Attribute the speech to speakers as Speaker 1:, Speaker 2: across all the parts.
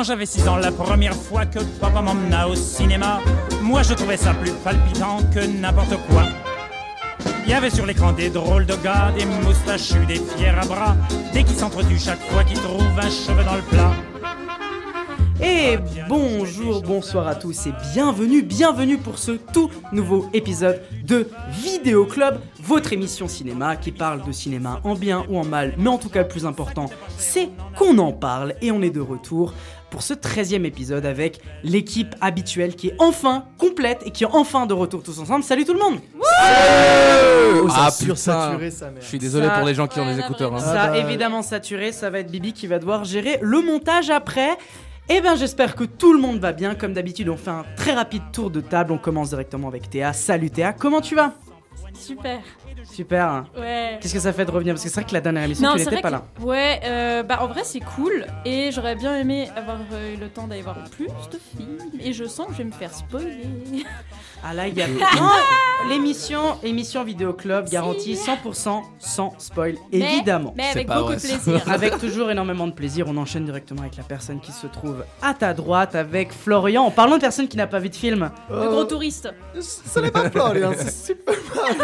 Speaker 1: Quand j'avais 6 ans, la première fois que papa m'emmena au cinéma, moi je trouvais ça plus palpitant que n'importe quoi. Il y avait sur l'écran des drôles de gars, des moustachus, des fiers à bras, des qui s'entretuent chaque fois qu'ils trouvent un cheveu dans le plat.
Speaker 2: Et bonjour, bonsoir à tous et bienvenue pour ce tout nouveau épisode de Vidéo Club, votre émission cinéma qui parle de cinéma en bien ou en mal, mais en tout cas le plus important, c'est qu'on en parle et on est de retour pour ce 13e épisode avec l'équipe habituelle qui est enfin complète et qui est enfin de retour tous ensemble. Salut tout le monde!
Speaker 3: Oh, ça a sursaturé sa mère.
Speaker 4: Je suis désolé pour les gens qui ont des écouteurs.
Speaker 2: Ça a évidemment saturé, ça va être Bibi qui va devoir gérer le montage après. Eh bien j'espère que tout le monde va bien. Comme d'habitude on fait un très rapide tour de table. On commence directement avec Théa. Salut Théa, comment tu vas? Super.
Speaker 5: Ouais.
Speaker 2: Qu'est-ce que ça fait de revenir? Parce que c'est vrai que la dernière émission tu n'étais pas là.
Speaker 5: Ouais, en vrai c'est cool. Et j'aurais bien aimé avoir eu le temps d'aller voir plus de films. Et je sens que je vais me faire spoiler.
Speaker 2: Ah là il y a l'émission Vidéo Club garantie 100% sans spoil, évidemment.
Speaker 5: Mais avec beaucoup de plaisir.
Speaker 2: Avec toujours énormément de plaisir. On enchaîne directement avec la personne qui se trouve à ta droite, avec Florian. En parlant de personne qui n'a pas vu de film.
Speaker 5: Le gros touriste.
Speaker 3: Ce n'est pas Florian, c'est super.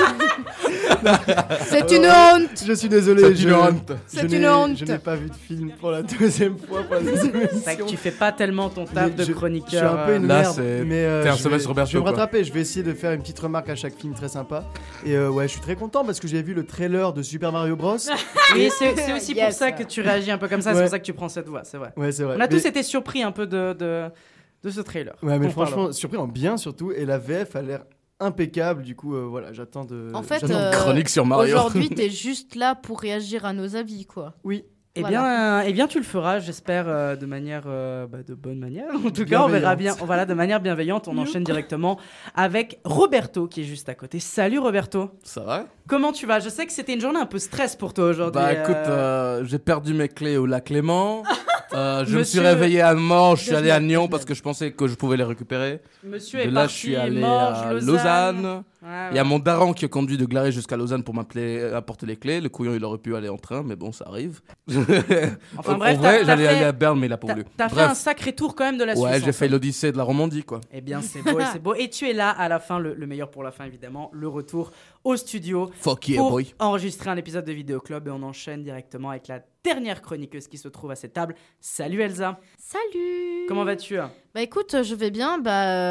Speaker 6: C'est une honte.
Speaker 3: Je suis désolé,
Speaker 6: C'est une honte.
Speaker 3: Je n'ai pas vu de film pour la deuxième fois.
Speaker 2: C'est vrai que tu fais pas tellement ton taf de chroniqueur.
Speaker 3: Je suis un peu une
Speaker 4: Là,
Speaker 3: merde, mais
Speaker 4: t'es un semestre Roberto.
Speaker 3: je vais me rattraper. Je vais essayer de faire une petite remarque à chaque film très sympa. Et ouais, je suis très content parce que j'ai vu le trailer de Super Mario Bros.
Speaker 2: Oui, c'est aussi pour ça que tu réagis un peu comme ça. C'est pour ça que tu prends cette voix, c'est vrai.
Speaker 3: Ouais, c'est vrai.
Speaker 2: On a tous été surpris un peu de ce trailer.
Speaker 3: Ouais, mais franchement, surpris en bien surtout. Et la VF a l'air impeccable, du coup voilà, j'attends de...
Speaker 6: En fait,
Speaker 4: chronique sur Mario.
Speaker 6: Aujourd'hui t'es juste là pour réagir à nos avis, quoi.
Speaker 3: Oui.
Speaker 2: Eh bien, tu le feras, j'espère, de manière, de bonne manière. En tout cas, on verra bien. Voilà, de manière bienveillante, on enchaîne directement avec Roberto qui est juste à côté. Salut Roberto.
Speaker 4: Ça va?
Speaker 2: Comment tu vas? Je sais que c'était une journée un peu stress pour toi aujourd'hui.
Speaker 4: Bah écoute, j'ai perdu mes clés au lac Léman. Je me suis réveillé à Morges, je suis allé à Nyon parce que je pensais que je pouvais les récupérer.
Speaker 2: Monsieur
Speaker 4: de
Speaker 2: est
Speaker 4: là,
Speaker 2: parti,
Speaker 4: je suis allé
Speaker 2: Morges,
Speaker 4: à
Speaker 2: Lausanne.
Speaker 4: Il y a mon daron qui a conduit de Glaris jusqu'à Lausanne pour apporter les clés. Le couillon, il aurait pu aller en train, mais bon, ça arrive.
Speaker 2: Enfin
Speaker 4: en
Speaker 2: bref,
Speaker 4: vrai, j'allais aller à Berne, mais il a pas voulu.
Speaker 2: T'as fait un sacré tour quand même de la Suisse.
Speaker 4: Ouais, j'ai fait l'Odyssée de la Romandie, quoi.
Speaker 2: Eh bien, c'est beau et c'est beau. Et tu es là à la fin, le meilleur pour la fin, évidemment, le retour au studio
Speaker 4: Fuck yeah,
Speaker 2: pour
Speaker 4: boy.
Speaker 2: enregistrer un épisode de Vidéo Club. Et on enchaîne directement avec la dernière chroniqueuse qui se trouve à cette table. Salut Elsa.
Speaker 6: Salut.
Speaker 2: Comment vas-tu?
Speaker 6: Bah écoute, je vais bien.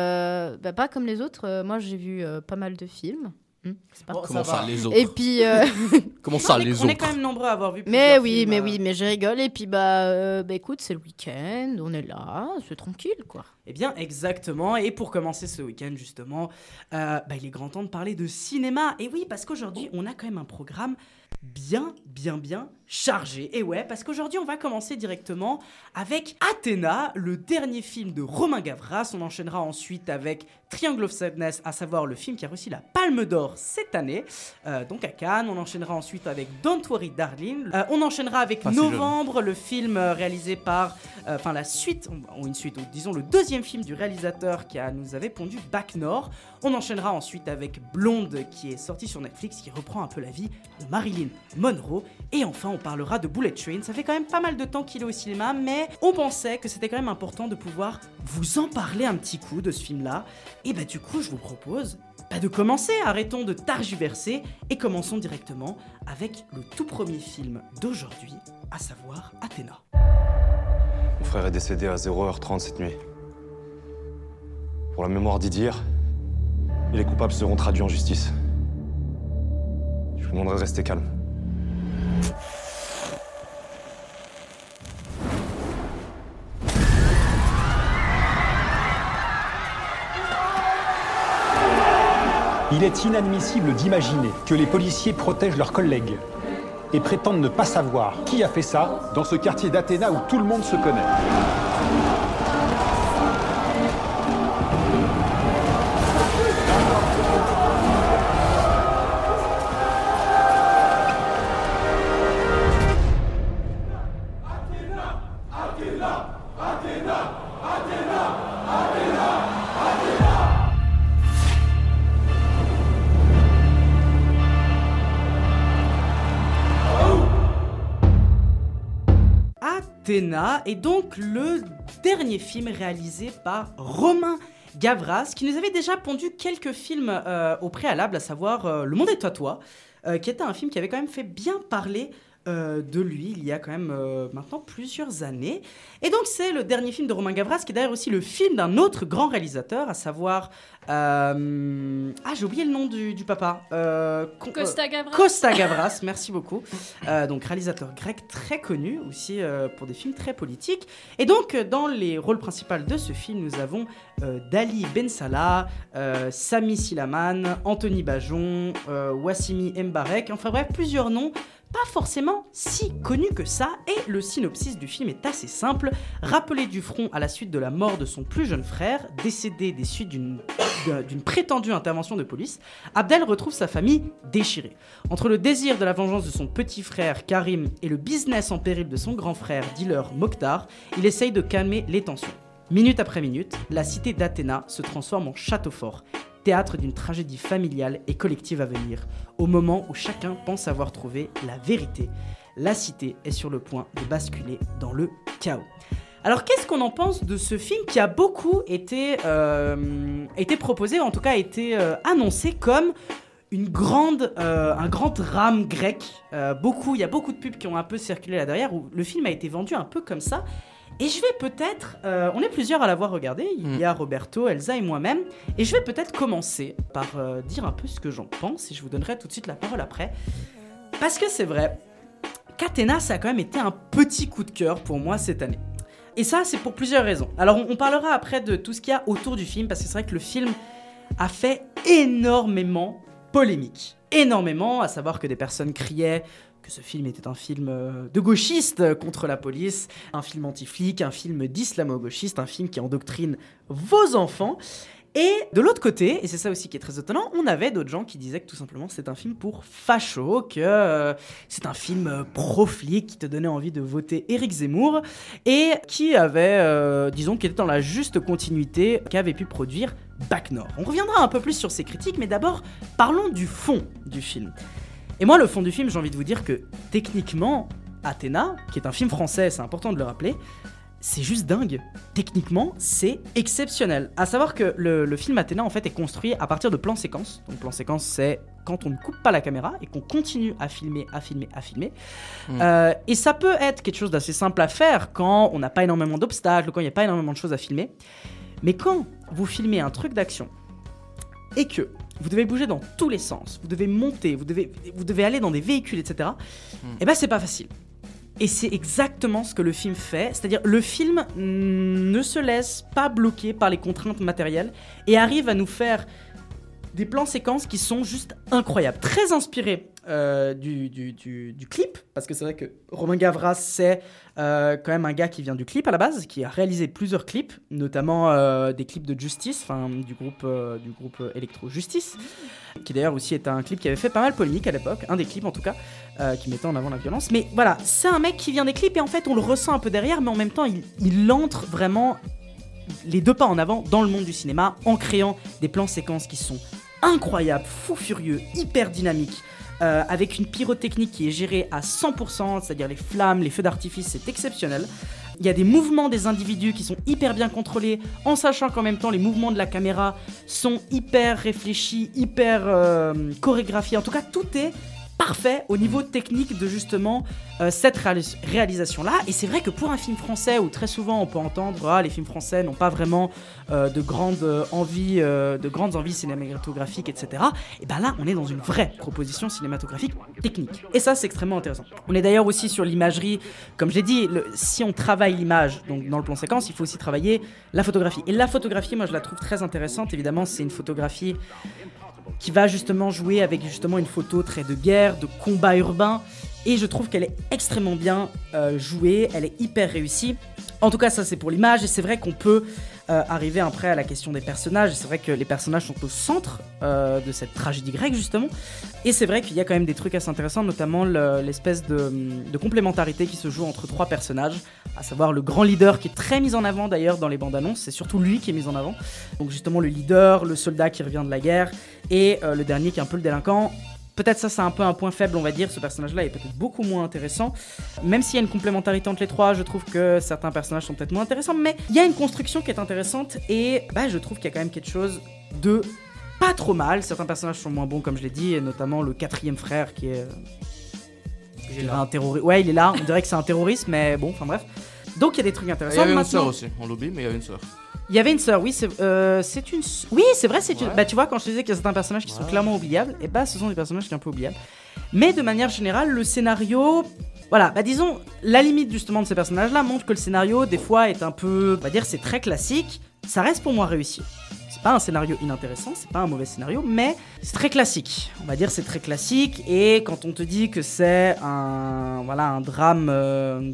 Speaker 6: Pas comme les autres. Moi, j'ai vu pas mal de films.
Speaker 4: Comment ça, les autres?
Speaker 6: Et puis
Speaker 4: comment ça, les autres?
Speaker 2: On est quand même nombreux à avoir vu
Speaker 6: mais
Speaker 2: plusieurs
Speaker 6: oui,
Speaker 2: films.
Speaker 6: Mais je rigole. Et puis écoute, c'est le week-end, on est là, c'est tranquille, quoi.
Speaker 2: Eh bien, exactement. Et pour commencer ce week-end, justement, il est grand temps de parler de cinéma. Et oui, parce qu'aujourd'hui, on a quand même un programme bien chargé. Et ouais, parce qu'aujourd'hui, on va commencer directement avec Athéna, le dernier film de Romain Gavras. On enchaînera ensuite avec Triangle of Sadness, à savoir le film qui a reçu la Palme d'Or cette année, donc à Cannes. On enchaînera ensuite avec Don't Worry Darling. On enchaînera avec Novembre, le film réalisé par... la suite, ou une suite, ou disons le deuxième film du réalisateur qui nous avait pondu Bac Nord. On enchaînera ensuite avec Blonde, qui est sorti sur Netflix, qui reprend un peu la vie de Marilyn Monroe. Et enfin, on parlera de Bullet Train. Ça fait quand même pas mal de temps qu'il est au cinéma, mais on pensait que c'était quand même important de pouvoir vous en parler un petit coup de ce film-là. Et du coup, je vous propose de commencer. Arrêtons de tergiverser et commençons directement avec le tout premier film d'aujourd'hui, à savoir Athéna.
Speaker 7: Mon frère est décédé à 0h30 cette nuit. Pour la mémoire d'Idir, et les coupables seront traduits en justice. Je vous demanderai de rester calme.
Speaker 8: Il est inadmissible d'imaginer que les policiers protègent leurs collègues et prétendent ne pas savoir qui a fait ça dans ce quartier d'Athéna où tout le monde se connaît.
Speaker 2: d'Athéna est donc le dernier film réalisé par Romain Gavras, qui nous avait déjà pondu quelques films au préalable, à savoir Le Monde est à toi, qui était un film qui avait quand même fait bien parler de lui il y a quand même maintenant plusieurs années. Et donc c'est le dernier film de Romain Gavras, qui est d'ailleurs aussi le film d'un autre grand réalisateur, à savoir... j'ai oublié le nom du papa.
Speaker 5: Costa Gavras.
Speaker 2: Costa Gavras, merci beaucoup. Donc réalisateur grec très connu aussi pour des films très politiques. Et donc dans les rôles principaux de ce film, nous avons Dali Ben Salah, Sami Silaman, Anthony Bajon, Wassimi Mbarek, enfin bref, plusieurs noms pas forcément si connus que ça. Et le synopsis du film est assez simple. Rappelé du front à la suite de la mort de son plus jeune frère, décédé des suites d'une prétendue intervention de police, Abdel retrouve sa famille déchirée. Entre le désir de la vengeance de son petit frère Karim et le business en péril de son grand frère dealer Mokhtar, il essaye de calmer les tensions. Minute après minute, la cité d'Athéna se transforme en château fort, théâtre d'une tragédie familiale et collective à venir. Au moment où chacun pense avoir trouvé la vérité, la cité est sur le point de basculer dans le chaos. Alors qu'est-ce qu'on en pense de ce film qui a beaucoup été proposé, ou en tout cas été annoncé comme un grand drame grec. Il y a beaucoup de pubs qui ont un peu circulé là derrière, où le film a été vendu un peu comme ça. Et je vais peut-être, on est plusieurs à l'avoir regardé, il y a Roberto, Elsa et moi-même, et je vais peut-être commencer par dire un peu ce que j'en pense, et je vous donnerai tout de suite la parole après. Parce que c'est vrai qu'Athéna, ça a quand même été un petit coup de cœur pour moi cette année. Et ça, c'est pour plusieurs raisons. Alors on parlera après de tout ce qu'il y a autour du film, parce que c'est vrai que le film a fait énormément polémique. Énormément, à savoir que des personnes criaient que ce film était un film de gauchiste contre la police, un film anti-flic, un film d'islamo-gauchiste, un film qui endoctrine vos enfants. Et de l'autre côté, et c'est ça aussi qui est très étonnant, on avait d'autres gens qui disaient que tout simplement c'est un film pour fachos, que c'est un film pro-flic qui te donnait envie de voter Éric Zemmour, et qui avait, qui était dans la juste continuité qu'avait pu produire Bac Nord. On reviendra un peu plus sur ces critiques, mais d'abord parlons du fond du film. Et moi, le fond du film, j'ai envie de vous dire que techniquement, Athéna, qui est un film français, c'est important de le rappeler, c'est juste dingue. Techniquement, c'est exceptionnel. À savoir que le film Athéna, en fait, est construit à partir de plans séquences. Donc, plan séquence, c'est quand on ne coupe pas la caméra et qu'on continue à filmer. Et ça peut être quelque chose d'assez simple à faire quand on n'a pas énormément d'obstacles, quand il n'y a pas énormément de choses à filmer. Mais quand vous filmez un truc d'action et que vous devez bouger dans tous les sens, vous devez monter, vous devez aller dans des véhicules, etc. Et ben c'est pas facile. Et c'est exactement ce que le film fait, c'est-à-dire le film ne se laisse pas bloquer par les contraintes matérielles et arrive à nous faire des plans séquences qui sont juste incroyables, très inspirés du clip, parce que c'est vrai que Romain Gavras, c'est quand même un gars qui vient du clip à la base, qui a réalisé plusieurs clips, notamment des clips de Justice, enfin du groupe Electro Justice, qui d'ailleurs aussi était un clip qui avait fait pas mal polémique à l'époque, un des clips en tout cas, qui mettait en avant la violence. Mais voilà, c'est un mec qui vient des clips et en fait on le ressent un peu derrière, mais en même temps il entre vraiment les deux pas en avant dans le monde du cinéma en créant des plans séquences qui sont incroyables, fou furieux, hyper dynamiques, avec une pyrotechnique qui est gérée à 100%, c'est-à-dire les flammes, les feux d'artifice, c'est exceptionnel. Il y a des mouvements des individus qui sont hyper bien contrôlés, en sachant qu'en même temps les mouvements de la caméra sont hyper réfléchis, hyper chorégraphiés. En tout cas, tout est parfait au niveau technique de justement cette réalisation-là. Et c'est vrai que pour un film français, où très souvent on peut entendre les films français n'ont pas vraiment de grandes envies cinématographiques, etc. Et ben là, on est dans une vraie proposition cinématographique technique. Et ça, c'est extrêmement intéressant. On est d'ailleurs aussi sur l'imagerie. Comme j'ai dit, si on travaille l'image, donc dans le plan séquence, il faut aussi travailler la photographie. Et la photographie, moi, je la trouve très intéressante. Évidemment, c'est une photographie qui va justement jouer avec justement une photo très de guerre, de combat urbain, et je trouve qu'elle est extrêmement bien jouée, elle est hyper réussie. En tout cas, ça c'est pour l'image, et c'est vrai qu'on peut arriver après à la question des personnages, et c'est vrai que les personnages sont au centre de cette tragédie grecque justement, et c'est vrai qu'il y a quand même des trucs assez intéressants, notamment l'espèce de complémentarité qui se joue entre trois personnages, à savoir le grand leader qui est très mis en avant d'ailleurs dans les bandes annonces, c'est surtout lui qui est mis en avant, donc justement le leader, le soldat qui revient de la guerre, et le dernier qui est un peu le délinquant. peut-être ça c'est un peu un point faible, on va dire. Ce personnage-là est peut-être beaucoup moins intéressant. Même s'il y a une complémentarité entre les trois, je trouve que certains personnages sont peut-être moins intéressants. Mais il y a une construction qui est intéressante et je trouve qu'il y a quand même quelque chose de pas trop mal. Certains personnages sont moins bons, comme je l'ai dit, et notamment le 4e frère qui est... un terroriste. Ouais, il est là, on dirait que c'est un terroriste, mais bon, enfin bref. Donc il y a des trucs intéressants.
Speaker 4: Il y avait une sœur aussi, on l'oublie, mais il y avait une sœur.
Speaker 2: Il y avait une sœur, oui, c'est une... Oui, c'est vrai, c'est une... Bah tu vois, quand je te disais qu'il y a certains personnages qui sont clairement oubliables, et ce sont des personnages qui sont un peu oubliables. Mais de manière générale, le scénario... Voilà, disons, la limite justement de ces personnages-là montre que le scénario, des fois, est un peu... On va dire, c'est très classique. Ça reste pour moi réussi. C'est pas un scénario inintéressant, c'est pas un mauvais scénario, mais c'est très classique. On va dire c'est très classique, et quand on te dit que c'est un drame, un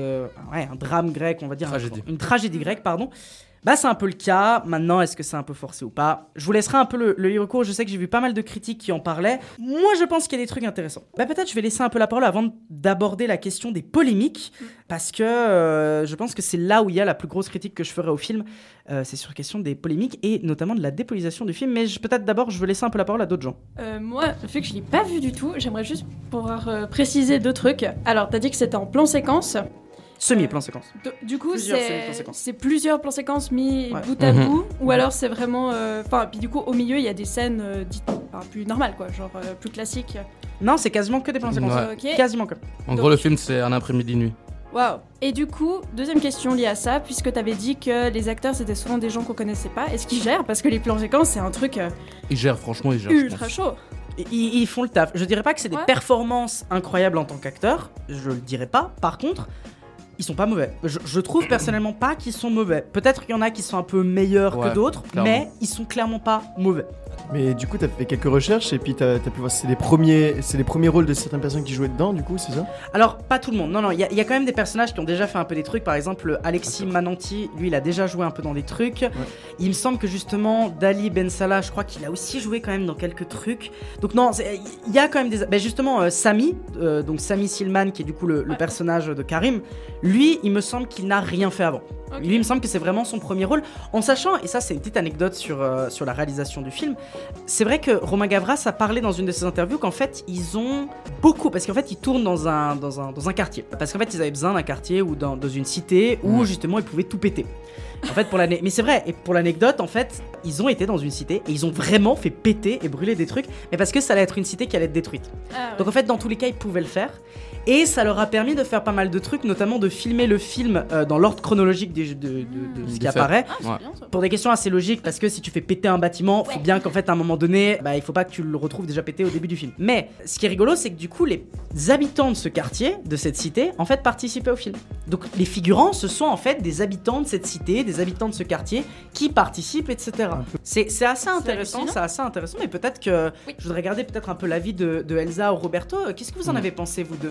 Speaker 2: drame grec, on va dire une tragédie grecque, pardon. C'est un peu le cas. Maintenant, est-ce que c'est un peu forcé ou pas ? Je vous laisserai un peu le livre court. Je sais que j'ai vu pas mal de critiques qui en parlaient. Moi, je pense qu'il y a des trucs intéressants. Peut-être je vais laisser un peu la parole avant d'aborder la question des polémiques, parce que je pense que c'est là où il y a la plus grosse critique que je ferai au film. C'est sur la question des polémiques et notamment de la dépolitisation du film. Mais peut-être d'abord, je veux laisser un peu la parole à d'autres gens.
Speaker 5: Moi, vu que je l'ai pas vu du tout, j'aimerais juste pouvoir préciser 2 trucs. Alors, t'as dit que c'était en plan séquence.
Speaker 2: Semi-plan séquence.
Speaker 5: Du coup,
Speaker 2: Plusieurs
Speaker 5: c'est plusieurs plans séquences mis bout à bout, ou alors c'est vraiment... puis du coup, au milieu, il y a des scènes dites plus normales, quoi, genre plus classiques.
Speaker 2: Non, c'est quasiment que des plans séquences.
Speaker 4: Ouais.
Speaker 5: Okay.
Speaker 2: Quasiment que.
Speaker 4: En gros, le film, c'est un après-midi nuit.
Speaker 5: Waouh. Et du coup, deuxième question liée à ça, puisque t'avais dit que les acteurs, c'était souvent des gens qu'on connaissait pas, est-ce qu'ils gèrent ? Parce que les plans séquences, c'est un truc...
Speaker 4: Ils gèrent, franchement, ils gèrent.
Speaker 5: Ultra chaud.
Speaker 2: Ils font le taf. Je dirais pas que c'est des performances incroyables en tant qu'acteurs, je le dirais pas. Par contre... Ils sont pas mauvais. Je trouve personnellement pas qu'ils sont mauvais. Peut-être qu'il y en a qui sont un peu meilleurs que d'autres, mais ils sont clairement pas mauvais.
Speaker 3: Mais du coup, t'as fait quelques recherches et puis t'as pu voir, c'est les premiers rôles de certaines personnes qui jouaient dedans, du coup, c'est ça ?
Speaker 2: Alors, pas tout le monde. Non, il y a quand même des personnages qui ont déjà fait un peu des trucs. Par exemple, Alexis Mananti, lui, il a déjà joué un peu dans des trucs. Ouais. Il me semble que justement, Dali Ben Salah, je crois qu'il a aussi joué quand même dans quelques trucs. Donc non, il y a quand même des... Ben justement, Sami, donc Sami Silman, qui est du coup le personnage de Karim, lui, il me semble qu'il n'a rien fait avant. Okay. Lui, il me semble que c'est vraiment son premier rôle. En sachant, et ça c'est une petite anecdote sur la réalisation du film, c'est vrai que Romain Gavras a parlé dans une de ses interviews qu'en fait, ils ont beaucoup... Parce qu'en fait, ils tournent dans un quartier. Parce qu'en fait, ils avaient besoin d'un quartier ou dans une cité où justement, ils pouvaient tout péter. En fait, mais c'est vrai, et pour l'anecdote, en fait, ils ont été dans une cité et ils ont vraiment fait péter et brûler des trucs, mais parce que ça allait être une cité qui allait être détruite. Ah, ouais. Donc en fait, dans tous les cas, ils pouvaient le faire. Et ça leur a permis de faire pas mal de trucs, notamment de filmer le film dans l'ordre chronologique de ce qui apparaît. Ah, c'est bien, ça. Pour des questions assez logiques, parce que si tu fais péter un bâtiment, faut bien qu'en fait, à un moment donné, il faut pas que tu le retrouves déjà pété au début du film. Mais ce qui est rigolo, c'est que du coup, les habitants de ce quartier, de cette cité, en fait, participaient au film. Donc les figurants, ce sont en fait des habitants de cette cité, des habitants de ce quartier qui participent, etc. C'est assez intéressant, mais peut-être que je voudrais garder peut-être un peu l'avis de Elsa ou Roberto. Qu'est-ce que vous en avez pensé, vous deux ?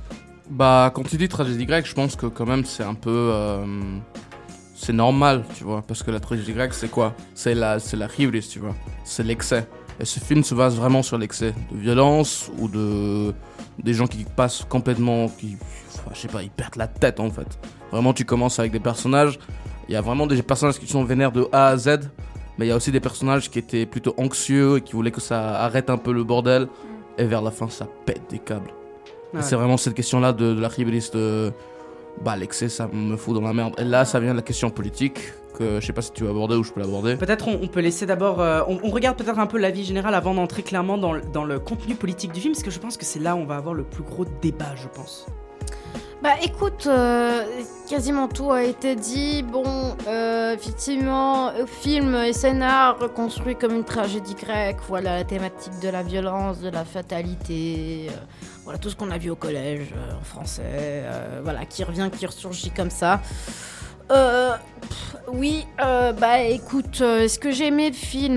Speaker 4: Quand tu dis tragédie grecque, je pense que quand même c'est un peu... c'est normal, tu vois, parce que la tragédie grecque, c'est quoi ? C'est la hybris, tu vois, c'est l'excès. Et ce film se base vraiment sur l'excès de violence ou des gens qui passent complètement... ils perdent la tête en fait. Vraiment, tu commences avec des personnages... Il y a vraiment des personnages qui sont vénères de A à Z, mais il y a aussi des personnages qui étaient plutôt anxieux et qui voulaient que ça arrête un peu le bordel. Et vers la fin, ça pète des câbles. Ouais. Et c'est vraiment cette question-là de la hybris de... l'excès, ça me fout dans la merde. Et là, ça vient de la question politique, que je sais pas si tu veux aborder ou je peux l'aborder.
Speaker 2: Peut-être on peut laisser d'abord... on regarde peut-être un peu l'avis général avant d'entrer clairement dans le contenu politique du film, parce que je pense que c'est là où on va avoir le plus gros débat, je pense.
Speaker 6: Écoute, quasiment tout a été dit. Bon, effectivement, film et scénar reconstruit comme une tragédie grecque. Voilà la thématique de la violence, de la fatalité. Voilà tout ce qu'on a vu au collège en français. Voilà, qui revient, qui ressurgit comme ça. Oui, écoute, est-ce que j'ai aimé le film ?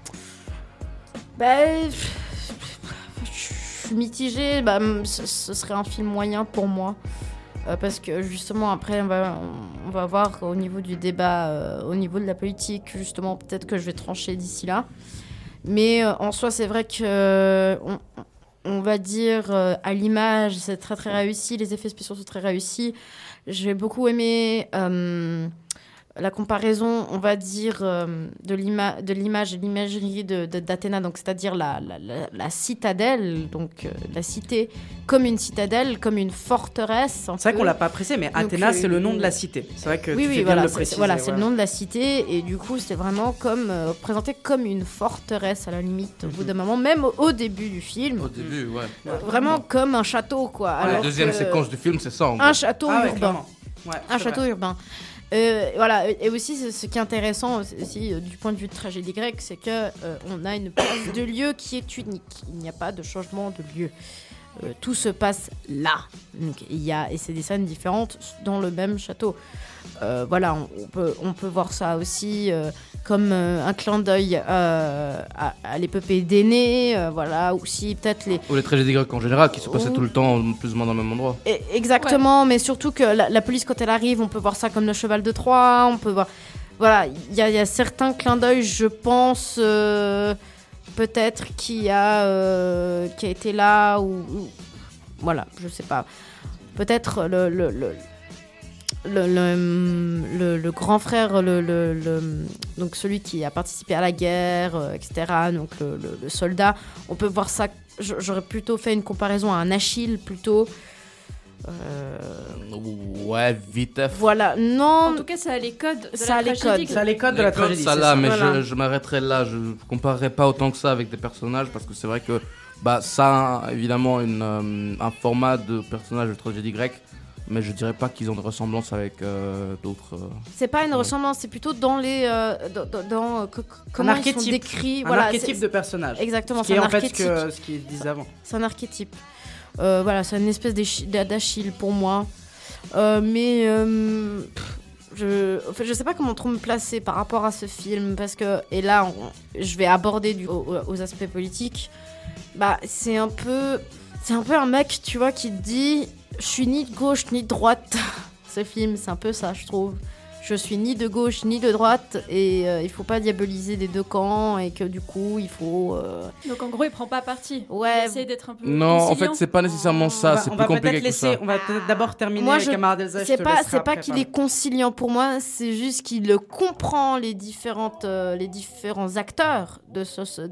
Speaker 6: Mitigé, ce serait un film moyen pour moi parce que justement après on va voir au niveau du débat, au niveau de la politique, justement peut-être que je vais trancher d'ici là, mais en soi c'est vrai que on va dire à l'image c'est très très réussi, les effets spéciaux sont très réussis. J'ai beaucoup aimé la comparaison, on va dire, de l'image et de l'imagerie d'Athéna, donc c'est-à-dire la citadelle, donc la cité, comme une citadelle, comme une forteresse.
Speaker 2: C'est vrai qu'on l'a pas précisé, mais Athéna, c'est le nom de la cité. C'est vrai que
Speaker 6: oui,
Speaker 2: tu fais bien de le préciser.
Speaker 6: C'est le nom de la cité, et du coup, c'est vraiment comme présenté comme une forteresse à la limite, au bout d'un moment, même au début du film.
Speaker 4: Au début, ouais.
Speaker 6: Vraiment comme un château, quoi.
Speaker 4: La deuxième séquence du film, c'est ça. En gros.
Speaker 6: Un château urbain.
Speaker 2: Ouais,
Speaker 6: un château urbain. Voilà, et aussi ce qui est intéressant aussi, du point de vue de tragédie grecque, c'est que on a une place de lieu qui est unique. Il n'y a pas de changement de lieu. Tout se passe là. Donc, et c'est des scènes différentes dans le même château. Voilà, on peut voir ça aussi comme un clin d'œil à l'épopée d'Énée, voilà, aussi peut-être
Speaker 4: ou les tragédies grecques en général qui se passaient tout le temps plus ou moins dans le même endroit.
Speaker 6: Exactement, mais surtout que la police quand elle arrive, on peut voir ça comme le cheval de Troie, on peut voir, voilà, il y a certains clins d'œil, je pense, peut-être qui a été là ou voilà, je sais pas, peut-être le grand frère, donc celui qui a participé à la guerre, etc., donc le soldat, on peut voir ça, j'aurais plutôt fait une comparaison à un Achille, plutôt.
Speaker 4: Ouais, vite.
Speaker 6: Voilà, non.
Speaker 5: En tout cas, ça a les codes de
Speaker 2: ça
Speaker 5: la tragédie.
Speaker 2: Ça a les codes de la tragédie.
Speaker 4: Ça là, mais voilà. je m'arrêterai là, je comparerai pas autant que ça avec des personnages, parce que c'est vrai que ça a évidemment un format de personnage de tragédie grecque. Mais je dirais pas qu'ils ont de ressemblance avec d'autres.
Speaker 6: C'est pas une ressemblance, c'est plutôt dans les comment ils sont décrits.
Speaker 2: Un archétype de personnage.
Speaker 6: Exactement,
Speaker 2: c'est un archétype. Ce qu'ils disaient avant.
Speaker 6: C'est un archétype. Voilà, c'est une espèce d'Achille pour moi. Mais je sais pas comment trop me placer par rapport à ce film, parce que et là je vais aborder aux aspects politiques. C'est un peu un mec, tu vois, qui te dit je suis ni de gauche ni de droite. Ce film, c'est un peu ça, je trouve. Je suis ni de gauche ni de droite, et il faut pas diaboliser les deux camps, et que du coup il faut.
Speaker 5: Donc en gros, il prend pas parti.
Speaker 6: Ouais.
Speaker 5: Il essaie d'être un peu.
Speaker 4: Non,
Speaker 5: conciliant.
Speaker 4: en fait, c'est pas nécessairement ça. C'est plus compliqué que ça.
Speaker 2: On va peut-être d'abord terminer avec Amara Delza.
Speaker 6: C'est pas qu'il est conciliant pour moi, c'est juste qu'il comprend les différents acteurs de ce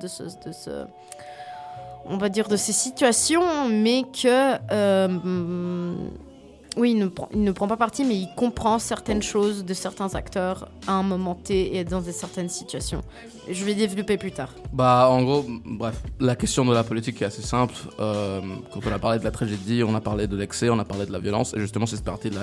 Speaker 6: on va dire de ces situations, mais que oui, il ne prend pas parti, mais il comprend certaines choses de certains acteurs à un moment T et dans certaines situations. Je vais développer plus tard.
Speaker 4: En gros, bref, la question de la politique est assez simple. Quand on a parlé de la tragédie, on a parlé de l'excès, on a parlé de la violence, et justement c'est cette partie-là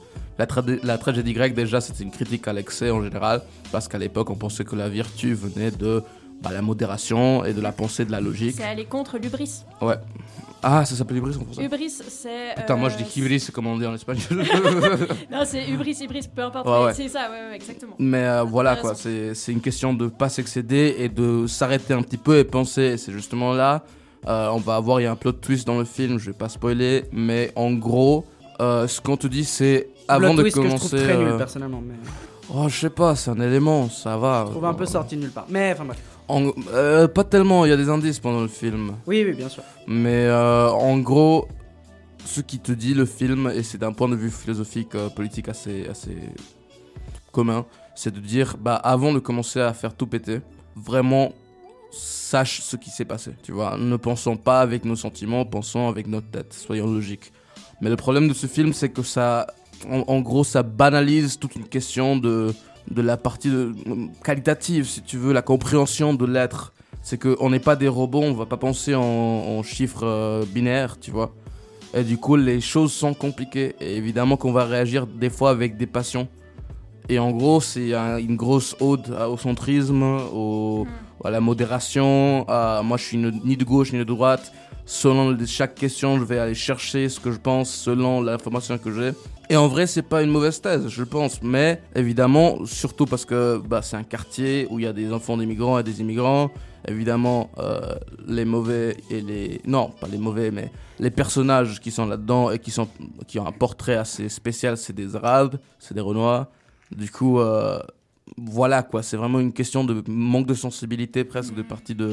Speaker 4: la tragédie grecque, déjà, c'était une critique à l'excès en général, parce qu'à l'époque, on pensait que la vertu venait de la modération et de la pensée de la logique.
Speaker 5: C'est aller contre l'hubris.
Speaker 4: Ouais. Ah, ça s'appelle hubris en français.
Speaker 5: Hubris, c'est.
Speaker 4: Putain, moi je dis hybris, c'est comme on dit en espagnol.
Speaker 5: Non, c'est hubris, peu importe.
Speaker 4: Ouais.
Speaker 5: C'est ça, ouais, exactement.
Speaker 4: Mais voilà quoi, c'est une question de pas s'excéder et de s'arrêter un petit peu et penser. Et c'est justement là, on va avoir, il y a un plot twist dans le film, je vais pas spoiler, mais en gros, ce qu'on te dit, c'est avant de commencer.
Speaker 2: Que je trouve très nul personnellement, mais.
Speaker 4: Oh, je sais pas, c'est un élément, ça va.
Speaker 2: Je trouve un peu sorti de nulle part. Mais enfin bref.
Speaker 4: Pas tellement, il y a des indices pendant le film.
Speaker 2: Oui, bien sûr.
Speaker 4: Mais en gros, ce qui te dit le film, et c'est d'un point de vue philosophique, politique assez commun, c'est de dire, avant de commencer à faire tout péter, vraiment sache ce qui s'est passé, tu vois. Ne pensons pas avec nos sentiments, pensons avec notre tête, soyons logiques. Mais le problème de ce film, c'est que ça... En gros, ça banalise toute une question de la partie qualitative, si tu veux, la compréhension de l'être. C'est qu'on n'est pas des robots, on va pas penser en chiffres binaires, tu vois. Et du coup, les choses sont compliquées. Et évidemment qu'on va réagir des fois avec des passions. Et en gros, c'est une grosse ode au centrisme, à la modération. Moi, je suis ni de gauche ni de droite. Selon chaque question, je vais aller chercher ce que je pense selon l'information que j'ai. Et en vrai, c'est pas une mauvaise thèse, je pense. Mais évidemment, surtout parce que c'est un quartier où il y a des enfants d'immigrants et des immigrants. Évidemment, les mauvais et les... Non, pas les mauvais, mais les personnages qui sont là-dedans et qui ont un portrait assez spécial, c'est des Arabes, c'est des Renois. Du coup, voilà quoi, c'est vraiment une question de manque de sensibilité presque de partie de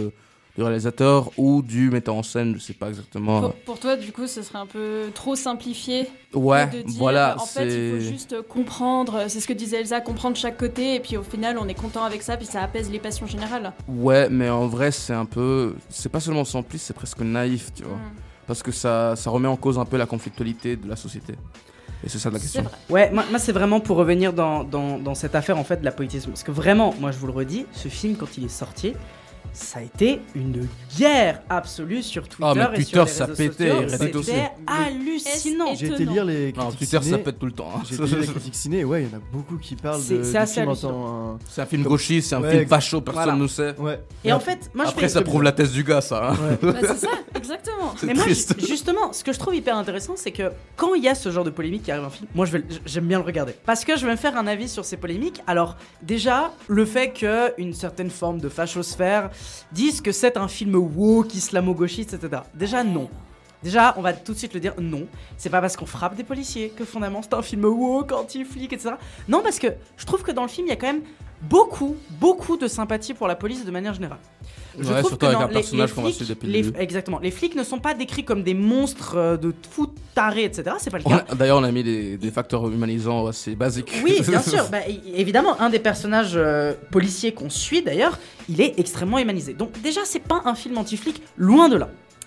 Speaker 4: du réalisateur ou du metteur en scène, je sais pas exactement.
Speaker 5: Pour toi, du coup, ce serait un peu trop simplifié.
Speaker 4: Ouais,
Speaker 5: de dire,
Speaker 4: voilà.
Speaker 5: En fait, il faut juste comprendre, c'est ce que disait Elsa, comprendre chaque côté, et puis au final, on est content avec ça, puis ça apaise les passions générales.
Speaker 4: Ouais, mais en vrai, c'est pas seulement simpliste, c'est presque naïf, tu vois. Parce que ça remet en cause un peu la conflictualité de la société. Et c'est ça la question.
Speaker 2: Ouais, moi c'est vraiment pour revenir dans cette affaire en fait de la politisation. Parce que vraiment, moi je vous le redis, ce film quand il est sorti, ça a été une guerre absolue sur Twitter
Speaker 4: mais
Speaker 2: et
Speaker 4: Twitter,
Speaker 2: sur les
Speaker 4: ça
Speaker 2: réseaux
Speaker 4: pétait,
Speaker 2: sociaux.
Speaker 4: Reddit aussi.
Speaker 2: C'était hallucinant.
Speaker 3: J'ai été lire les
Speaker 4: Non,
Speaker 3: critiques
Speaker 4: Twitter,
Speaker 3: ciné.
Speaker 4: ça pète tout le temps. Hein.
Speaker 3: J'ai été lire les critiques ciné, ouais, il y en a beaucoup qui parlent
Speaker 2: C'est
Speaker 3: de
Speaker 2: assez
Speaker 3: film en
Speaker 2: hallucinant.
Speaker 3: tant
Speaker 4: C'est un film gauchiste, c'est un
Speaker 3: Ouais,
Speaker 4: film facho, personne
Speaker 2: voilà.
Speaker 4: ne sait.
Speaker 3: ouais.
Speaker 2: Et en fait, moi je
Speaker 4: Après,
Speaker 2: fais...
Speaker 4: ça prouve la thèse du gars, ça. Hein.
Speaker 3: Ouais.
Speaker 5: Bah, c'est ça, exactement.
Speaker 4: C'est
Speaker 2: Mais moi,
Speaker 4: triste.
Speaker 2: justement, ce que je trouve hyper intéressant, c'est que quand il y a ce genre de polémique qui arrive en film, moi j'aime bien le regarder. Parce que je vais me faire un avis sur ces polémiques. Alors, déjà, le fait qu'une certaine forme de fachosphère dise que c'est un film woke, islamo-gauchiste, etc. Déjà, non. Déjà, on va tout de suite le dire, non. C'est pas parce qu'on frappe des policiers que fondamentalement c'est un film woke, anti-flic, etc. Non, parce que je trouve que dans le film, il y a quand même beaucoup de sympathie pour la police de manière générale. Je
Speaker 4: Ouais,
Speaker 2: trouve
Speaker 4: surtout
Speaker 2: que
Speaker 4: avec
Speaker 2: dans
Speaker 4: un personnage qu'on va suivre depuis le début.
Speaker 2: exactement. Les flics ne sont pas décrits comme des monstres de fous tarés, etc. C'est pas le cas.
Speaker 4: D'ailleurs, on a mis des facteurs humanisants assez basiques.
Speaker 2: Oui, bien sûr. Bah, évidemment, un des personnages policiers qu'on suit, d'ailleurs, il est extrêmement humanisé. Donc déjà, c'est pas un film anti-flic, loin de là.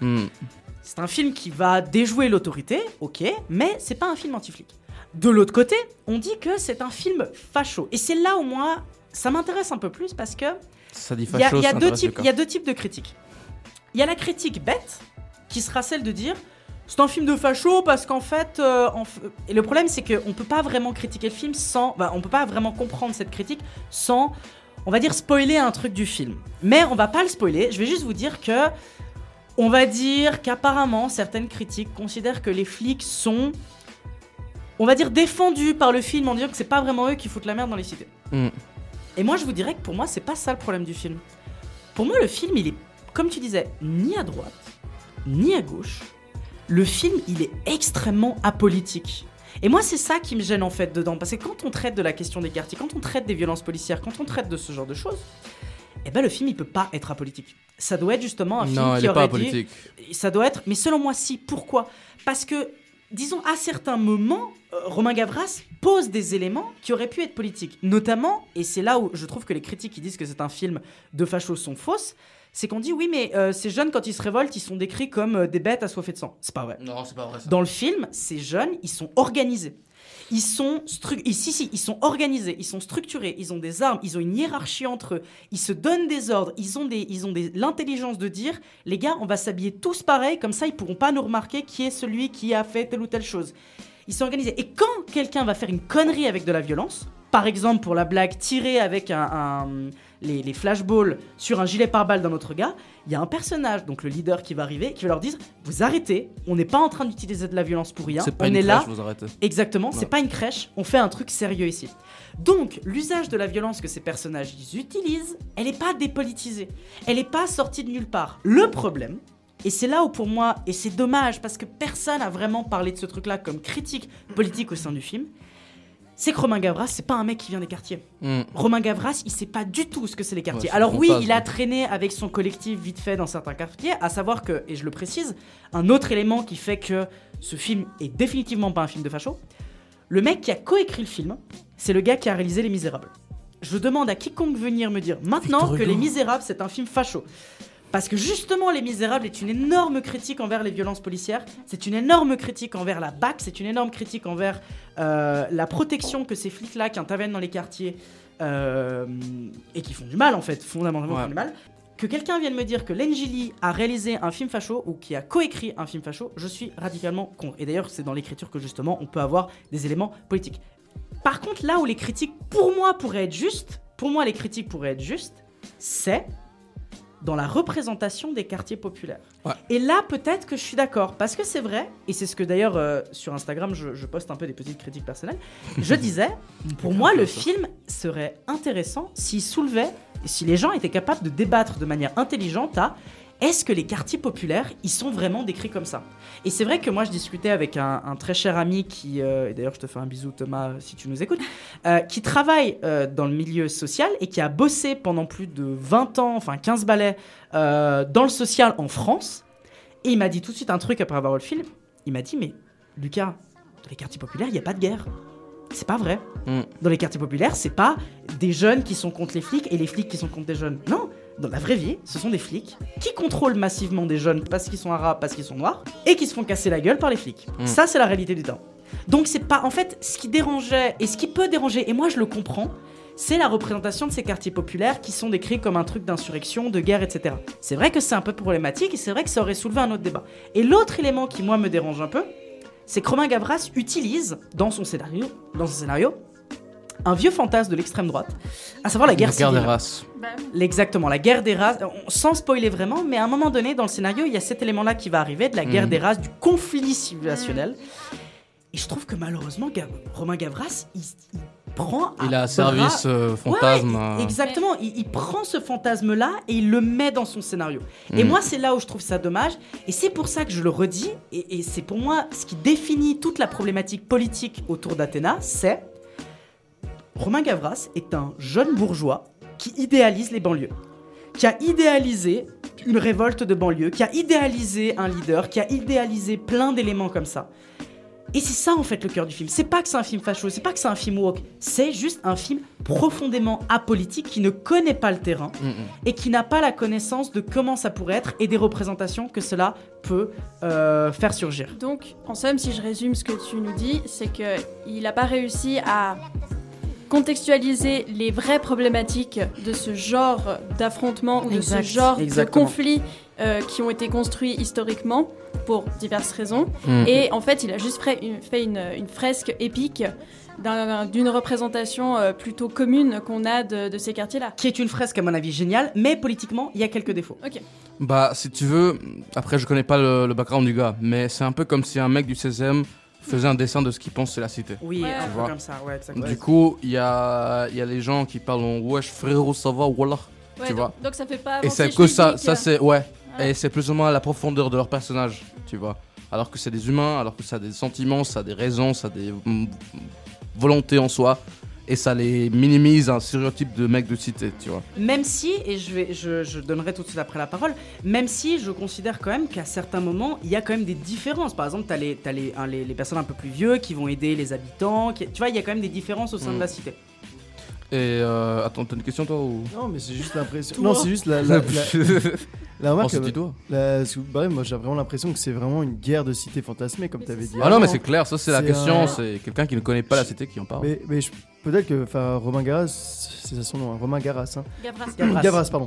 Speaker 2: C'est un film qui va déjouer l'autorité, ok, mais c'est pas un film anti-flic. De l'autre côté, on dit que c'est un film facho. Et c'est là où moi, ça m'intéresse un peu plus parce que
Speaker 4: Ça dit
Speaker 2: il y a
Speaker 4: facho, ça
Speaker 2: deux
Speaker 4: intéresse le
Speaker 2: types,
Speaker 4: cas.
Speaker 2: il y a deux types de critiques. Il y a la critique bête, qui sera celle de dire c'est un film de facho parce qu'en fait, et le problème c'est qu'on peut pas vraiment critiquer le film sans, on peut pas vraiment comprendre cette critique sans, on va dire, spoiler un truc du film. Mais on va pas le spoiler. Je vais juste vous dire que on va dire qu'apparemment certaines critiques considèrent que les flics sont, on va dire, défendus par le film en disant que c'est pas vraiment eux qui foutent la merde dans les cités. Et moi je vous dirais que pour moi c'est pas ça le problème du film. Pour moi le film il est, comme tu disais, ni à droite, ni à gauche. Le film il est extrêmement apolitique. Et moi c'est ça qui me gêne en fait dedans. Parce que quand on traite de la question des quartiers, quand on traite des violences policières, quand on traite de ce genre de choses, eh ben le film il peut pas être apolitique. Ça doit être justement un film
Speaker 4: Non, il
Speaker 2: qui
Speaker 4: est pas
Speaker 2: aurait
Speaker 4: apolitique.
Speaker 2: dit... Ça doit être, mais selon moi si. Pourquoi ? Parce que, disons, à certains moments, Romain Gavras pose des éléments qui auraient pu être politiques. Notamment, et c'est là où je trouve que les critiques qui disent que c'est un film de fachos sont fausses, c'est qu'on dit oui mais ces jeunes quand ils se révoltent, ils sont décrits comme des bêtes assoiffées de sang. C'est pas vrai.
Speaker 4: Non, c'est pas vrai ça.
Speaker 2: Dans le film, ces jeunes, ils sont organisés. Ils sont ils sont organisés, ils sont structurés, ils ont des armes, ils ont une hiérarchie entre eux, ils se donnent des ordres, ils ont l'intelligence de dire les gars, on va s'habiller tous pareil, comme ça ils pourront pas nous remarquer qui est celui qui a fait telle ou telle chose. Ils sont organisés. Et quand quelqu'un va faire une connerie avec de la violence, par exemple pour la blague tirer avec les flashballs sur un gilet pare-balles d'un autre gars, il y a un personnage, donc le leader qui va arriver, qui va leur dire vous arrêtez, on n'est pas en train d'utiliser de la violence pour rien,
Speaker 4: C'est pas
Speaker 2: on
Speaker 4: une
Speaker 2: est là.
Speaker 4: crèche, vous arrêtez.
Speaker 2: Exactement, c'est
Speaker 4: Ouais.
Speaker 2: pas une crèche, on fait un truc sérieux ici. Donc, l'usage de la violence que ces personnages ils utilisent, elle est pas dépolitisée, elle est pas sortie de nulle part. Le problème, et c'est là où pour moi, et c'est dommage parce que personne n'a vraiment parlé de ce truc-là comme critique politique au sein du film, c'est que Romain Gavras, c'est pas un mec qui vient des quartiers. Romain Gavras, il sait pas du tout ce que c'est les quartiers.
Speaker 4: Ouais, c'est
Speaker 2: Alors oui,
Speaker 4: fantasme.
Speaker 2: il a traîné avec son collectif vite fait dans certains quartiers, à savoir que, et je le précise, un autre élément qui fait que ce film est définitivement pas un film de facho, le mec qui a coécrit le film, c'est le gars qui a réalisé Les Misérables. Je demande à quiconque venir me dire maintenant
Speaker 3: Victor
Speaker 2: que
Speaker 3: Hugo.
Speaker 2: Les Misérables c'est un film facho. Parce que justement, Les Misérables est une énorme critique envers les violences policières, c'est une énorme critique envers la BAC, c'est une énorme critique envers la protection que ces flics-là qui interviennent dans les quartiers et qui font du mal en fait, fondamentalement
Speaker 4: Ouais.
Speaker 2: font du mal. Que quelqu'un vienne me dire que L'Engili a réalisé un film facho ou qui a coécrit un film facho, je suis radicalement contre. Et d'ailleurs, c'est dans l'écriture que justement on peut avoir des éléments politiques. Par contre, là où les critiques pour moi pourraient être justes, c'est dans la représentation des quartiers populaires.
Speaker 4: Ouais.
Speaker 2: Et là, peut-être que je suis d'accord, parce que c'est vrai, et c'est ce que d'ailleurs sur Instagram, je poste un peu des petites critiques personnelles, je disais, pour moi, le film serait intéressant s'il soulevait, si les gens étaient capables de débattre de manière intelligente à est-ce que les quartiers populaires, ils sont vraiment décrits comme ça? Et c'est vrai que moi, je discutais avec un très cher ami qui, et d'ailleurs, je te fais un bisou Thomas, si tu nous écoutes, qui travaille dans le milieu social et qui a bossé pendant plus de 20 ans, enfin 15 balais, dans le social en France. Et il m'a dit tout de suite un truc après avoir vu le film. Il m'a dit, mais Lucas, dans les quartiers populaires, il n'y a pas de guerre. C'est pas vrai. Dans les quartiers populaires, c'est pas des jeunes qui sont contre les flics et les flics qui sont contre des jeunes. Non, dans la vraie vie, ce sont des flics qui contrôlent massivement des jeunes parce qu'ils sont arabes, parce qu'ils sont noirs, et qui se font casser la gueule par les flics. Ça, c'est la réalité du temps. Donc c'est pas... En fait, ce qui dérangeait, et ce qui peut déranger, et moi je le comprends, c'est la représentation de ces quartiers populaires qui sont décrits comme un truc d'insurrection, de guerre, etc. C'est vrai que c'est un peu problématique, et c'est vrai que ça aurait soulevé un autre débat. Et l'autre élément qui, moi, me dérange un peu, c'est que Romain Gavras utilise dans son scénario un vieux fantasme de l'extrême droite, à savoir la guerre civile.
Speaker 4: des races.
Speaker 2: Exactement, la guerre des races, sans spoiler vraiment, mais à un moment donné dans le scénario, il y a cet élément-là qui va arriver, de la guerre des races, du conflit civilisationnel. Et je trouve que malheureusement, Romain Gavras, il prend
Speaker 4: Il a un service fantasme.
Speaker 2: Ouais, exactement, il prend ce fantasme-là et il le met dans son scénario. Et moi, c'est là où je trouve ça dommage. Et c'est pour ça que je le redis. Et c'est pour moi ce qui définit toute la problématique politique autour d'Athéna, c'est Romain Gavras est un jeune bourgeois qui idéalise les banlieues, qui a idéalisé une révolte de banlieue, qui a idéalisé un leader, qui a idéalisé plein d'éléments comme ça. Et c'est ça en fait le cœur du film. C'est pas que c'est un film facho, c'est pas que c'est un film woke, c'est juste un film profondément apolitique qui ne connaît pas le terrain et qui n'a pas la connaissance de comment ça pourrait être et des représentations que cela peut faire surgir.
Speaker 5: Donc, en somme, si je résume ce que tu nous dis, c'est qu'il n'a pas réussi à contextualiser les vraies problématiques de ce genre d'affrontement ou de ce genre de conflit qui ont été construits historiquement pour diverses raisons. Et en fait, il a juste fait une fresque épique d'une représentation plutôt commune qu'on a de ces quartiers-là.
Speaker 2: Qui est une fresque à mon avis géniale, mais politiquement, il y a quelques défauts.
Speaker 5: Ok.
Speaker 4: Bah, si tu veux, après je connais pas le background du gars, mais c'est un peu comme si un mec du 16e faisait un dessin de ce qu'il pense c'est la cité.
Speaker 2: Oui,
Speaker 5: ouais.
Speaker 2: un peu comme ça, ouais, exactement.
Speaker 4: Du coup, il y a les gens qui parlent en wesh frérot ça va wallah,
Speaker 5: Ouais,
Speaker 4: tu vois.
Speaker 5: Donc ça fait pas
Speaker 4: Et c'est
Speaker 5: avancer
Speaker 4: que ça
Speaker 5: Chézik.
Speaker 4: c'est ouais. Et c'est plus ou moins la profondeur de leur personnage, tu vois. Alors que c'est des humains, alors que ça a des sentiments, ça a des raisons, ça a des volontés en soi. Et ça les minimise un stéréotype de mec de cité, tu vois.
Speaker 2: Même si, et je donnerai tout de suite après la parole, même si je considère quand même qu'à certains moments, il y a quand même des différences. Par exemple, t'as les personnes un peu plus vieux qui vont aider les habitants. Tu vois, il y a quand même des différences au sein de la cité.
Speaker 4: Et attends, t'as une question toi ou...
Speaker 3: Non, mais c'est juste l'impression. Non, c'est juste la remarque.
Speaker 4: c'est du doigt.
Speaker 3: Moi, j'ai vraiment l'impression que c'est vraiment une guerre de cité fantasmée, comme t'avais dit.
Speaker 4: Ah non, mais c'est clair, ça c'est la
Speaker 3: C'est
Speaker 4: question. C'est quelqu'un qui ne connaît pas la cité qui en parle.
Speaker 3: Mais peut-être que Romain Gavras, c'est ça son nom, hein, Romain Gavras. Hein. Gavras, pardon.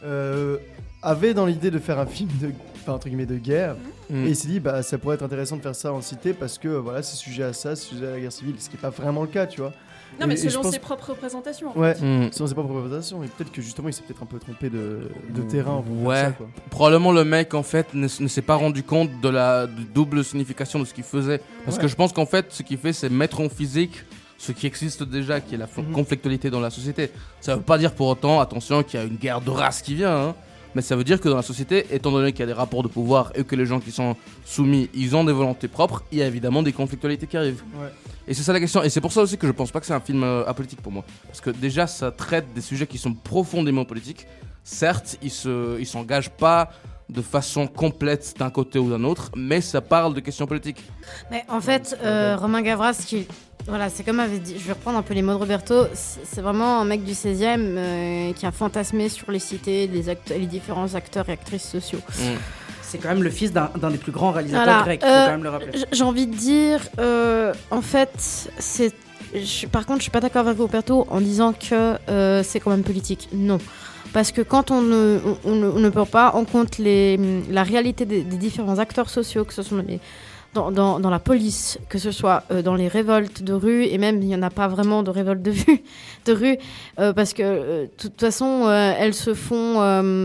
Speaker 3: Avait dans l'idée de faire un film entre guillemets de guerre, et il s'est dit ça pourrait être intéressant de faire ça en cité parce que voilà, c'est sujet à ça, c'est sujet à la guerre civile, ce qui est pas vraiment le cas, tu vois.
Speaker 5: Non, mais selon ses propres représentations.
Speaker 3: Ouais, selon ses propres représentations. Et peut-être que justement, il s'est peut-être un peu trompé de terrain.
Speaker 4: Ouais,
Speaker 3: ça, quoi.
Speaker 4: Probablement le mec en fait ne s'est pas rendu compte de la double signification de ce qu'il faisait. Parce que je pense qu'en fait, ce qu'il fait, c'est mettre en physique ce qui existe déjà, qui est la conflictualité dans la société. Ça veut pas dire pour autant, attention, qu'il y a une guerre de race qui vient, hein. Mais ça veut dire que dans la société, étant donné qu'il y a des rapports de pouvoir et que les gens qui sont soumis, ils ont des volontés propres, il y a évidemment des conflictualités qui arrivent.
Speaker 3: Ouais.
Speaker 4: Et c'est ça la question. Et c'est pour ça aussi que je pense pas que c'est un film apolitique pour moi. Parce que déjà, ça traite des sujets qui sont profondément politiques. Certes, il s'engage pas de façon complète d'un côté ou d'un autre, mais ça parle de questions politiques.
Speaker 6: Mais en fait, Romain Gavras, voilà, c'est comme avait dit, je vais reprendre un peu les mots de Roberto, c'est vraiment un mec du 16e qui a fantasmé sur les cités, les différents acteurs et actrices sociaux.
Speaker 2: C'est quand même le fils d'un des plus grands réalisateurs grecs, il faut quand même le rappeler.
Speaker 6: J'ai envie de dire, en fait, par contre, je suis pas d'accord avec Roberto en disant que c'est quand même politique. Non. Parce que quand on ne prend pas en compte la réalité des différents acteurs sociaux, que ce sont dans la police, que ce soit dans les révoltes de rue, et même il n'y en a pas vraiment de révoltes de rue, parce que de toute façon, elles se font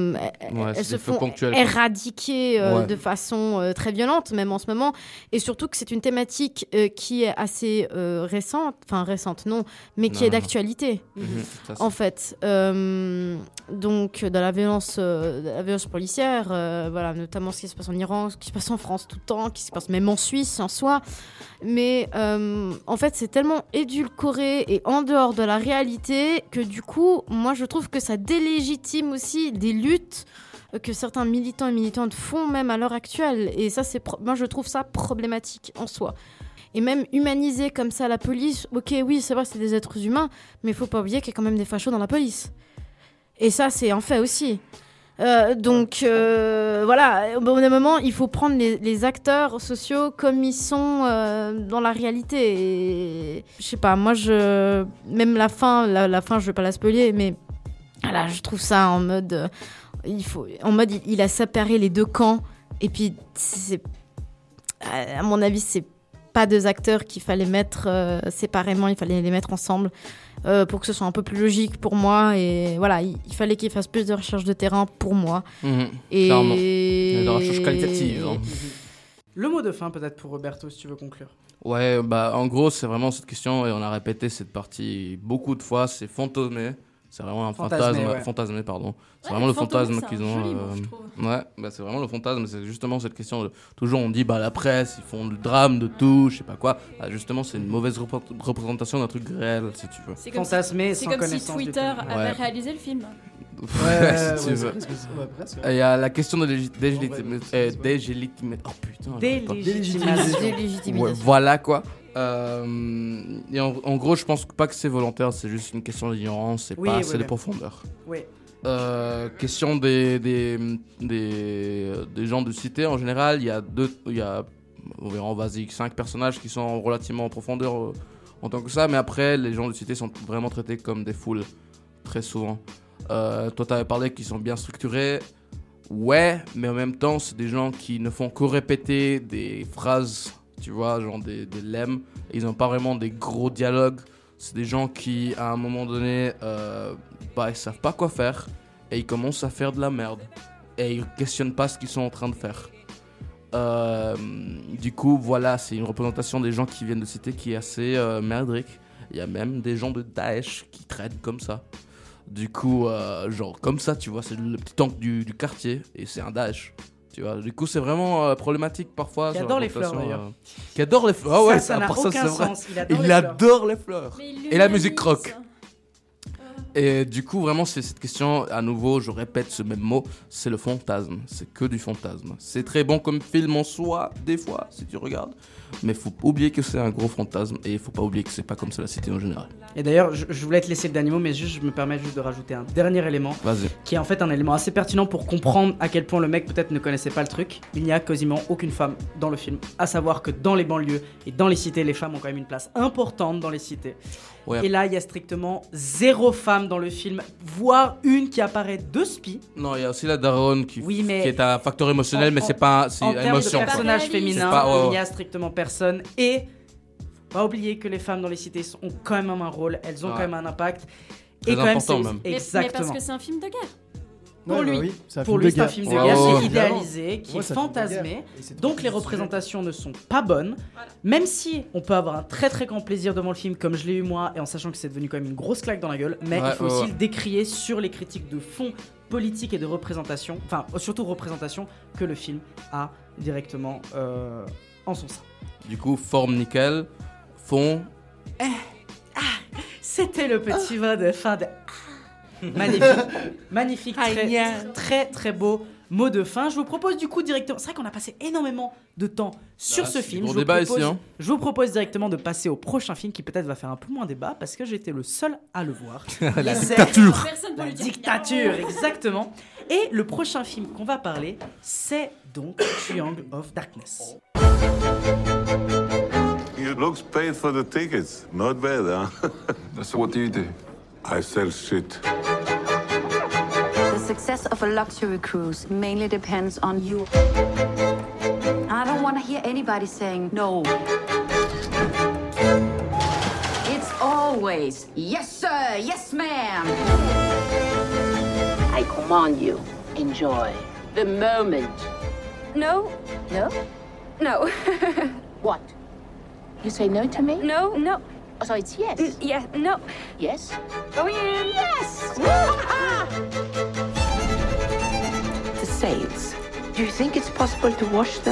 Speaker 6: éradiquer de façon très violente, même en ce moment, et surtout que c'est une thématique qui est assez récente non, mais qui est d'actualité, en fait. Donc, dans la violence policière, voilà, notamment ce qui se passe en Iran, ce qui se passe en France tout le temps, qui se passe même en Suisse en soi. Mais en fait, c'est tellement édulcoré et en dehors de la réalité que du coup, moi, je trouve que ça délégitime aussi des luttes que certains militants et militantes font même à l'heure actuelle. Et ça, moi, je trouve ça problématique en soi. Et même humaniser comme ça la police, ok, oui, c'est vrai, c'est des êtres humains, mais il faut pas oublier qu'il y a quand même des fachos dans la police. Et ça, c'est un fait aussi. Donc, voilà, au bout d'un moment, il faut prendre les acteurs sociaux comme ils sont dans la réalité. Et, je sais pas, moi, même la fin, je vais pas la spoiler, mais voilà, je trouve ça en mode... il a séparé les deux camps. Et puis, à mon avis, c'est pas deux acteurs qu'il fallait mettre séparément, il fallait les mettre ensemble pour que ce soit un peu plus logique pour moi. Et voilà, il fallait qu'il fasse plus de recherche de terrain pour moi.
Speaker 4: Clairement. Et de recherche qualitative.
Speaker 2: Le mot de fin peut-être pour Roberto, si tu veux conclure.
Speaker 4: Ouais, bah en gros, c'est vraiment cette question, et on a répété cette partie beaucoup de fois, c'est fantasmé. C'est vraiment un fantasme, pardon. C'est vraiment le fantasme qu'ils ont. Ouais, bah c'est vraiment le fantasme. C'est justement cette question de toujours on dit bah la presse ils font le drame de tout, je sais pas quoi. Bah, justement c'est une mauvaise représentation d'un truc réel si tu veux.
Speaker 2: C'est fantasmé sans connaissance.
Speaker 5: C'est comme si Twitter avait réalisé le film.
Speaker 4: Il y a la question de délégitimation. Voilà quoi. Et en gros, je pense pas que c'est volontaire, c'est juste une question d'ignorance, c'est pas assez de profondeur.
Speaker 2: Oui.
Speaker 4: Question des gens de cité en général, il y a on va dire 5 personnages qui sont relativement en profondeur en tant que ça, mais après les gens de cité sont vraiment traités comme des foules très souvent. Toi t'avais parlé qu'ils sont bien structurés, ouais, mais en même temps c'est des gens qui ne font que répéter des phrases, tu vois, genre des lemmes. Ils n'ont pas vraiment des gros dialogues. C'est des gens qui, à un moment donné, ils savent pas quoi faire. Et ils commencent à faire de la merde. Et ils questionnent pas ce qu'ils sont en train de faire. Du coup, voilà, c'est une représentation des gens qui viennent de cité qui est assez merdrique. Il y a même des gens de Daesh qui traînent comme ça. Du coup, genre comme ça, tu vois, c'est le petit tank du quartier. Et c'est un Daesh. Tu vois, du coup, c'est vraiment problématique parfois.
Speaker 2: Qui adore les fleurs d'ailleurs.
Speaker 4: Qui adore les fleurs. Ah ouais,
Speaker 2: ça n'a aucun sens.
Speaker 4: Il adore les fleurs. Et la musique rock. Et du coup, vraiment, c'est cette question, à nouveau, je répète ce même mot, c'est le fantasme. C'est que du fantasme. C'est très bon comme film en soi, des fois, si tu regardes. Mais il faut oublier que c'est un gros fantasme et il faut pas oublier que c'est pas comme ça la cité en général.
Speaker 2: Et d'ailleurs, je voulais te laisser le dernier mot, mais je me permets juste de rajouter un dernier élément.
Speaker 4: Vas-y.
Speaker 2: Qui est en fait un élément assez pertinent pour comprendre à quel point le mec peut-être ne connaissait pas le truc. Il n'y a quasiment aucune femme dans le film. À savoir que dans les banlieues et dans les cités, les femmes ont quand même une place importante dans les cités. Ouais. Et là, il y a strictement 0 femme dans le film, voire une qui apparaît de spi.
Speaker 4: Non, il y a aussi la daronne qui est un facteur émotionnel, mais c'est pas
Speaker 2: en termes de personnage féminin, il n'y a strictement personne. Et pas oublier que les femmes dans les cités ont quand même un rôle, elles ont quand même un impact.
Speaker 4: Très important même.
Speaker 5: Exactement. Mais parce que c'est un film de guerre.
Speaker 2: Pour lui, c'est un film de guerre, c'est idéalisé, qui est fantasmé. Donc les représentations ne sont pas bonnes. Même si on peut avoir un très très grand plaisir devant le film, comme je l'ai eu moi, et en sachant que c'est devenu quand même une grosse claque dans la gueule, mais il faut aussi le décrier sur les critiques de fond politique et de représentation, enfin surtout représentation, que le film a directement en son sein.
Speaker 4: Du coup, forme nickel, fond...
Speaker 2: C'était le petit mot de fin de... Magnifique, très très beau mot de fin. Je vous propose du coup directement, c'est vrai qu'on a passé énormément de temps sur ce film. Je vous propose directement de passer au prochain film qui peut-être va faire un peu moins débat parce que j'étais le seul à le voir.
Speaker 4: La dictature.
Speaker 2: La dictature, exactement. Et le prochain film qu'on va parler, c'est donc Triangle of Darkness.
Speaker 9: You looks paid for the tickets. Not bad, huh?
Speaker 10: So what do you do?
Speaker 9: I sell shit.
Speaker 11: The
Speaker 10: success of a luxury cruise mainly depends on you. I don't want to hear anybody saying no. It's always, yes sir, yes ma'am.
Speaker 11: I command you, enjoy the moment.
Speaker 10: No.
Speaker 11: No?
Speaker 10: No.
Speaker 11: What? You say no to me?
Speaker 10: No, no.
Speaker 11: Oh, so it's yes?
Speaker 10: Yeah, no.
Speaker 11: Yes?
Speaker 10: Oh, yeah. Yes!
Speaker 11: The sails. Do you think it's possible to wash them?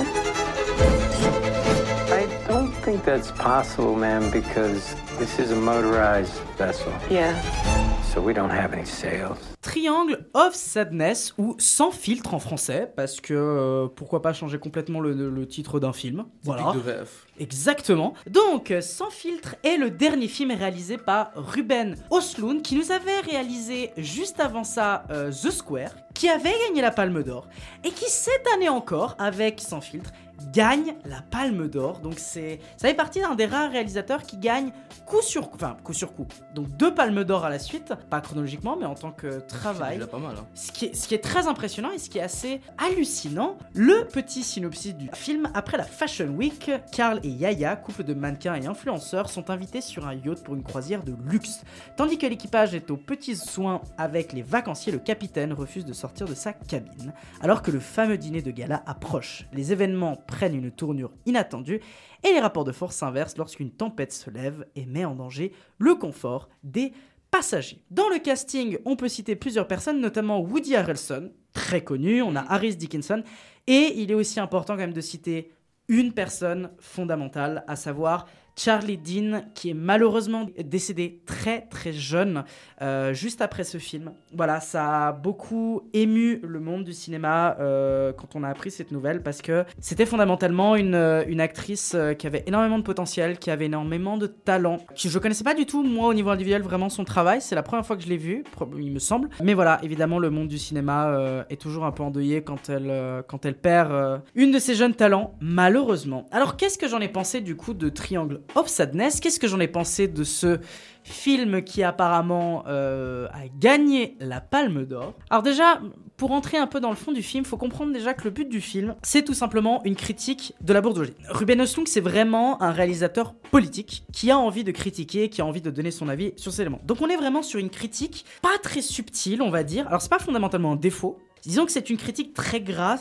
Speaker 12: I don't think that's possible, ma'am, because this is a motorized vessel.
Speaker 11: Yeah.
Speaker 12: So we don't have any sails.
Speaker 2: Triangle of Sadness, ou Sans filtre en français, parce que pourquoi pas changer complètement le titre d'un film. Voilà.
Speaker 4: De VF.
Speaker 2: Exactement. Donc, Sans filtre est le dernier film réalisé par Ruben Östlund, qui nous avait réalisé juste avant ça The Square, qui avait gagné la Palme d'Or, et qui cette année encore, avec Sans filtre, gagne la Palme d'Or. Donc ça fait partie d'un des rares réalisateurs qui gagne coup sur coup. Donc 2 Palmes d'Or à la suite, pas chronologiquement, mais en tant que travail.
Speaker 4: C'est déjà pas mal, hein.
Speaker 2: Ce qui est très impressionnant et ce qui est assez hallucinant, le petit synopsis du film: après la Fashion Week, Carl et Yaya, couple de mannequins et influenceurs, sont invités sur un yacht pour une croisière de luxe. Tandis que l'équipage est aux petits soins avec les vacanciers, le capitaine refuse de sortir de sa cabine. Alors que le fameux dîner de gala approche, les événements prennent une tournure inattendue et les rapports de force s'inversent lorsqu'une tempête se lève et met en danger le confort des passagers. Dans le casting, on peut citer plusieurs personnes, notamment Woody Harrelson, très connu, on a Harris Dickinson, et il est aussi important quand même de citer une personne fondamentale, à savoir Charlie Dean, qui est malheureusement décédé très très jeune, juste après ce film. Voilà, ça a beaucoup ému le monde du cinéma quand on a appris cette nouvelle, parce que c'était fondamentalement une actrice qui avait énormément de potentiel, qui avait énormément de talent, que je connaissais pas du tout, moi, au niveau individuel, vraiment son travail. C'est la première fois que je l'ai vu, il me semble. Mais voilà, évidemment, le monde du cinéma est toujours un peu endeuillé quand elle perd une de ses jeunes talents, malheureusement. Alors, qu'est-ce que j'en ai pensé du coup de Triangle of Sadness? Qu'est-ce que j'en ai pensé de ce film qui apparemment a gagné la Palme d'Or? Alors déjà, pour entrer un peu dans le fond du film, il faut comprendre déjà que le but du film, c'est tout simplement une critique de la bourgeoisie. Ruben Östlund, c'est vraiment un réalisateur politique qui a envie de critiquer, qui a envie de donner son avis sur ces éléments. Donc on est vraiment sur une critique pas très subtile, on va dire. Alors c'est pas fondamentalement un défaut. Disons que c'est une critique très grasse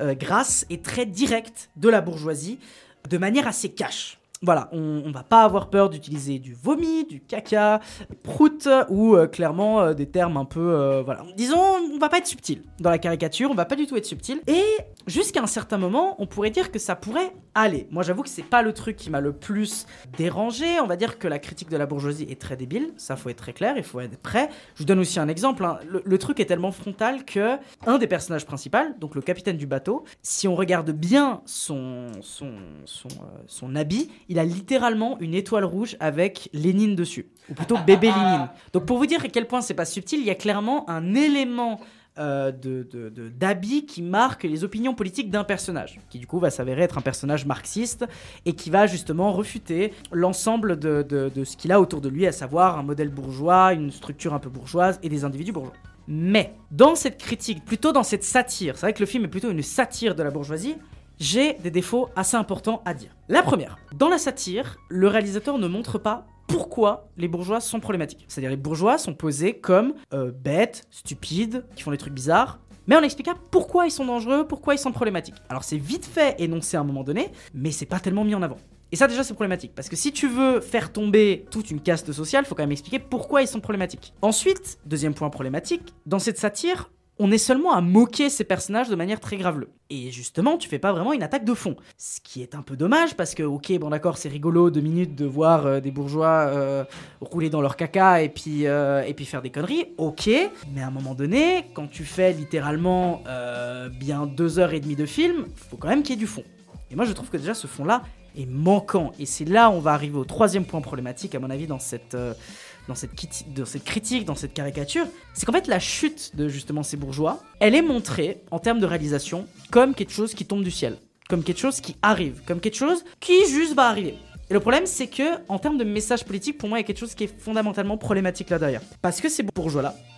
Speaker 2: et très directe de la bourgeoisie, de manière assez cash. Voilà, on va pas avoir peur d'utiliser du vomi, du caca, des proutes ou clairement des termes un peu... voilà. Disons, on va pas être subtil dans la caricature, on va pas du tout être subtil. Et jusqu'à un certain moment, on pourrait dire que ça pourrait aller. Moi, j'avoue que c'est pas le truc qui m'a le plus dérangé. On va dire que la critique de la bourgeoisie est très débile. Ça, faut être très clair, il faut être prêt. Je vous donne aussi un exemple. Hein. Le truc est tellement frontal que un des personnages principaux, donc le capitaine du bateau, si on regarde bien son habit, il a littéralement une étoile rouge avec Lénine dessus, ou plutôt bébé Lénine. Donc pour vous dire à quel point c'est pas subtil, il y a clairement un élément d'habit qui marque les opinions politiques d'un personnage, qui du coup va s'avérer être un personnage marxiste et qui va justement refuter l'ensemble de ce qu'il a autour de lui, à savoir un modèle bourgeois, une structure un peu bourgeoise et des individus bourgeois. Mais dans cette critique, plutôt dans cette satire, c'est vrai que le film est plutôt une satire de la bourgeoisie, j'ai des défauts assez importants à dire. La première, dans la satire, le réalisateur ne montre pas pourquoi les bourgeois sont problématiques. C'est-à-dire les bourgeois sont posés comme bêtes, stupides, qui font des trucs bizarres, mais on explique pas pourquoi ils sont dangereux, pourquoi ils sont problématiques. Alors c'est vite fait énoncé à un moment donné, mais c'est pas tellement mis en avant. Et ça déjà c'est problématique, parce que si tu veux faire tomber toute une caste sociale, faut quand même expliquer pourquoi ils sont problématiques. Ensuite, deuxième point problématique, dans cette satire, on est seulement à moquer ces personnages de manière très graveleuse. Et justement, tu fais pas vraiment une attaque de fond. Ce qui est un peu dommage, parce que, ok, bon d'accord, c'est rigolo 2 minutes de voir des bourgeois rouler dans leur caca et puis faire des conneries, ok. Mais à un moment donné, quand tu fais littéralement bien 2h30 de film, faut quand même qu'il y ait du fond. Et moi, je trouve que déjà, ce fond-là est manquant. Et c'est là où on va arriver au troisième point problématique, à mon avis, dans cette critique, dans cette caricature, c'est qu'en fait la chute de justement ces bourgeois, elle est montrée en termes de réalisation comme quelque chose qui tombe du ciel, comme quelque chose qui arrive, comme quelque chose qui juste va arriver. Et le problème c'est que en termes de message politique, pour moi il y a quelque chose qui est fondamentalement problématique là derrière. Parce que ces bourgeois-là,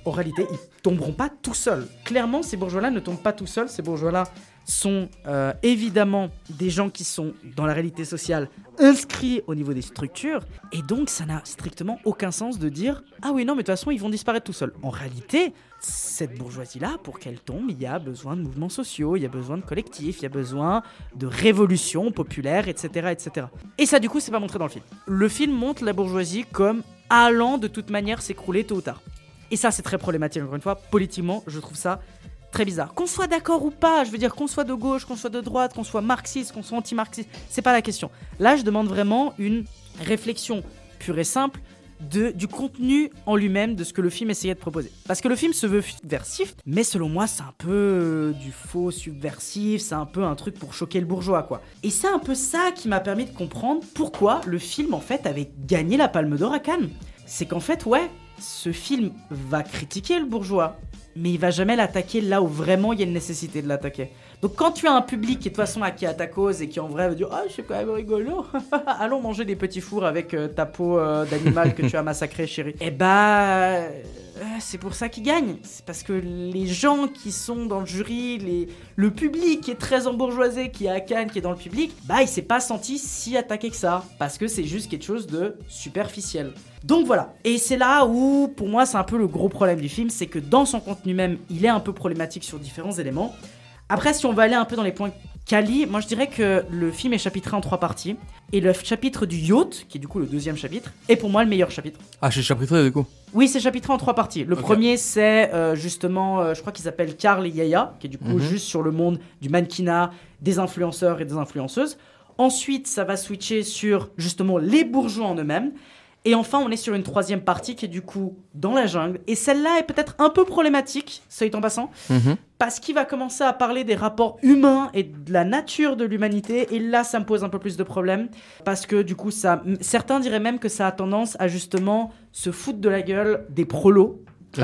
Speaker 2: en réalité, ils tomberont pas tout seuls. Clairement, ces bourgeois-là ne tombent pas tout seuls. Ces bourgeois-là sont évidemment des gens qui sont dans la réalité sociale inscrits au niveau des structures, et donc ça n'a strictement aucun sens de dire « Ah oui, non, mais de toute façon, ils vont disparaître tout seuls ». En réalité, cette bourgeoisie-là, pour qu'elle tombe, il y a besoin de mouvements sociaux, il y a besoin de collectifs, il y a besoin de révolutions populaires, etc., etc. Et ça, du coup, c'est pas montré dans le film. Le film montre la bourgeoisie comme allant de toute manière s'écrouler tôt ou tard. Et ça, c'est très problématique, encore une fois. Politiquement, je trouve ça très bizarre. Qu'on soit d'accord ou pas, je veux dire qu'on soit de gauche, qu'on soit de droite, qu'on soit marxiste, qu'on soit anti-marxiste, c'est pas la question. Là, je demande vraiment une réflexion pure et simple du contenu en lui-même de ce que le film essayait de proposer. Parce que le film se veut subversif, mais selon moi, c'est un peu du faux subversif, c'est un peu un truc pour choquer le bourgeois, quoi. Et c'est un peu ça qui m'a permis de comprendre pourquoi le film, en fait, avait gagné la Palme d'Or à Cannes. C'est qu'en fait, ouais, ce film va critiquer le bourgeois, mais il va jamais l'attaquer là où vraiment il y a une nécessité de l'attaquer. Donc quand tu as un public qui est de toute façon acquis à ta cause et qui en vrai va dire « Ah, c'est quand même rigolo, allons manger des petits fours avec ta peau d'animal que tu as massacré, chérie. » Eh bah, c'est pour ça qu'il gagne. C'est parce que les gens qui sont dans le jury, le public qui est très embourgeoisé, qui est à Cannes, qui est dans le public, bah il s'est pas senti si attaqué que ça, parce que c'est juste quelque chose de superficiel. Donc voilà, et c'est là où, pour moi, c'est un peu le gros problème du film, c'est que dans son contenu même, il est un peu problématique sur différents éléments. Après, si on va aller un peu dans les points quali, moi je dirais que le film est chapitré en 3 parties, et le chapitre du yacht, qui est du coup le 2e chapitre, est pour moi le meilleur chapitre.
Speaker 4: Ah, c'est chapitré du coup?
Speaker 2: Oui, c'est chapitré en 3 parties. Le premier, c'est justement, je crois qu'ils s'appellent Karl et Yaya, qui est du coup juste sur le monde du mannequinat, des influenceurs et des influenceuses. Ensuite, ça va switcher sur justement les bourgeois en eux-mêmes. Et enfin, on est sur une 3e partie qui est du coup dans la jungle. Et celle-là est peut-être un peu problématique, ça est en passant, parce qu'il va commencer à parler des rapports humains et de la nature de l'humanité. Et là, ça me pose un peu plus de problèmes, parce que du coup, certains diraient même que ça a tendance à justement se foutre de la gueule des prolos.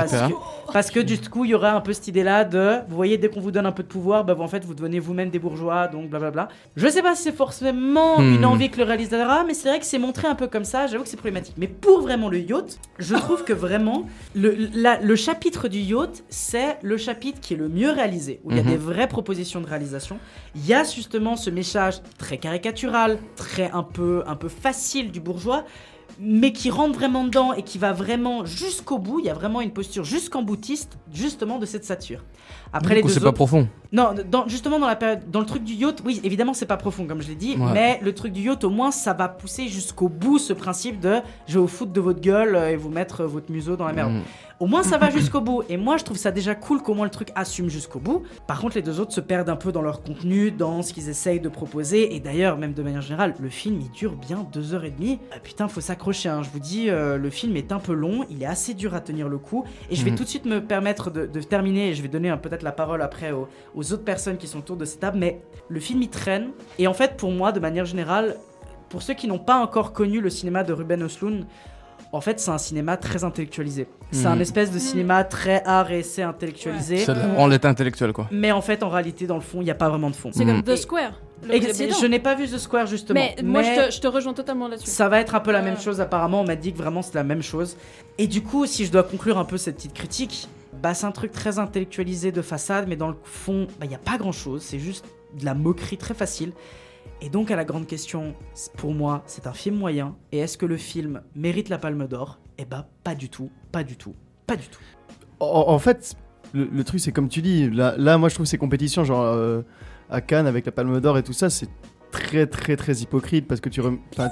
Speaker 2: Parce que du coup, il y aurait un peu cette idée-là de, vous voyez, dès qu'on vous donne un peu de pouvoir, bah, en fait, vous devenez vous-même des bourgeois, donc blablabla. Je sais pas si c'est forcément une envie que le réalisateur a, mais c'est vrai que c'est montré un peu comme ça, j'avoue que c'est problématique. Mais pour vraiment le yacht, je trouve que vraiment, le chapitre du yacht, c'est le chapitre qui est le mieux réalisé, où il y a des vraies propositions de réalisation. Il y a justement ce message très caricatural, très un peu facile du bourgeois, mais qui rentre vraiment dedans et qui va vraiment jusqu'au bout. Il y a vraiment une posture jusqu'en boutiste, justement, de cette satire. Après,
Speaker 4: du coup, c'est pas profond.
Speaker 2: Non, justement, dans le truc du yacht, oui, évidemment, c'est pas profond, comme je l'ai dit, mais le truc du yacht, au moins, ça va pousser jusqu'au bout ce principe de je vais vous foutre de votre gueule et vous mettre votre museau dans la merde. Au moins, ça va jusqu'au bout. Et moi, je trouve ça déjà cool qu'au moins le truc assume jusqu'au bout. Par contre, les deux autres se perdent un peu dans leur contenu, dans ce qu'ils essayent de proposer. Et d'ailleurs, même de manière générale, le film, il dure bien 2h30. Putain, faut s'accrocher, hein. Je vous dis, le film est un peu long. Il est assez dur à tenir le coup. Et je vais tout de suite me permettre de terminer. Et je vais donner peut-être la parole après aux autres personnes qui sont autour de cette table. Mais le film, il traîne. Et en fait, pour moi, de manière générale, pour ceux qui n'ont pas encore connu le cinéma de Ruben Östlund, en fait, c'est un cinéma très intellectualisé. C'est un espèce de cinéma très art et essai intellectualisé.
Speaker 4: On l'est intellectuel, quoi.
Speaker 2: Mais en fait, en réalité, dans le fond, il n'y a pas vraiment de fond.
Speaker 5: C'est comme The Square.
Speaker 2: Je n'ai pas vu The Square, justement.
Speaker 5: Mais moi, je te rejoins totalement là-dessus.
Speaker 2: Ça va être un peu la même chose, apparemment. On m'a dit que vraiment, c'est la même chose. Et du coup, si je dois conclure un peu cette petite critique, bah, c'est un truc très intellectualisé de façade, mais dans le fond, il n'y a pas grand-chose. C'est juste de la moquerie très facile. Et donc à la grande question, pour moi, c'est un film moyen. Et est-ce que le film mérite la Palme d'Or ? Eh bah pas du tout, pas du tout, pas du tout.
Speaker 3: En fait, le truc c'est comme tu dis, là moi je trouve ces compétitions genre à Cannes avec la Palme d'Or et tout ça, c'est très très très hypocrite parce que tu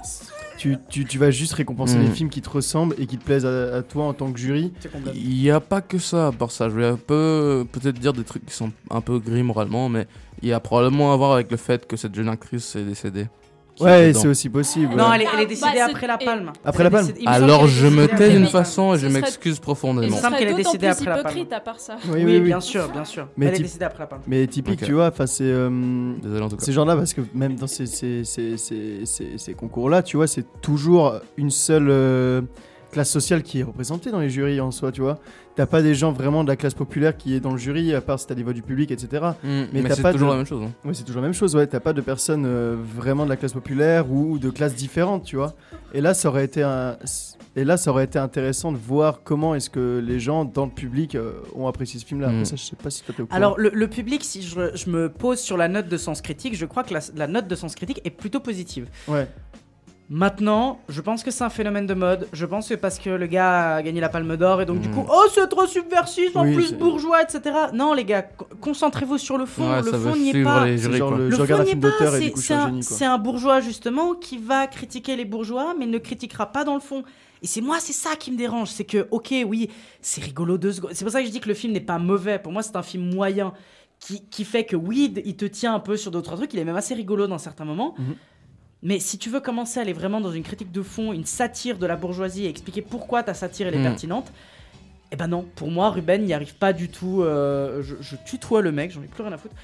Speaker 3: vas juste récompenser les films qui te ressemblent et qui te plaisent à toi en tant que jury.
Speaker 4: Il n'y a pas que ça à part ça. Je vais peut-être dire des trucs qui sont un peu gris moralement, mais il y a probablement à voir avec le fait que cette jeune actrice est décédée.
Speaker 3: Ouais, c'est aussi possible.
Speaker 2: Non, elle est décédée après la Palme.
Speaker 3: Après la Palme.
Speaker 4: Alors je me tais d'une façon et je m'excuse profondément.
Speaker 2: Il me semble qu'elle est décédée après la Palme.
Speaker 5: Hypocrite à part ça.
Speaker 2: Oui, bien sûr. Mais elle est décédée après la Palme.
Speaker 3: Mais typique, tu vois, c'est
Speaker 4: désolé en tout cas.
Speaker 3: Ces gens-là, parce que même dans ces concours-là, tu vois, c'est toujours une seule classe sociale qui est représentée dans les jurys en soi, tu vois. T'as pas des gens vraiment de la classe populaire qui est dans le jury, à part si t'as des voix du public, etc.
Speaker 4: Mais c'est toujours la même chose. Hein.
Speaker 3: Ouais, c'est toujours la même chose, ouais. T'as pas de personnes vraiment de la classe populaire ou de classes différentes, tu vois. Et là, ça aurait été Et là, ça aurait été intéressant de voir comment est-ce que les gens dans le public ont apprécié ce film-là. Après ça, je sais pas si toi t'es au courant.
Speaker 2: Alors, le public, si je me pose sur la note de sens critique, je crois que la note de sens critique est plutôt positive.
Speaker 3: Ouais.
Speaker 2: Maintenant, je pense que c'est un phénomène de mode. Je pense que parce que le gars a gagné la Palme d'Or et donc du coup, oh c'est trop subversif, en plus bourgeois, etc. Non les gars, concentrez-vous sur le fond.
Speaker 4: Ouais,
Speaker 2: le fond n'y est pas.
Speaker 3: Le fond n'y est pas.
Speaker 2: C'est un bourgeois justement qui va critiquer les bourgeois, mais ne critiquera pas dans le fond. Et c'est ça qui me dérange, c'est que ok oui, c'est rigolo 2 secondes. C'est pour ça que je dis que le film n'est pas mauvais. Pour moi, c'est un film moyen qui fait que oui, il te tient un peu sur d'autres trucs. Il est même assez rigolo dans certains moments. Mais si tu veux commencer à aller vraiment dans une critique de fond, une satire de la bourgeoisie et expliquer pourquoi ta satire elle est pertinente, eh ben non, pour moi Ruben n'y arrive pas du tout. Je tutoie le mec, j'en ai plus rien à foutre.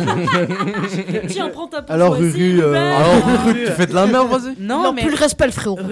Speaker 5: Tiens, prends ta bourgeoisie.
Speaker 3: Alors Ruru, tu fais de la merde, vas-y.
Speaker 6: Non, mais plus le respect le frérot.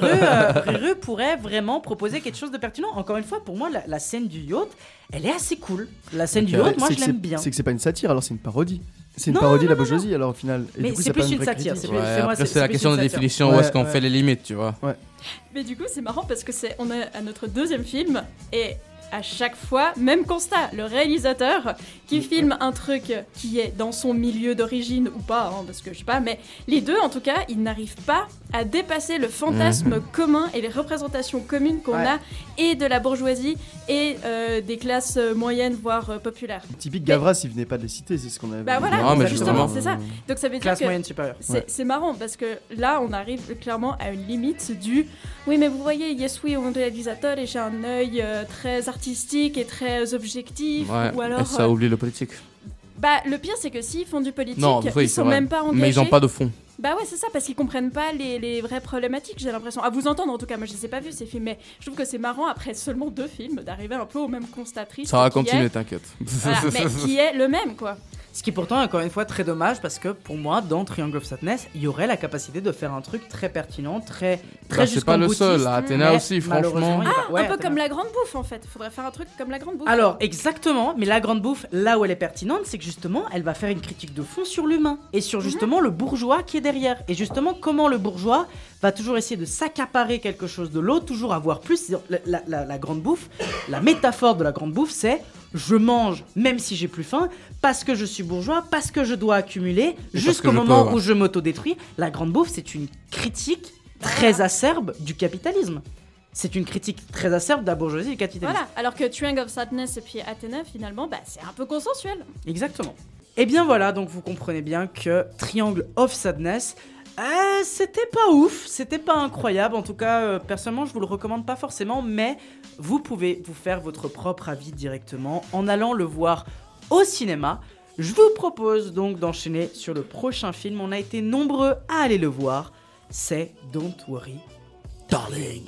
Speaker 2: Ruru pourrait vraiment proposer quelque chose de pertinent. Encore une fois, pour moi la scène du yacht, elle est assez cool. La scène du yacht, moi je l'aime bien.
Speaker 3: C'est que c'est pas une satire, alors c'est une parodie. C'est une parodie de la bourgeoisie, alors au final. Et
Speaker 2: mais
Speaker 3: du coup,
Speaker 2: c'est plus une satire.
Speaker 4: Après, c'est la question de définition, où est-ce qu'on fait les limites, tu vois.
Speaker 5: Mais du coup, c'est marrant parce que on est à notre 2e film et à chaque fois, même constat, le réalisateur qui filme un truc qui est dans son milieu d'origine ou pas, parce que je sais pas, mais les deux en tout cas, ils n'arrivent pas à dépasser le fantasme commun et les représentations communes qu'on a et de la bourgeoisie et des classes moyennes voire populaires.
Speaker 3: Typique Gavras, il venait pas de les citer, c'est ce qu'on avait.
Speaker 5: Bah voilà, justement, c'est ça. Donc ça veut dire
Speaker 2: classe
Speaker 5: que
Speaker 2: moyenne supérieure.
Speaker 5: C'est marrant parce que là, on arrive clairement à une limite du oui, mais vous voyez, Yes Oui, on est réalisateur et j'ai un œil très artistique et très objectif.
Speaker 4: Ouais,
Speaker 5: ou alors,
Speaker 4: et ça oublie le politique.
Speaker 5: Bah, le pire, c'est que s'ils font du politique,
Speaker 4: ils
Speaker 5: sont même pas engagés.
Speaker 4: Mais ils ont pas de fond.
Speaker 5: Bah ouais, c'est ça, parce qu'ils comprennent pas les vraies problématiques, j'ai l'impression. À vous entendre, en tout cas, moi je les ai pas vus ces films, mais je trouve que c'est marrant, après seulement 2 films, d'arriver un peu au même constat triste.
Speaker 4: Ça va continuer, t'inquiète.
Speaker 5: Voilà, mais qui est le même, quoi.
Speaker 2: Ce qui est pourtant, encore une fois, très dommage, parce que pour moi, dans Triangle of Sadness, il y aurait la capacité de faire un truc très pertinent, très
Speaker 4: c'est pas le seul, Athéna aussi, franchement.
Speaker 5: Un peu comme La Grande Bouffe, en fait. Il faudrait faire un truc comme La Grande Bouffe.
Speaker 2: Alors, exactement, mais La Grande Bouffe, là où elle est pertinente, c'est que justement, elle va faire une critique de fond sur l'humain, et sur justement le bourgeois qui est derrière. Et justement, comment le bourgeois va toujours essayer de s'accaparer quelque chose de l'autre, toujours avoir plus. La Grande Bouffe, la métaphore de La Grande Bouffe, c'est je mange même si j'ai plus faim, parce que je suis bourgeois, parce que je dois accumuler, jusqu'au moment où je m'autodétruis. La Grande Bouffe, c'est une critique très acerbe du capitalisme. C'est une critique très acerbe de la bourgeoisie et du capitalisme.
Speaker 5: Voilà, alors que Triangle of Sadness et puis Athéna, finalement, bah, c'est un peu consensuel.
Speaker 2: Exactement. Et bien voilà, donc vous comprenez bien que Triangle of Sadness, c'était pas ouf, c'était pas incroyable. En tout cas, personnellement, je vous le recommande pas forcément, mais vous pouvez vous faire votre propre avis directement en allant le voir au cinéma. Je vous propose donc d'enchaîner sur le prochain film. On a été nombreux à aller le voir. C'est Don't Worry, Darling.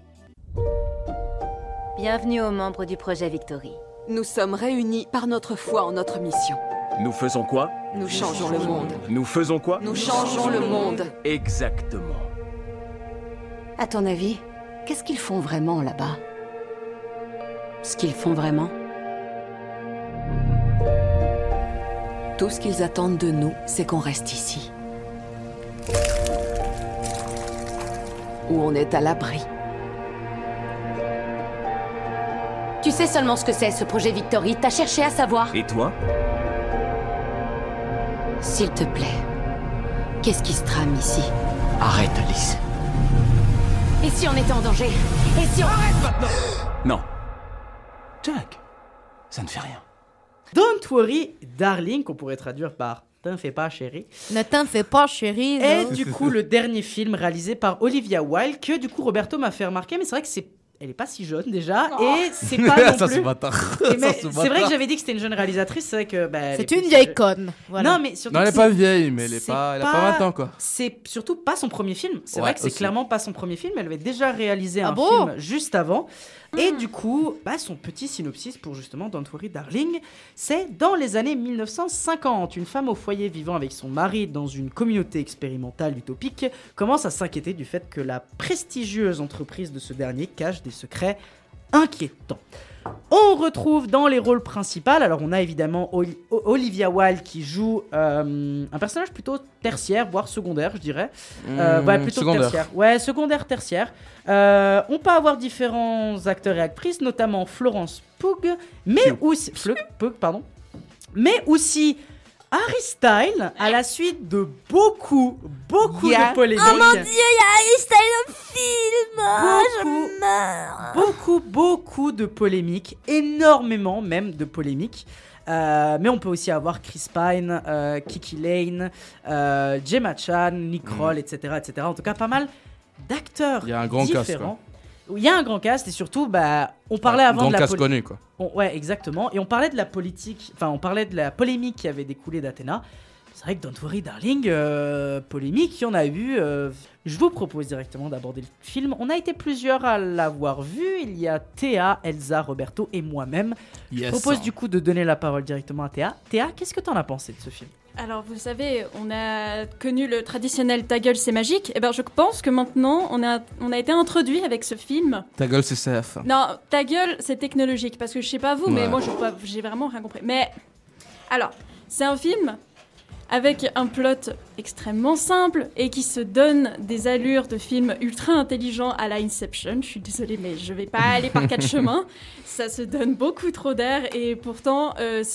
Speaker 13: Bienvenue aux membres du projet Victory.
Speaker 14: Nous sommes réunis par notre foi en notre mission.
Speaker 15: Nous faisons quoi?
Speaker 14: Nous changeons le monde.
Speaker 15: Nous faisons quoi?
Speaker 14: Nous changeons le monde.
Speaker 15: Exactement.
Speaker 13: À ton avis, qu'est-ce qu'ils font vraiment là-bas? Ce qu'ils font vraiment?
Speaker 14: Tout ce qu'ils attendent de nous, c'est qu'on reste ici. Où on est à l'abri.
Speaker 13: Tu sais seulement ce que c'est, ce projet Victory. T'as cherché à savoir.
Speaker 15: Et toi?
Speaker 13: S'il te plaît, qu'est-ce qui se trame ici?
Speaker 15: Arrête, Alice.
Speaker 13: Et si on était en danger? Et si on...
Speaker 15: Arrête maintenant! Non. Jack, ça ne fait rien.
Speaker 2: Don't Worry, Darling, qu'on pourrait traduire par T'en fais pas, chérie.
Speaker 6: Ne t'en fais pas, chérie.
Speaker 2: Et du coup, le dernier film réalisé par Olivia Wilde, que du coup, Roberto m'a fait remarquer, mais c'est vrai que elle est pas si jeune déjà, et c'est pas non plus. C'est vrai que j'avais dit que c'était une jeune réalisatrice, c'est vrai que.
Speaker 6: C'est une vieille conne. Voilà.
Speaker 2: Non, mais surtout.
Speaker 4: Non, elle est pas vieille, mais elle a pas 20 ans, quoi.
Speaker 2: C'est surtout pas son premier film. C'est vrai que c'est clairement pas son premier film. Elle avait déjà réalisé un film juste avant. Et du coup, son petit synopsis pour justement Don't Worry Darling, c'est dans les années 1950, une femme au foyer vivant avec son mari dans une communauté expérimentale utopique commence à s'inquiéter du fait que la prestigieuse entreprise de ce dernier cache des secrets inquiétant. On retrouve dans les rôles principaux, alors on a évidemment Olivia Wilde qui joue un personnage plutôt tertiaire, voire secondaire, je dirais. Plutôt
Speaker 4: secondaire.
Speaker 2: Tertiaire. Ouais, secondaire, tertiaire. On peut avoir différents acteurs et actrices, notamment Florence Pugh, mais aussi Harry Styles, à la suite de beaucoup de polémiques.
Speaker 6: Oh mon dieu, il y a Harry Styles au film. Je meurs.
Speaker 2: Beaucoup de polémiques, énormément même de polémiques. Mais on peut aussi avoir Chris Pine, Kiki Lane, Gemma Chan, Nick Kroll, etc. En tout cas, pas mal d'acteurs différents.
Speaker 4: Il y a un grand cast, quoi.
Speaker 2: Il y a un grand cast et surtout, on parlait avant de la
Speaker 4: cast connu, quoi.
Speaker 2: Ouais, exactement. Et on parlait de la politique, on parlait de la polémique qui avait découlé d'Athéna. C'est vrai que Don't Worry Darling, polémique, il y en a eu. Je vous propose directement d'aborder le film. On a été plusieurs à l'avoir vu. Il y a Théa, Elsa, Roberto et moi-même. Je propose du coup de donner la parole directement à Théa. Théa, qu'est-ce que t'en as pensé de ce film ?
Speaker 5: Alors, vous savez, on a connu le traditionnel Ta gueule, c'est magique. Et je pense que maintenant, on a été introduit avec ce film.
Speaker 4: Ta gueule, c'est CF.
Speaker 5: Non, Ta gueule, c'est technologique. Parce que je sais pas vous, mais moi, j'ai vraiment rien compris. Mais, alors, c'est un film avec un plot extrêmement simple et qui se donne des allures de film ultra intelligent à la Inception. Je suis désolée, mais je vais pas aller par quatre chemins. Ça se donne beaucoup trop d'air et pourtant,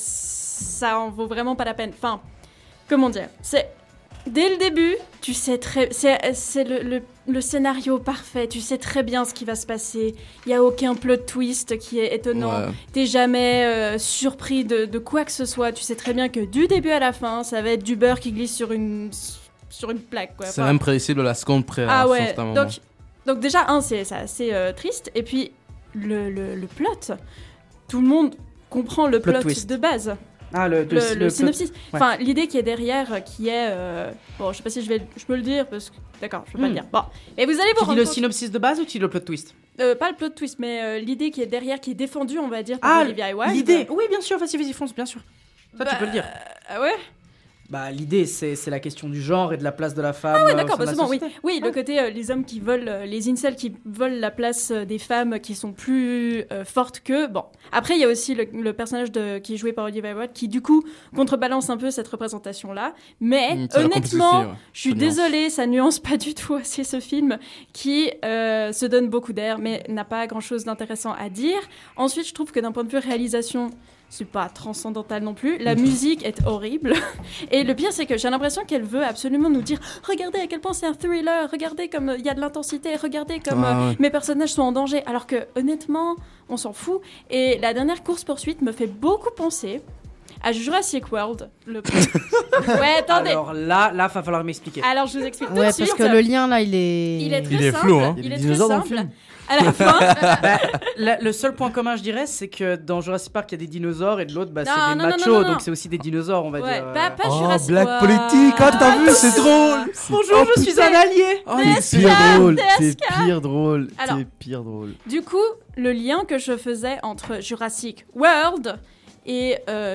Speaker 5: ça en vaut vraiment pas la peine. Enfin, comment dire ? Dès le début, tu sais c'est le scénario parfait. Tu sais très bien ce qui va se passer. Il y a aucun plot twist qui est étonnant. Ouais. T'es jamais surpris de quoi que ce soit. Tu sais très bien que du début à la fin, ça va être du beurre qui glisse sur une plaque. Quoi.
Speaker 4: C'est même prévisible la seconde près.
Speaker 5: Ah ouais. Donc déjà, c'est assez triste. Et puis le plot, tout le monde comprend le plot de base.
Speaker 2: Ah, le
Speaker 5: synopsis.
Speaker 2: Ouais.
Speaker 5: Enfin, l'idée qui est derrière, qui est... Bon, je sais pas si je peux le dire, parce que... D'accord, je peux pas le dire. Bon, et vous allez vous rendre compte...
Speaker 2: Tu dis le synopsis de base ou tu dis le plot twist ?
Speaker 5: Pas le plot twist, mais l'idée qui est derrière, qui est défendue, on va dire, par Olivia Wilde.
Speaker 2: L'idée, oui, bien sûr, vas-y, fonce, bien sûr. Ça, tu peux le dire.
Speaker 5: Ah ouais ?
Speaker 2: L'idée, c'est la question du genre et de la place de la femme.
Speaker 5: Ah ouais, d'accord, c'est bon, oui. Oui, le côté, les hommes qui volent, les incels qui volent la place des femmes qui sont plus fortes qu'eux. Bon, après, il y a aussi le personnage qui est joué par Olivia Wilde qui, du coup, contrebalance un peu cette représentation-là. Mais, honnêtement, je suis désolée, ça nuance pas du tout assez ce film qui se donne beaucoup d'air, mais n'a pas grand-chose d'intéressant à dire. Ensuite, je trouve que d'un point de vue réalisation... c'est pas transcendantal non plus. La musique est horrible. Et le pire, c'est que j'ai l'impression qu'elle veut absolument nous dire « Regardez à quel point c'est un thriller, regardez comme il y a de l'intensité, regardez comme mes personnages sont en danger. » Alors que, honnêtement, on s'en fout. Et la dernière course-poursuite me fait beaucoup penser à Jurassic World. Ouais, attendez.
Speaker 2: Alors là, va falloir m'expliquer.
Speaker 5: Alors, je vous explique tout de suite.
Speaker 6: Parce que le lien, là, il est
Speaker 5: très simple.
Speaker 4: Flou, hein.
Speaker 5: Il est très simple. À la fin...
Speaker 2: le seul point commun, je dirais, c'est que dans Jurassic Park, il y a des dinosaures et de l'autre, c'est des machos, donc c'est aussi des dinosaures, on va dire.
Speaker 5: Pas Jurassic
Speaker 4: blague politique, t'as vu, c'est drôle.
Speaker 2: Bonjour, je suis un allié.
Speaker 3: C'est pire drôle. C'est pire drôle.
Speaker 5: Du coup, le lien que je faisais entre Jurassic World et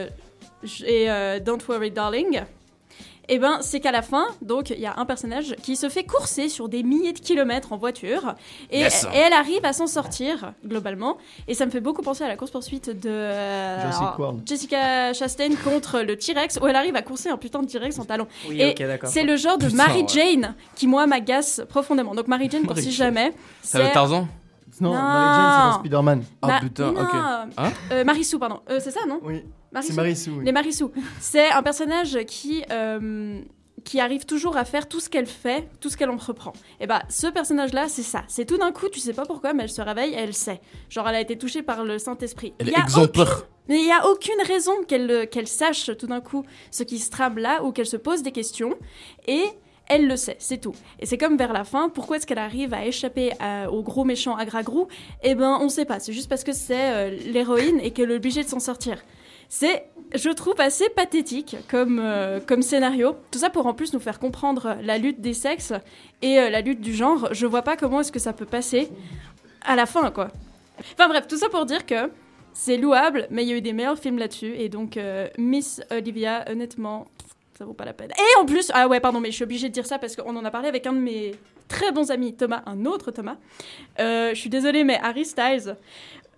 Speaker 5: Don't Worry Darling... c'est qu'à la fin, donc, il y a un personnage qui se fait courser sur des milliers de kilomètres en voiture et elle arrive à s'en sortir, globalement. Et ça me fait beaucoup penser à la course-poursuite de Jessica Chastain contre le T-Rex, où elle arrive à courser un putain de T-Rex en talons.
Speaker 2: Oui, et c'est
Speaker 5: le genre de Mary Jane qui, moi, m'agace profondément. Donc, Mary Jane, pour si jamais...
Speaker 4: C'est le Tarzan ?
Speaker 3: Non, Mary Jane, c'est dans Spider-Man.
Speaker 4: Ah putain, ok.
Speaker 5: Marissou, pardon. C'est ça, non ?
Speaker 3: Oui.
Speaker 5: Marissou.
Speaker 3: C'est Marissou, oui.
Speaker 5: Les Marissou. C'est un personnage qui arrive toujours à faire tout ce qu'elle fait, tout ce qu'elle entreprend. Et ce personnage-là, c'est ça. C'est tout d'un coup, tu sais pas pourquoi, mais elle se réveille et elle sait. Genre, elle a été touchée par le Saint-Esprit.
Speaker 4: Elle est exemplaire.
Speaker 5: Mais il n'y a aucune raison qu'elle sache tout d'un coup ce qui se trame là, ou qu'elle se pose des questions. Et... elle le sait, c'est tout. Et c'est comme vers la fin, pourquoi est-ce qu'elle arrive à échapper au gros méchant Agra-Grou ? On sait pas, c'est juste parce que c'est l'héroïne et qu'elle est obligée de s'en sortir. C'est, je trouve, assez pathétique comme scénario. Tout ça pour en plus nous faire comprendre la lutte des sexes et la lutte du genre. Je vois pas comment est-ce que ça peut passer à la fin, quoi. Enfin bref, tout ça pour dire que c'est louable, mais il y a eu des meilleurs films là-dessus. Et donc, Miss Olivia, honnêtement... ça vaut pas la peine. Et en plus, mais je suis obligée de dire ça parce qu'on en a parlé avec un de mes très bons amis, Thomas, un autre Thomas. Je suis désolée, mais Harry Styles,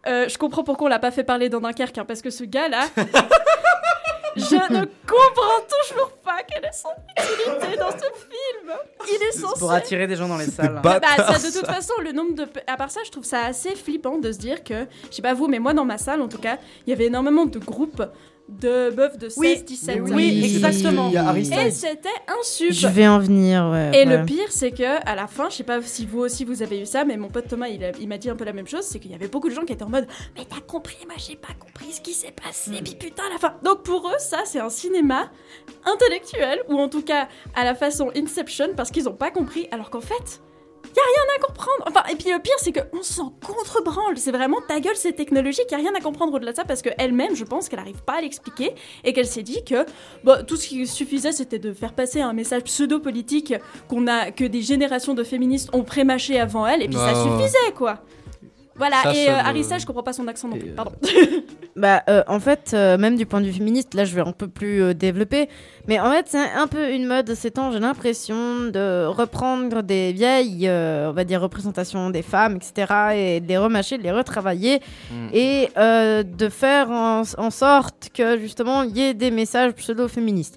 Speaker 5: je comprends pourquoi on l'a pas fait parler dans Dunkerque, hein, parce que ce gars-là, je ne comprends toujours pas quelle est son utilité dans ce film. Il est censé...
Speaker 2: Pour attirer des gens dans les salles.
Speaker 5: Ça, de toute façon, le nombre de... À part ça, je trouve ça assez flippant de se dire que, je sais pas vous, mais moi dans ma salle, en tout cas, il y avait énormément de groupes de meufs de 16, 17 ans.
Speaker 2: Oui, exactement.
Speaker 5: Et c'était un sub.
Speaker 6: Je vais en venir, ouais.
Speaker 5: Et le pire, c'est que à la fin, je sais pas si vous aussi vous avez eu ça, mais mon pote Thomas, il m'a dit un peu la même chose, c'est qu'il y avait beaucoup de gens qui étaient en mode « Mais t'as compris, moi j'ai pas compris ce qui s'est passé, puis putain, à la fin !» Donc pour eux, ça, c'est un cinéma intellectuel, ou en tout cas à la façon Inception, parce qu'ils ont pas compris, alors qu'en fait... Y a rien à comprendre. Enfin, et puis le pire, c'est qu'on s'en contre-branle. C'est vraiment ta gueule, c'est technologique. Y a rien à comprendre au-delà de ça parce qu'elle-même, je pense qu'elle arrive pas à l'expliquer et qu'elle s'est dit que tout ce qui suffisait, c'était de faire passer un message pseudo-politique que des générations de féministes ont prémâché avant elle et puis ça suffisait, quoi. Voilà, ça, et Arissa, je comprends pas son accent non plus, pardon.
Speaker 6: En fait, même du point de vue féministe, là je vais un peu plus développer, mais en fait c'est un peu une mode de ces temps, j'ai l'impression de reprendre des vieilles, on va dire, représentations des femmes, etc., et de les remâcher, de les retravailler, et de faire en sorte que justement il y ait des messages pseudo-féministes.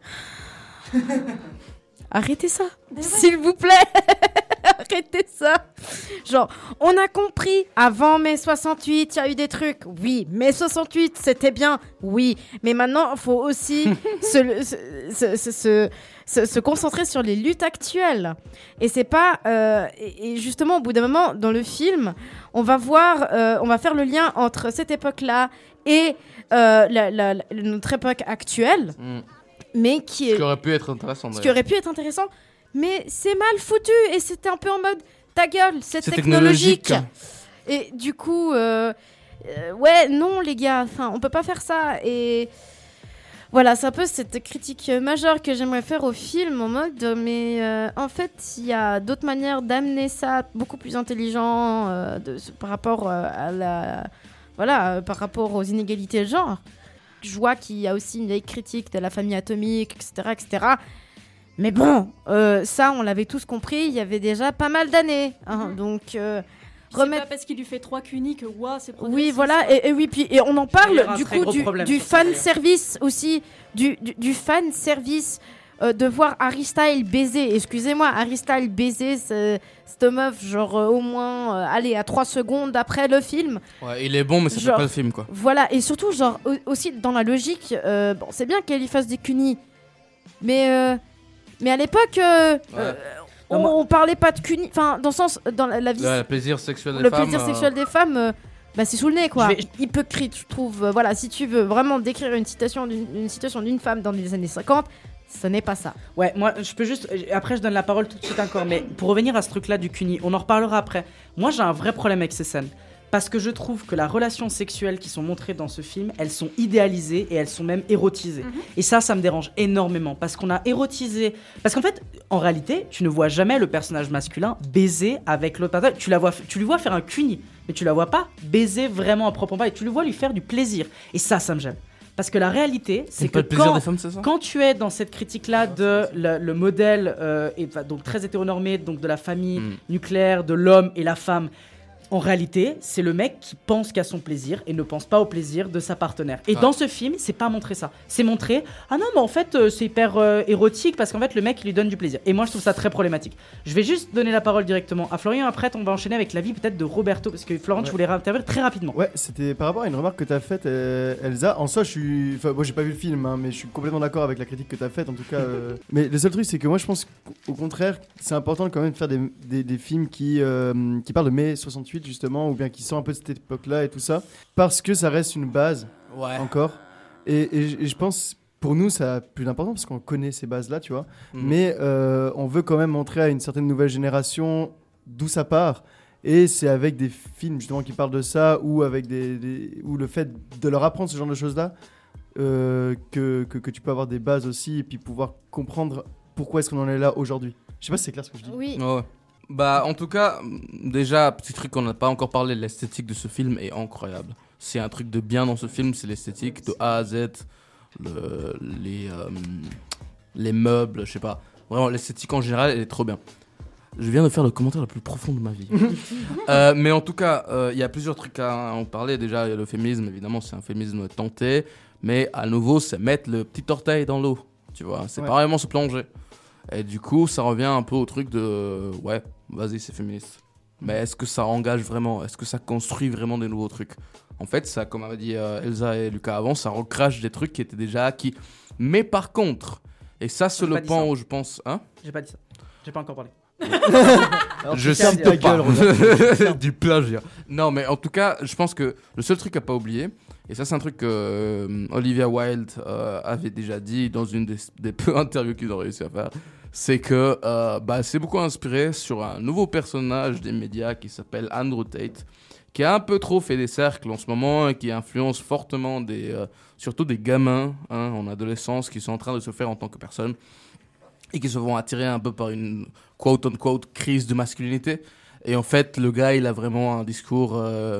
Speaker 6: Arrêtez ça, s'il vous plaît. Arrêtez ça. Genre, on a compris, avant mai 68, il y a eu des trucs. Oui, mai 68, c'était bien. Oui, mais maintenant, il faut aussi se concentrer sur les luttes actuelles. Et c'est pas... et justement, au bout d'un moment, dans le film, on va faire le lien entre cette époque-là et notre époque actuelle. Mais qui
Speaker 4: aurait pu être intéressant.
Speaker 6: Ce qui aurait pu être intéressant, mais c'est mal foutu et c'était un peu en mode ta gueule, c'est technologique. Et du coup, ouais, non les gars, enfin, on peut pas faire ça. Et voilà, c'est un peu cette critique majeure que j'aimerais faire au film en mode, mais en fait, il y a d'autres manières d'amener ça beaucoup plus intelligent par rapport par rapport aux inégalités de genre. Je vois qu'il y a aussi une vieille critique de la famille atomique, etc., etc. Mais bon, ça, on l'avait tous compris, il y avait déjà pas mal d'années. Hein, donc,
Speaker 5: c'est pas parce qu'il lui fait 3 cunis que c'est progressiste.
Speaker 6: Oui, voilà, et on en parle du coup du fan service aussi, du fan service. De voir Harry Styles baiser, excusez-moi, Harry Styles baiser cette meuf, genre au moins, à 3 secondes après le film.
Speaker 4: Ouais, il est bon, mais ça fait pas le film, quoi.
Speaker 6: Voilà, et surtout, genre, aussi dans la logique, c'est bien qu'elle y fasse des cunis, mais à l'époque, on parlait pas de cunis, enfin, dans le sens, dans la vie.
Speaker 4: Le plaisir sexuel des femmes.
Speaker 6: Le plaisir sexuel des femmes. C'est sous le nez, quoi. Hypocrite, je trouve. Voilà, si tu veux vraiment décrire une situation d'une femme dans les années 50, ce n'est pas ça.
Speaker 2: Ouais, moi, je peux juste... Après, je donne la parole tout de suite encore, mais pour revenir à ce truc-là du cuni, on en reparlera après. Moi, j'ai un vrai problème avec ces scènes. Parce que je trouve que les relations sexuelles qui sont montrées dans ce film, elles sont idéalisées et elles sont même érotisées. Et ça me dérange énormément. Parce qu'on a érotisé... Parce qu'en fait, en réalité, tu ne vois jamais le personnage masculin baiser avec l'autre personnage. Tu lui vois faire un cuni, mais tu la vois pas baiser vraiment à proprement parler. Tu le vois lui faire du plaisir. Et ça me gêne. Parce que la réalité, c'est que quand tu es dans cette critique-là de le modèle donc très hétéronormé, donc de la famille nucléaire, de l'homme et la femme, en réalité, c'est le mec qui pense qu'à son plaisir et ne pense pas au plaisir de sa partenaire. Et dans ce film, c'est pas montré ça. C'est montré, ah non, mais en fait, c'est hyper érotique parce qu'en fait, le mec, il lui donne du plaisir. Et moi, je trouve ça très problématique. Je vais juste donner la parole directement à Florian. Après, on va enchaîner avec l'avis peut-être de Roberto, parce que Florent, tu voulais intervenir très rapidement.
Speaker 3: Ouais, c'était par rapport à une remarque que tu as faite, Elsa. En soi, moi, j'ai pas vu le film, hein, mais je suis complètement d'accord avec la critique que tu as faite, en tout cas. Mais le seul truc, c'est que moi, je pense qu'au contraire, c'est important quand même de faire des films qui parlent de mai 68, justement, ou bien qui sont un peu de cette époque-là et tout ça, parce que ça reste une base encore. Et je pense, pour nous, ça a plus d'importance parce qu'on connaît ces bases-là, tu vois. Mais on veut quand même montrer à une certaine nouvelle génération d'où ça part. Et c'est avec des films, justement, qui parlent de ça, ou avec ou le fait de leur apprendre ce genre de choses-là, que tu peux avoir des bases aussi, et puis pouvoir comprendre pourquoi est-ce qu'on en est là aujourd'hui. Je sais pas si c'est clair ce que je dis.
Speaker 6: Oui.
Speaker 4: Ouais. En tout cas, déjà, petit truc qu'on n'a pas encore parlé, l'esthétique de ce film est incroyable. C'est un truc de bien dans ce film, c'est l'esthétique de A à Z, les meubles, je sais pas. Vraiment, l'esthétique en général, elle est trop bien. Je viens de faire le commentaire le plus profond de ma vie. Mais en tout cas, il y a plusieurs trucs à en parler. Déjà, il y a le féminisme, évidemment, c'est un féminisme tenté. Mais à nouveau, c'est mettre le petit orteil dans l'eau. Tu vois, c'est pas vraiment se plonger. Et du coup, ça revient un peu au truc de ouais, vas-y, c'est féministe. Mais est-ce que ça engage vraiment ? Est-ce que ça construit vraiment des nouveaux trucs ? En fait, ça, comme avait dit Elsa et Lucas avant, ça recrache des trucs qui étaient déjà acquis. Mais par contre, et ça, c'est le point où je pense. Hein ?
Speaker 2: J'ai pas dit ça. J'ai pas encore parlé.
Speaker 4: Je cite ta gueule, du plagiat. Non, mais en tout cas, je pense que le seul truc à pas oublier, et ça c'est un truc que Olivia Wilde avait déjà dit dans une des peu interviews qu'ils ont réussi à faire, c'est que c'est beaucoup inspiré sur un nouveau personnage des médias qui s'appelle Andrew Tate, qui a un peu trop fait des cercles en ce moment et qui influence fortement surtout des gamins en adolescence qui sont en train de se faire en tant que personne et qui se vont attirer un peu par une quote-unquote crise de masculinité. Et en fait, le gars, il a vraiment un discours,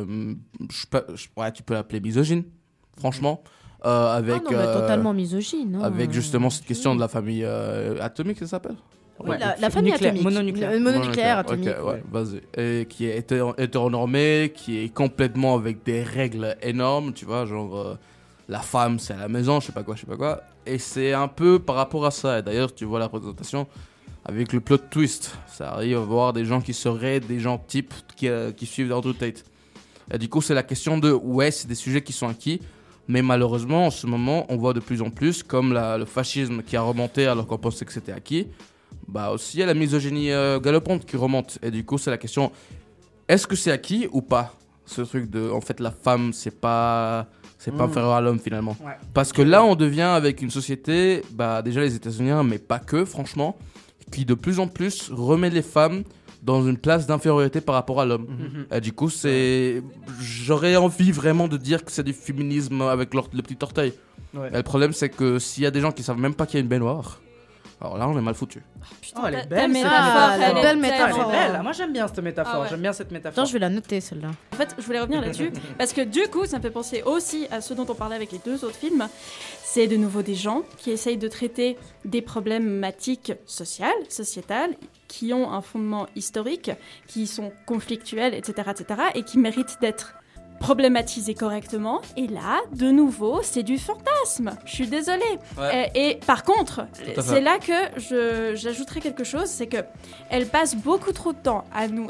Speaker 4: tu peux l'appeler misogyne, franchement.
Speaker 6: Totalement misogyne.
Speaker 4: Avec justement cette question de la famille atomique, ça s'appelle ?
Speaker 6: Oui, la famille atomique. Mononucléaire atomique.
Speaker 4: Okay, ouais, vas-y. Et qui est hétéronormée, qui est complètement avec des règles énormes, tu vois, genre la femme c'est à la maison, je sais pas quoi. Et c'est un peu par rapport à ça. Et d'ailleurs, tu vois la présentation avec le plot twist. Ça arrive à voir des gens qui seraient des gens types qui suivent Andrew Tate. Et du coup, c'est la question de c'est des sujets qui sont acquis. Mais malheureusement, en ce moment, on voit de plus en plus, comme le fascisme qui a remonté alors qu'on pensait que c'était acquis, aussi il y a la misogynie galopante qui remonte. Et du coup, c'est la question, est-ce que c'est acquis ou pas ? Ce truc de, en fait, la femme, c'est pas inférieur à l'homme finalement. Ouais. Parce que là, on devient avec une société, déjà les États-Unis, mais pas que, franchement, qui de plus en plus remet les femmes dans une place d'infériorité par rapport à l'homme. Et du coup, j'aurais envie vraiment de dire que c'est du féminisme avec le petit orteil. Ouais. Et le problème, c'est que s'il y a des gens qui savent même pas qu'il y a une baignoire, alors là, on est mal foutu.
Speaker 2: Elle est belle,
Speaker 6: cette belle métaphore.
Speaker 2: Moi, j'aime bien cette métaphore. J'aime bien cette métaphore.
Speaker 6: Attends, je vais la noter, celle-là.
Speaker 5: En fait, je voulais revenir là-dessus, parce que du coup, ça me fait penser aussi à ce dont on parlait avec les deux autres films. C'est de nouveau des gens qui essayent de traiter des problématiques sociétales, qui ont un fondement historique, qui sont conflictuels, etc., et qui méritent d'être problématisés correctement. Et là, de nouveau, c'est du fantasme. Je suis désolée. Ouais. Et par contre, c'est là que j'ajouterais quelque chose, c'est que elle passe beaucoup trop de temps à nous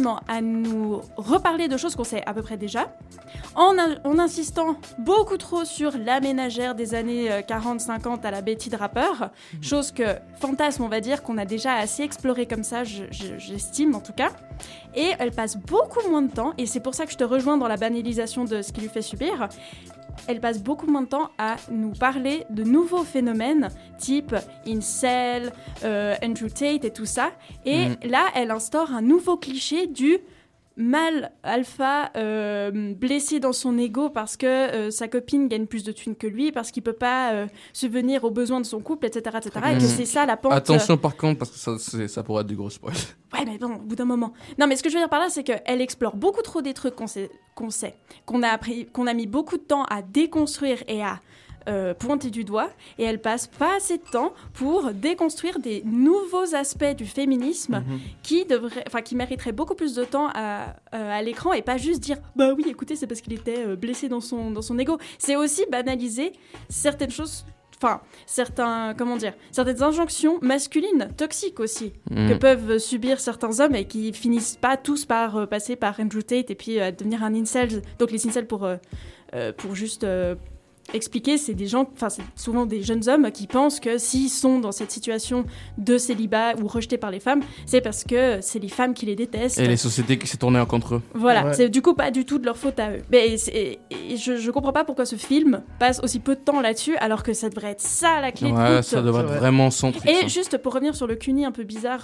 Speaker 5: reparler de choses qu'on sait à peu près déjà, en insistant beaucoup trop sur la ménagère des années 40-50 à la Betty Draper, chose que fantasme, on va dire, qu'on a déjà assez exploré comme ça, j'estime en tout cas. Et elle passe beaucoup moins de temps, et c'est pour ça que je te rejoins dans la banalisation de ce qui lui fait subir. Elle passe beaucoup moins de temps à nous parler de nouveaux phénomènes type incel, Andrew Tate et tout ça. Et là, elle instaure un nouveau cliché du mâle alpha blessé dans son ego parce que sa copine gagne plus de thunes que lui, parce qu'il peut pas subvenir aux besoins de son couple, etc. Et que c'est ça la pente.
Speaker 4: Attention par contre, parce que ça pourrait être du gros spoil.
Speaker 5: Ouais, mais bon, au bout d'un moment. Non, mais ce que je veux dire par là, c'est qu'elle explore beaucoup trop des trucs qu'on a mis beaucoup de temps à déconstruire et à pointer du doigt, et elle passe pas assez de temps pour déconstruire des nouveaux aspects du féminisme qui mériteraient beaucoup plus de temps à l'écran, et pas juste dire bah oui, écoutez, c'est parce qu'il était blessé dans son ego. C'est aussi banaliser certaines choses, certaines injonctions masculines toxiques aussi que peuvent subir certains hommes, et qui finissent pas tous par passer par Andrew Tate et puis devenir un incel. Donc les incels, pour juste expliquer, c'est souvent des jeunes hommes qui pensent que s'ils sont dans cette situation de célibat ou rejetés par les femmes, c'est parce que c'est les femmes qui les détestent.
Speaker 4: Et les sociétés qui s'est tournées contre eux.
Speaker 5: Voilà, c'est du coup pas du tout de leur faute à eux. Mais je comprends pas pourquoi ce film passe aussi peu de temps là-dessus, alors que ça devrait être ça la clé de
Speaker 4: voûte.
Speaker 5: Ça
Speaker 4: devrait être vraiment son truc.
Speaker 5: Et juste pour revenir sur le CUNY un peu bizarre,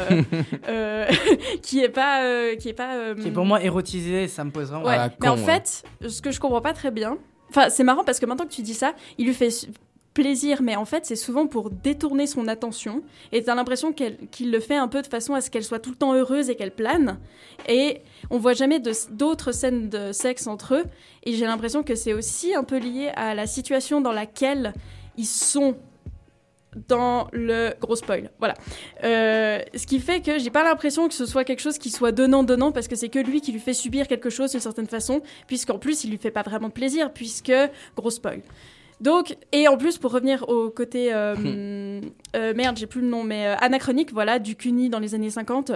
Speaker 5: qui est pour
Speaker 2: moi érotisé, ça me pose vraiment.
Speaker 5: Ouais, mais en fait, ce que je comprends pas très bien. Enfin, c'est marrant parce que maintenant que tu dis ça, il lui fait plaisir, mais en fait, c'est souvent pour détourner son attention. Et t'as l'impression qu'il le fait un peu de façon à ce qu'elle soit tout le temps heureuse et qu'elle plane. Et on voit jamais d'autres scènes de sexe entre eux. Et j'ai l'impression que c'est aussi un peu lié à la situation dans laquelle ils sont dans le gros spoil. Voilà. Ce qui fait que j'ai pas l'impression que ce soit quelque chose qui soit donnant, parce que c'est que lui qui lui fait subir quelque chose d'une certaine façon, puisqu'en plus, il lui fait pas vraiment de plaisir, puisque gros spoil. Donc, et en plus, pour revenir au côté, merde, j'ai plus le nom, mais anachronique, voilà, du CUNY dans les années 50.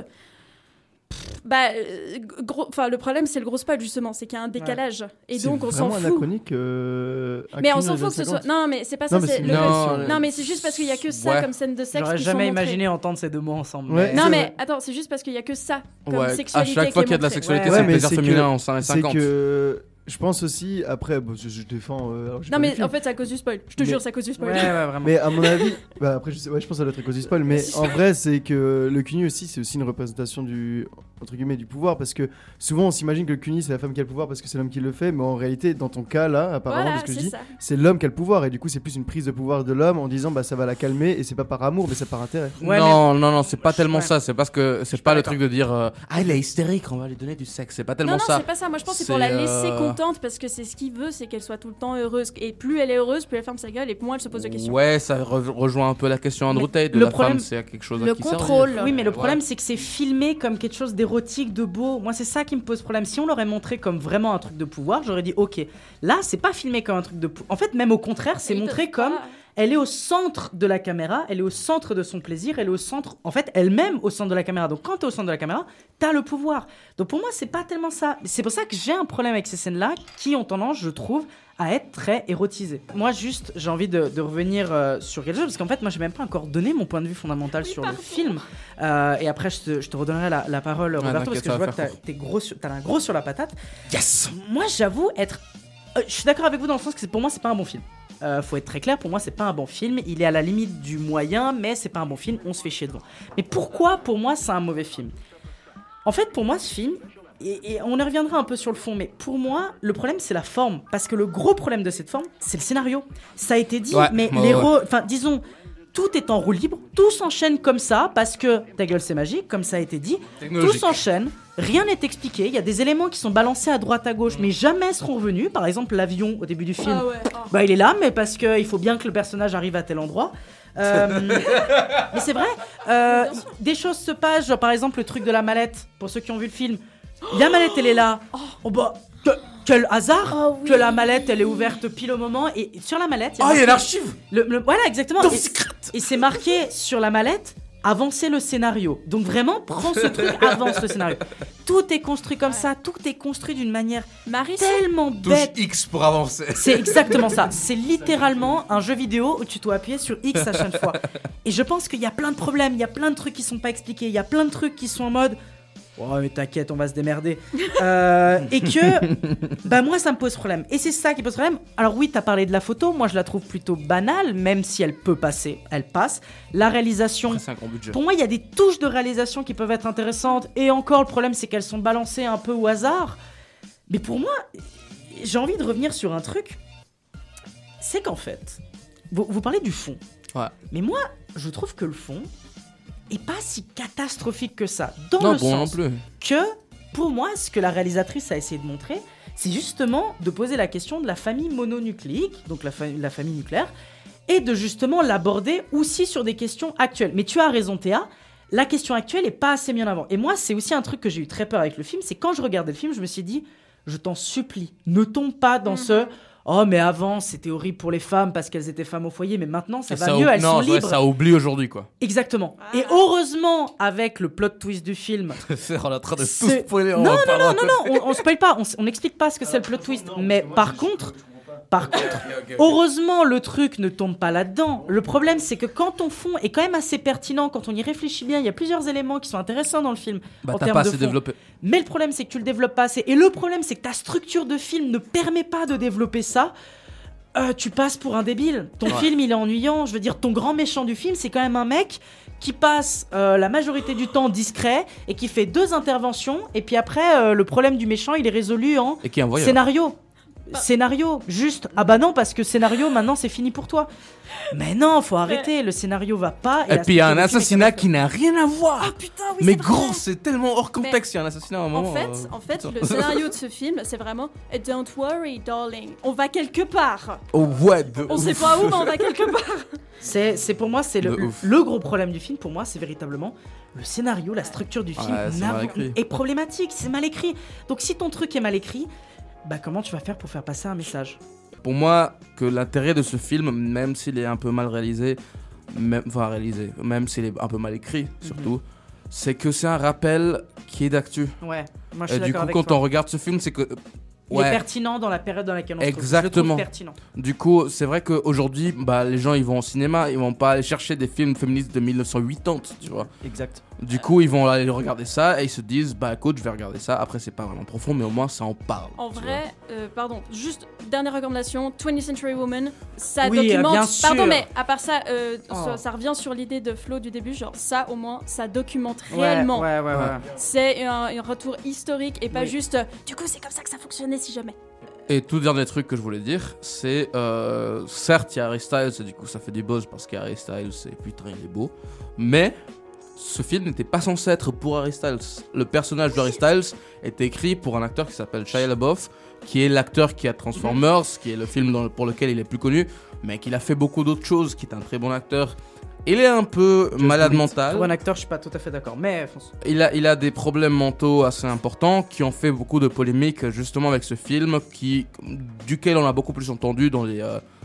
Speaker 5: Le problème c'est le gros spoil justement, c'est qu'il y a un décalage et donc on s'en fout.
Speaker 3: C'est vraiment anachronique.
Speaker 5: Mais on s'en fout que ce soit. Non mais c'est pas ça. Non mais c'est juste parce qu'il y a que ça comme scène de sexe.
Speaker 2: J'aurais jamais imaginé entendre ces deux mots ensemble.
Speaker 3: Ouais,
Speaker 5: non mais attends, c'est juste parce qu'il y a que ça comme sexualité.
Speaker 4: À chaque fois qu'il y a de la sexualité, c'est le plaisir féminin en 50.
Speaker 3: C'est que je pense aussi, après, je défends.
Speaker 5: Non, mais en fait, c'est à cause du spoil. Je te jure, c'est à cause du spoil.
Speaker 2: Ouais, vraiment.
Speaker 3: Mais à mon avis, après, je pense que ça doit être à cause du spoil. Mais en vrai, c'est que le CUNY aussi, c'est aussi une représentation du, entre guillemets, du pouvoir. Parce que souvent, on s'imagine que le CUNY, c'est la femme qui a le pouvoir parce que c'est l'homme qui le fait. Mais en réalité, dans ton cas, là, apparemment, de ce que je dis, c'est l'homme qui a le pouvoir. Et du coup, c'est plus une prise de pouvoir de l'homme en disant, ça va la calmer. Et c'est pas par amour, mais c'est par intérêt.
Speaker 4: Non, c'est pas tellement ça. C'est parce que c'est pas le truc de dire, elle est hystérique, on va lui donner du sexe. C'est pas tellement ça.
Speaker 5: Non, c'est pas ça. Moi, je pense que c'est pour la laisser contente parce que c'est ce qu'il veut, c'est qu'elle soit tout le temps heureuse. Et plus elle est heureuse, plus elle ferme sa gueule et moins elle se pose de questions.
Speaker 4: Ouais, ça rejoint un peu la question Andrew Tate de la femme, c'est quelque chose à qui
Speaker 2: contrôle. Oui, mais le problème, c'est que c'est filmé comme quelque chose d'érotique, de beau. Moi, c'est ça qui me pose problème. Si on l'aurait montré comme vraiment un truc de pouvoir, j'aurais dit ok. Là, c'est pas filmé comme un truc de pouvoir. En fait, même au contraire, c'est montré comme elle est au centre de la caméra, elle est au centre de son plaisir, elle est au centre, en fait, elle-même au centre de la caméra. Donc, quand t'es au centre de la caméra, t'as le pouvoir. Donc, pour moi, c'est pas tellement ça. C'est pour ça que j'ai un problème avec ces scènes-là qui ont tendance, je trouve, à être très érotisées. Moi, juste, j'ai envie de revenir sur quelque chose, parce qu'en fait, moi, j'ai même pas encore donné mon point de vue fondamental sur le film. Et après, je te redonnerai la parole, Roberto, parce que je vois que t'as un gros sur la patate.
Speaker 4: Yes.
Speaker 2: Moi, j'avoue être... je suis d'accord avec vous dans le sens que pour moi, c'est pas un bon film. Faut être très clair, pour moi c'est pas un bon film, il est à la limite du moyen, mais c'est pas un bon film, on se fait chier devant. Mais pourquoi pour moi c'est un mauvais film ? En fait pour moi ce film, et on y reviendra un peu sur le fond, mais pour moi le problème c'est la forme, parce que le gros problème de cette forme c'est le scénario. Ça a été dit, disons, tout est en roue libre, tout s'enchaîne comme ça, parce que ta gueule c'est magique, comme ça a été dit, tout s'enchaîne. Rien n'est expliqué, il y a des éléments qui sont balancés à droite à gauche mais jamais seront revenus. Par exemple l'avion au début du film, il est là mais parce qu'il faut bien que le personnage arrive à tel endroit. Mais c'est vrai, des choses se passent, genre par exemple le truc de la mallette, pour ceux qui ont vu le film, la mallette elle est là, quel hasard que la mallette elle est ouverte pile au moment, et sur la mallette
Speaker 4: il y a l'archive.
Speaker 2: Voilà exactement, et c'est marqué sur la mallette avancer le scénario. Donc vraiment, prends ce truc, avance le scénario. Tout est construit comme ça, tout est construit d'une manière tellement bête.
Speaker 4: Touche X pour avancer.
Speaker 2: C'est exactement ça. C'est littéralement un jeu vidéo où tu dois appuyer sur X à chaque fois. Et je pense qu'il y a plein de problèmes, il y a plein de trucs qui sont pas expliqués, il y a plein de trucs qui sont en mode... Oh mais t'inquiète, on va se démerder. Et que, moi ça me pose problème. Et c'est ça qui pose problème. Alors oui, t'as parlé de la photo, moi je la trouve plutôt banale, même si elle peut passer, elle passe. La réalisation,
Speaker 4: c'est un grand budget.
Speaker 2: Pour moi il y a des touches de réalisation qui peuvent être intéressantes. Et encore, le problème c'est qu'elles sont balancées un peu au hasard. Mais pour moi, j'ai envie de revenir sur un truc. C'est qu'en fait, vous parlez du fond.
Speaker 4: Ouais.
Speaker 2: Mais moi, je trouve que le fond... et pas si catastrophique que ça, dans le sens que, pour moi, ce que la réalisatrice a essayé de montrer, c'est justement de poser la question de la famille mononucléique, donc la famille nucléaire, et de justement l'aborder aussi sur des questions actuelles. Mais tu as raison Théa, la question actuelle est pas assez mise en avant. Et moi, c'est aussi un truc que j'ai eu très peur avec le film, c'est quand je regardais le film, je me suis dit, je t'en supplie, ne tombe pas dans ce... Oh mais avant c'était horrible pour les femmes parce qu'elles étaient femmes au foyer, mais maintenant ça va mieux, elles sont libres.
Speaker 4: Ça oublie aujourd'hui quoi.
Speaker 2: Exactement. Et heureusement avec le plot twist du film.
Speaker 4: On est en train de tout spoiler.
Speaker 2: Non, on spoil pas, on n'explique pas ce que c'est le plot twist. Mais par contre, heureusement le truc ne tombe pas là-dedans. Le problème c'est que quand ton fond est quand même assez pertinent, quand on y réfléchit bien, il y a plusieurs éléments qui sont intéressants dans le film. En
Speaker 4: t'as
Speaker 2: termes
Speaker 4: pas
Speaker 2: de
Speaker 4: assez
Speaker 2: fond.
Speaker 4: développé.
Speaker 2: Mais le problème c'est que tu le développes pas assez. Et le problème c'est que ta structure de film ne permet pas de développer ça. Tu passes pour un débile. Ton film il est ennuyant. Je veux dire, ton grand méchant du film c'est quand même un mec qui passe la majorité du temps discret et qui fait 2 interventions et puis après le problème du méchant il est résolu en scénario. Scénario, juste. Ah bah non, parce que scénario, maintenant, c'est fini pour toi. Mais non, faut arrêter. Le scénario va pas.
Speaker 4: Et puis il y a un assassinat qui n'a rien à voir.
Speaker 5: Ah putain, oui,
Speaker 4: mais gros, c'est tellement hors contexte. Il y a un assassinat à un moment.
Speaker 5: En fait, le scénario de ce film, c'est vraiment Don't worry, darling. On va quelque part.
Speaker 4: Oh ouais.
Speaker 5: On sait pas où, mais on va quelque part.
Speaker 2: C'est pour moi, c'est le gros problème du film. Pour moi, c'est véritablement le scénario, la structure du film est problématique. C'est mal écrit. Donc si ton truc est mal écrit, bah comment tu vas faire pour faire passer un message ?
Speaker 4: Pour moi, que l'intérêt de ce film, même s'il est un peu mal réalisé, même s'il est un peu mal écrit, surtout, c'est que c'est un rappel qui est d'actu.
Speaker 2: Ouais, moi je suis d'accord avec toi.
Speaker 4: Et du coup, quand on regarde ce film, c'est que...
Speaker 2: Il est pertinent dans la période dans laquelle on se trouve.
Speaker 4: Exactement.
Speaker 2: Je le trouve pertinent.
Speaker 4: Du coup, c'est vrai qu'aujourd'hui, les gens ils vont au cinéma, ils vont pas aller chercher des films féministes de 1980, tu vois.
Speaker 3: Exact.
Speaker 4: Du coup, ils vont aller regarder ça et ils se disent, écoute, je vais regarder ça. Après, c'est pas vraiment profond, mais au moins ça en parle.
Speaker 5: En vrai, juste dernière recommandation, 20th Century Woman, ça documente.
Speaker 2: Bien sûr.
Speaker 5: Pardon, mais à part ça, ça revient sur l'idée de Flo du début, genre ça au moins, ça documente réellement.
Speaker 2: Ouais.
Speaker 5: C'est un retour historique et pas juste. Du coup, c'est comme ça que ça fonctionnait si jamais.
Speaker 4: Et tout dernier truc que je voulais dire, c'est certes, il y a Harry Styles, et du coup, ça fait du buzz parce qu'Harry Styles, putain, il est beau, mais ce film n'était pas censé être pour Harry Styles. Le personnage de Harry Styles était écrit pour un acteur qui s'appelle Shia LaBeouf, qui est l'acteur qui a Transformers, qui est le film pour lequel il est plus connu, mais qu'il a fait beaucoup d'autres choses, qui est un très bon acteur. Il est un peu malade mental.
Speaker 2: Pour un acteur, je suis pas tout à fait d'accord, mais...
Speaker 4: Il a des problèmes mentaux assez importants qui ont fait beaucoup de polémiques justement avec ce film, duquel on a beaucoup plus entendu dans les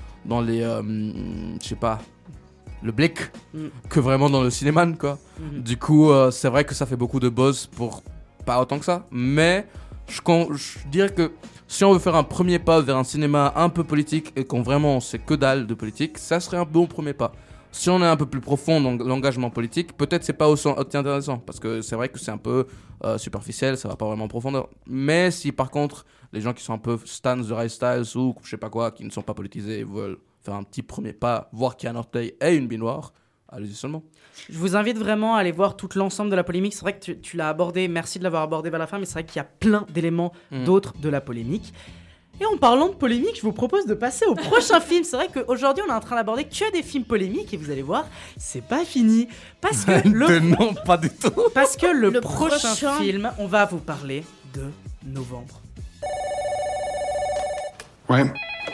Speaker 4: je sais pas, le blick, que vraiment dans le cinéma, quoi. Du coup, c'est vrai que ça fait beaucoup de buzz pour pas autant que ça, mais je dirais que si on veut faire un premier pas vers un cinéma un peu politique et qu'on vraiment sait que dalle de politique, ça serait un bon premier pas. Si on est un peu plus profond dans l'engagement politique, peut-être c'est pas aussi intéressant, parce que c'est vrai que c'est un peu superficiel, ça va pas vraiment en profondeur. Mais si par contre, les gens qui sont un peu stans de Harry Styles ou je sais pas quoi, qui ne sont pas politisés, veulent faire un petit premier pas, voir qu'il y a un orteil et une baignoire, allez-y seulement.
Speaker 2: Je vous invite vraiment à aller voir tout l'ensemble de la polémique. C'est vrai que tu l'as abordé, merci de l'avoir abordé vers la fin, mais c'est vrai qu'il y a plein d'éléments d'autres de la polémique. Et en parlant de polémique, je vous propose de passer au prochain film. C'est vrai qu'aujourd'hui, on est en train d'aborder que des films polémiques et vous allez voir, c'est pas fini. Parce que
Speaker 4: non, pas du tout.
Speaker 2: Parce que le prochain film, on va vous parler de Novembre.
Speaker 16: Ouais.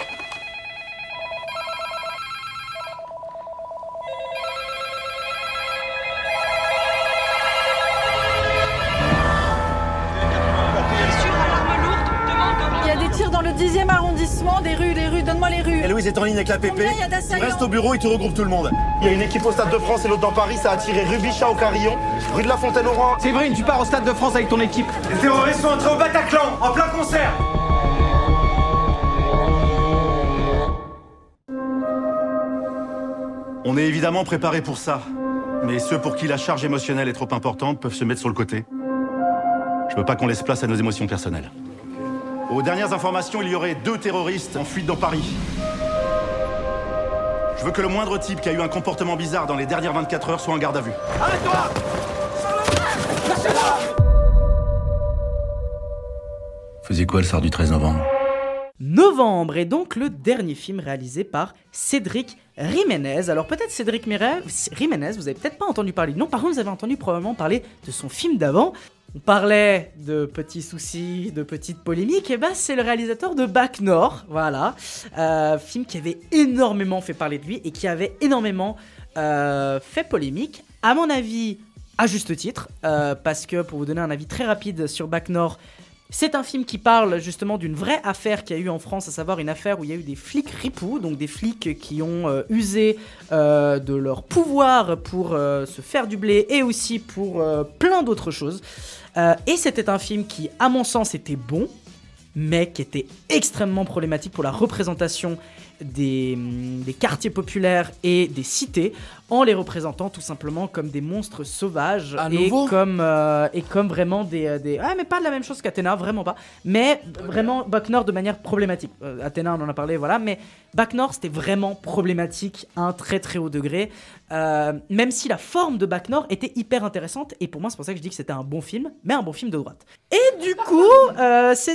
Speaker 17: Dans le 10e arrondissement, des rues, donne-moi les rues.
Speaker 18: Et Louise est en ligne avec la PP. Reste au bureau, il te regroupe tout le monde. Il y a une équipe au Stade de France et l'autre dans Paris, ça a tiré rue Bichat au Carillon, rue de la Fontaine-au-Roi.
Speaker 16: Séverine, tu pars au Stade de France avec ton équipe.
Speaker 18: Les terroristes sont entrés au Bataclan, en plein concert. On est évidemment préparé pour ça. Mais ceux pour qui la charge émotionnelle est trop importante peuvent se mettre sur le côté. Je veux pas qu'on laisse place à nos émotions personnelles. Aux dernières informations, il y aurait 2 terroristes en fuite dans Paris. Je veux que le moindre type qui a eu un comportement bizarre dans les dernières 24 heures soit en garde à vue. Arrête-toi!
Speaker 16: Faisiez quoi le soir du 13 novembre?
Speaker 2: Novembre est donc le dernier film réalisé par Cédric Jiménez. Alors peut-être Cédric Jiménez, vous avez peut-être pas entendu parler de nom, par contre vous avez entendu probablement parler de son film d'avant. On parlait de petits soucis, de petites polémiques, et c'est le réalisateur de Bac Nord, voilà. Film qui avait énormément fait parler de lui et qui avait énormément fait polémique, à mon avis, à juste titre, parce que pour vous donner un avis très rapide sur Bac Nord, c'est un film qui parle justement d'une vraie affaire qu'il y a eu en France, à savoir une affaire où il y a eu des flics ripoux, donc des flics qui ont usé de leur pouvoir pour se faire du blé et aussi pour plein d'autres choses. Et c'était un film qui, à mon sens, était bon, mais qui était extrêmement problématique pour la représentation des quartiers populaires et des cités, en les représentant tout simplement comme des monstres sauvages et comme vraiment des ah mais pas de la même chose qu'Athéna, vraiment pas, mais vraiment Bac Nord de manière problématique. Athéna on en a parlé, voilà, mais Bac Nord c'était vraiment problématique à un très très haut degré, même si la forme de Bac Nord était hyper intéressante, et pour moi c'est pour ça que je dis que c'était un bon film, mais un bon film de droite. Et du coup Cédric Jiménez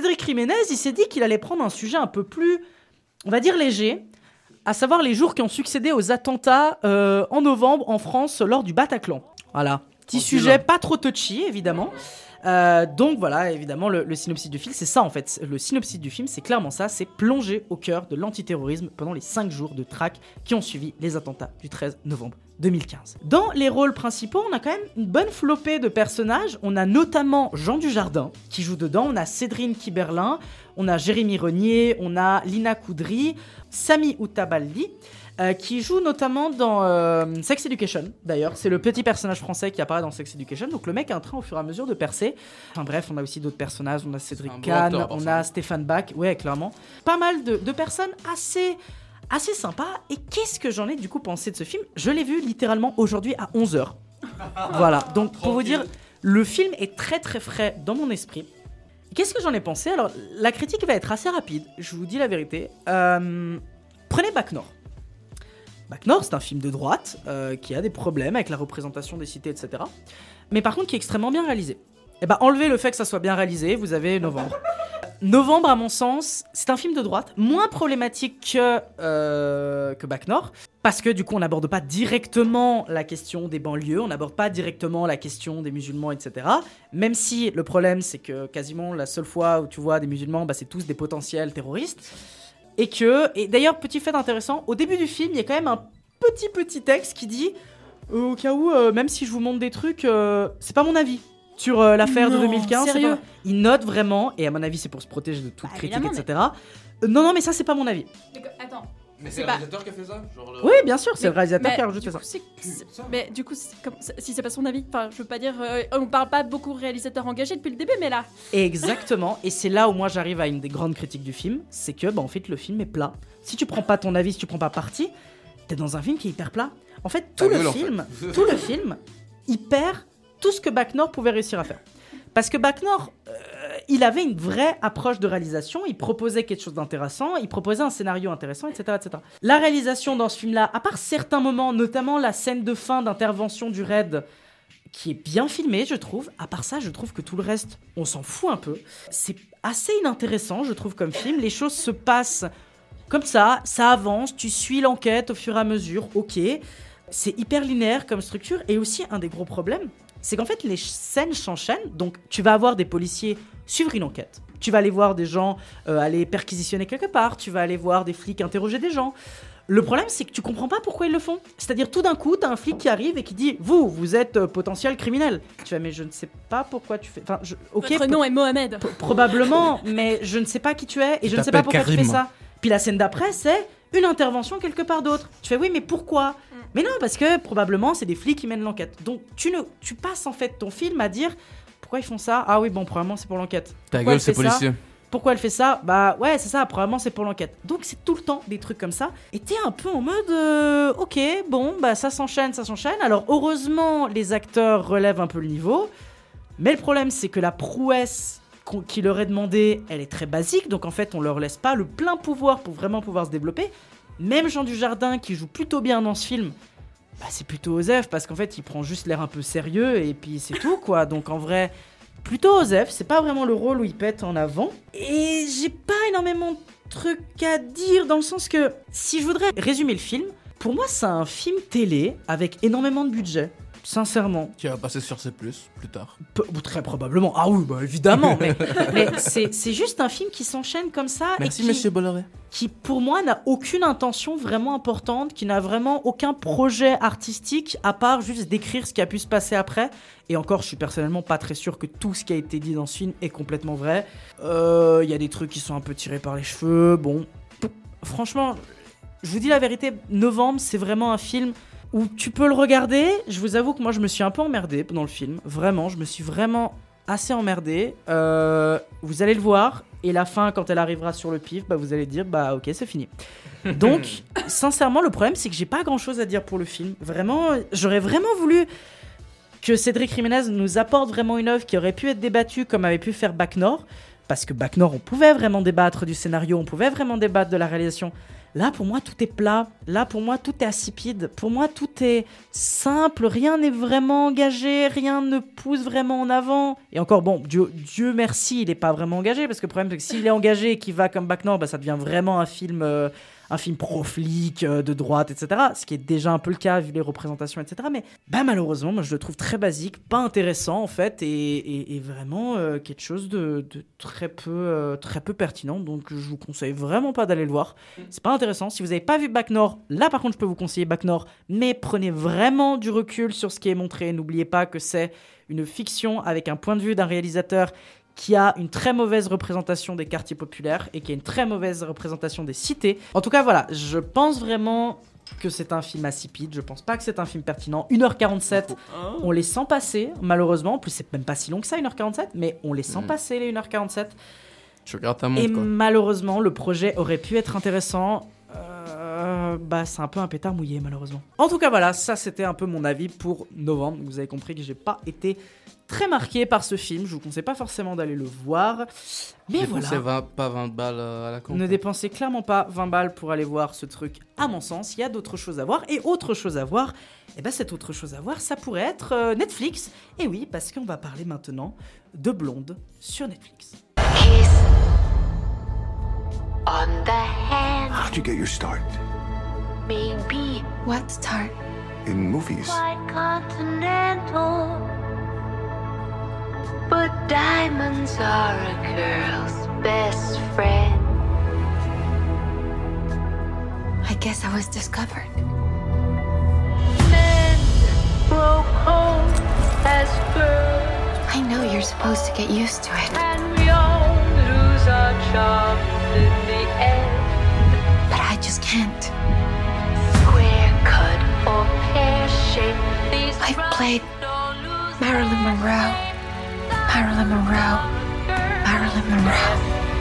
Speaker 2: Jiménez, il s'est dit qu'il allait prendre un sujet un peu plus, on va dire léger, à savoir les jours qui ont succédé aux attentats en novembre en France lors du Bataclan. Voilà, petit sujet pas trop touchy évidemment. Donc voilà, évidemment, le synopsis du film, c'est ça en fait. Le synopsis du film, c'est clairement ça, c'est plonger au cœur de l'antiterrorisme pendant les 5 jours de traque qui ont suivi les attentats du 13 novembre 2015. Dans les rôles principaux, on a quand même une bonne flopée de personnages. On a notamment Jean Dujardin qui joue dedans, on a Cédrine Kiberlin, on a Jérémy Renier, on a Lina Koudry, Sami Outaballi, qui joue notamment dans Sex Education, d'ailleurs. C'est le petit personnage français qui apparaît dans Sex Education. Donc le mec est en train au fur et à mesure de percer. Enfin bref, on a aussi d'autres personnages. On a Cédric Kahn, on a Stéphane Bach. Ouais, clairement. Pas mal de personnes assez sympas. Et qu'est-ce que j'en ai du coup pensé de ce film ? Je l'ai vu littéralement aujourd'hui à 11h. Voilà, donc pour vous dire, le film est très très frais dans mon esprit. Qu'est-ce que j'en ai pensé ? Alors, la critique va être assez rapide, je vous dis la vérité. Prenez Bac Nord. Bac Nord, c'est un film de droite qui a des problèmes avec la représentation des cités, etc. Mais par contre, qui est extrêmement bien réalisé. Et bah, enlevez le fait que ça soit bien réalisé, vous avez Novembre. Novembre, à mon sens, c'est un film de droite, moins problématique que Bac Nord, parce que du coup, on n'aborde pas directement la question des banlieues, on n'aborde pas directement la question des musulmans, etc. Même si le problème, c'est que quasiment la seule fois où tu vois des musulmans, bah, c'est tous des potentiels terroristes. Et d'ailleurs, petit fait intéressant, au début du film, il y a quand même un petit texte qui dit au cas où, même si je vous montre des trucs, c'est pas mon avis sur l'affaire de 2015.
Speaker 5: Sérieux ?
Speaker 2: Il note vraiment, et à mon avis, c'est pour se protéger de toute critique, etc. Non, mais ça, c'est pas mon avis.
Speaker 5: Attends.
Speaker 4: Mais c'est le réalisateur qui a fait ça ?
Speaker 2: Oui, bien sûr, c'est le réalisateur qui a rajouté ça.
Speaker 5: Mais du coup, si c'est pas son avis, enfin, je veux pas dire, on parle pas beaucoup réalisateurs engagés depuis le début, mais là.
Speaker 2: Exactement, et c'est là où moi j'arrive à une des grandes critiques du film, c'est que, bah, en fait, le film est plat. Si tu prends pas ton avis, si tu prends pas parti, t'es dans un film qui est hyper plat. En fait, tout le film, il perd tout ce que Bac Nord pouvait réussir à faire. Parce que Bac Nord, il avait une vraie approche de réalisation, il proposait quelque chose d'intéressant, il proposait un scénario intéressant, etc., etc. La réalisation dans ce film-là, à part certains moments, notamment la scène de fin d'intervention du raid, qui est bien filmée, je trouve. À part ça, je trouve que tout le reste, on s'en fout un peu. C'est assez inintéressant, je trouve, comme film. Les choses se passent comme ça avance, tu suis l'enquête au fur et à mesure, ok. C'est hyper linéaire comme structure, et aussi un des gros problèmes, c'est qu'en fait, les scènes s'enchaînent, donc tu vas avoir des policiers suivre une enquête. Tu vas aller voir des gens aller perquisitionner quelque part, tu vas aller voir des flics interroger des gens. Le problème, c'est que tu comprends pas pourquoi ils le font. C'est-à-dire, tout d'un coup, t'as un flic qui arrive et qui dit « Vous êtes potentiel criminel ». Tu vas « Mais je ne sais pas pourquoi tu fais… » Enfin,
Speaker 5: Votre nom est Mohamed.
Speaker 2: Probablement, mais je ne sais pas qui tu es et je ne sais pas pourquoi tu fais ça. Puis la scène d'après, c'est une intervention quelque part d'autre. Tu fais « Oui, mais pourquoi ?» Mais non, parce que probablement, c'est des flics qui mènent l'enquête. Donc, tu passes en fait ton film à dire « Pourquoi ils font ça ? Ah oui, bon, probablement, c'est pour l'enquête. »
Speaker 4: Ta gueule, c'est policier.
Speaker 2: Pourquoi elle fait ça ? Bah ouais, c'est ça, probablement c'est pour l'enquête. Donc c'est tout le temps des trucs comme ça. Et t'es un peu en mode, ok, bon, bah ça s'enchaîne. Alors heureusement, les acteurs relèvent un peu le niveau. Mais le problème, c'est que la prouesse qui leur est demandée, elle est très basique. Donc en fait, on leur laisse pas le plein pouvoir pour vraiment pouvoir se développer. Même Jean Dujardin, qui joue plutôt bien dans ce film, bah c'est plutôt osef, parce qu'en fait, il prend juste l'air un peu sérieux, et puis c'est tout, quoi. Donc en vrai… plutôt osef, c'est pas vraiment le rôle où il pète en avant. Et j'ai pas énormément de trucs à dire, dans le sens que, si je voudrais résumer le film, pour moi c'est un film télé avec énormément de budget, sincèrement.
Speaker 4: Qui va passer sur C+, plus tard.
Speaker 2: Très probablement, ah oui, bah évidemment, mais c'est juste un film qui s'enchaîne comme ça.
Speaker 4: Merci,
Speaker 2: et qui,
Speaker 4: monsieur Bolloré.
Speaker 2: Qui pour moi n'a aucune intention vraiment importante, qui n'a vraiment aucun projet artistique, à part juste décrire ce qui a pu se passer après. Et encore, je suis personnellement pas très sûr que tout ce qui a été dit dans ce film est complètement vrai. Y a des trucs qui sont un peu tirés par les cheveux, bon. Franchement, je vous dis la vérité, Novembre, c'est vraiment un film où tu peux le regarder. Je vous avoue que moi, je me suis un peu emmerdé pendant le film. Vraiment, je me suis vraiment assez emmerdé. Vous allez le voir, et la fin, quand elle arrivera sur le pif, bah, vous allez dire, bah ok, c'est fini. Donc, sincèrement, le problème, c'est que j'ai pas grand-chose à dire pour le film. Vraiment, j'aurais vraiment voulu que Cédric Jiménez nous apporte vraiment une œuvre qui aurait pu être débattue comme avait pu faire Bac Nord, parce que Bac Nord, on pouvait vraiment débattre du scénario, on pouvait vraiment débattre de la réalisation. Là, pour moi, tout est plat. Là, pour moi, tout est insipide. Pour moi, tout est simple. Rien n'est vraiment engagé. Rien ne pousse vraiment en avant. Et encore, bon, Dieu merci, il n'est pas vraiment engagé. Parce que le problème, c'est que s'il est engagé et qu'il va comme Bac Nord, ça devient vraiment un film pro-flic, de droite, etc. Ce qui est déjà un peu le cas vu les représentations, etc. Mais malheureusement, moi je le trouve très basique, pas intéressant en fait, et vraiment quelque chose de très peu pertinent. Donc je vous conseille vraiment pas d'aller le voir. C'est pas intéressant. Si vous n'avez pas vu Bac Nord, là par contre je peux vous conseiller Bac Nord, mais prenez vraiment du recul sur ce qui est montré. N'oubliez pas que c'est une fiction avec un point de vue d'un réalisateur qui a une très mauvaise représentation des quartiers populaires et qui a une très mauvaise représentation des cités. En tout cas, voilà, je pense vraiment que c'est un film insipide, je pense pas que c'est un film pertinent. 1h47, on les sent passer, malheureusement. En plus, c'est même pas si long que ça, 1h47, mais on les sent passer, les 1h47.
Speaker 4: Tu regardes ta montre,
Speaker 2: et
Speaker 4: quoi.
Speaker 2: Malheureusement, le projet aurait pu être intéressant. C'est un peu un pétard mouillé, malheureusement. En tout cas, voilà, ça c'était un peu mon avis pour novembre. Vous avez compris que j'ai pas été très marqué par ce film. Je vous conseille pas forcément d'aller le voir. Mais voilà.
Speaker 4: Pas 20 balles à la con.
Speaker 2: Ne dépensez clairement pas 20 balles pour aller voir ce truc, à mon sens. Il y a d'autres choses à voir. Et autre chose à voir, cette autre chose à voir, ça pourrait être Netflix. Et oui, parce qu'on va parler maintenant de Blonde sur Netflix.
Speaker 11: Kiss on the hand.
Speaker 19: How'd you get your start?
Speaker 11: Maybe.
Speaker 19: What start? In movies.
Speaker 11: Quite continental. But diamonds are a girl's best friend.
Speaker 19: I guess I was discovered.
Speaker 11: Men broke home as girls.
Speaker 19: I know you're supposed to get used to it.
Speaker 11: And we all lose our charm in the end.
Speaker 19: But I just can't.
Speaker 11: Square cut or pear shaped.
Speaker 19: I've played Marilyn Monroe. Marilyn Monroe. Marilyn Monroe.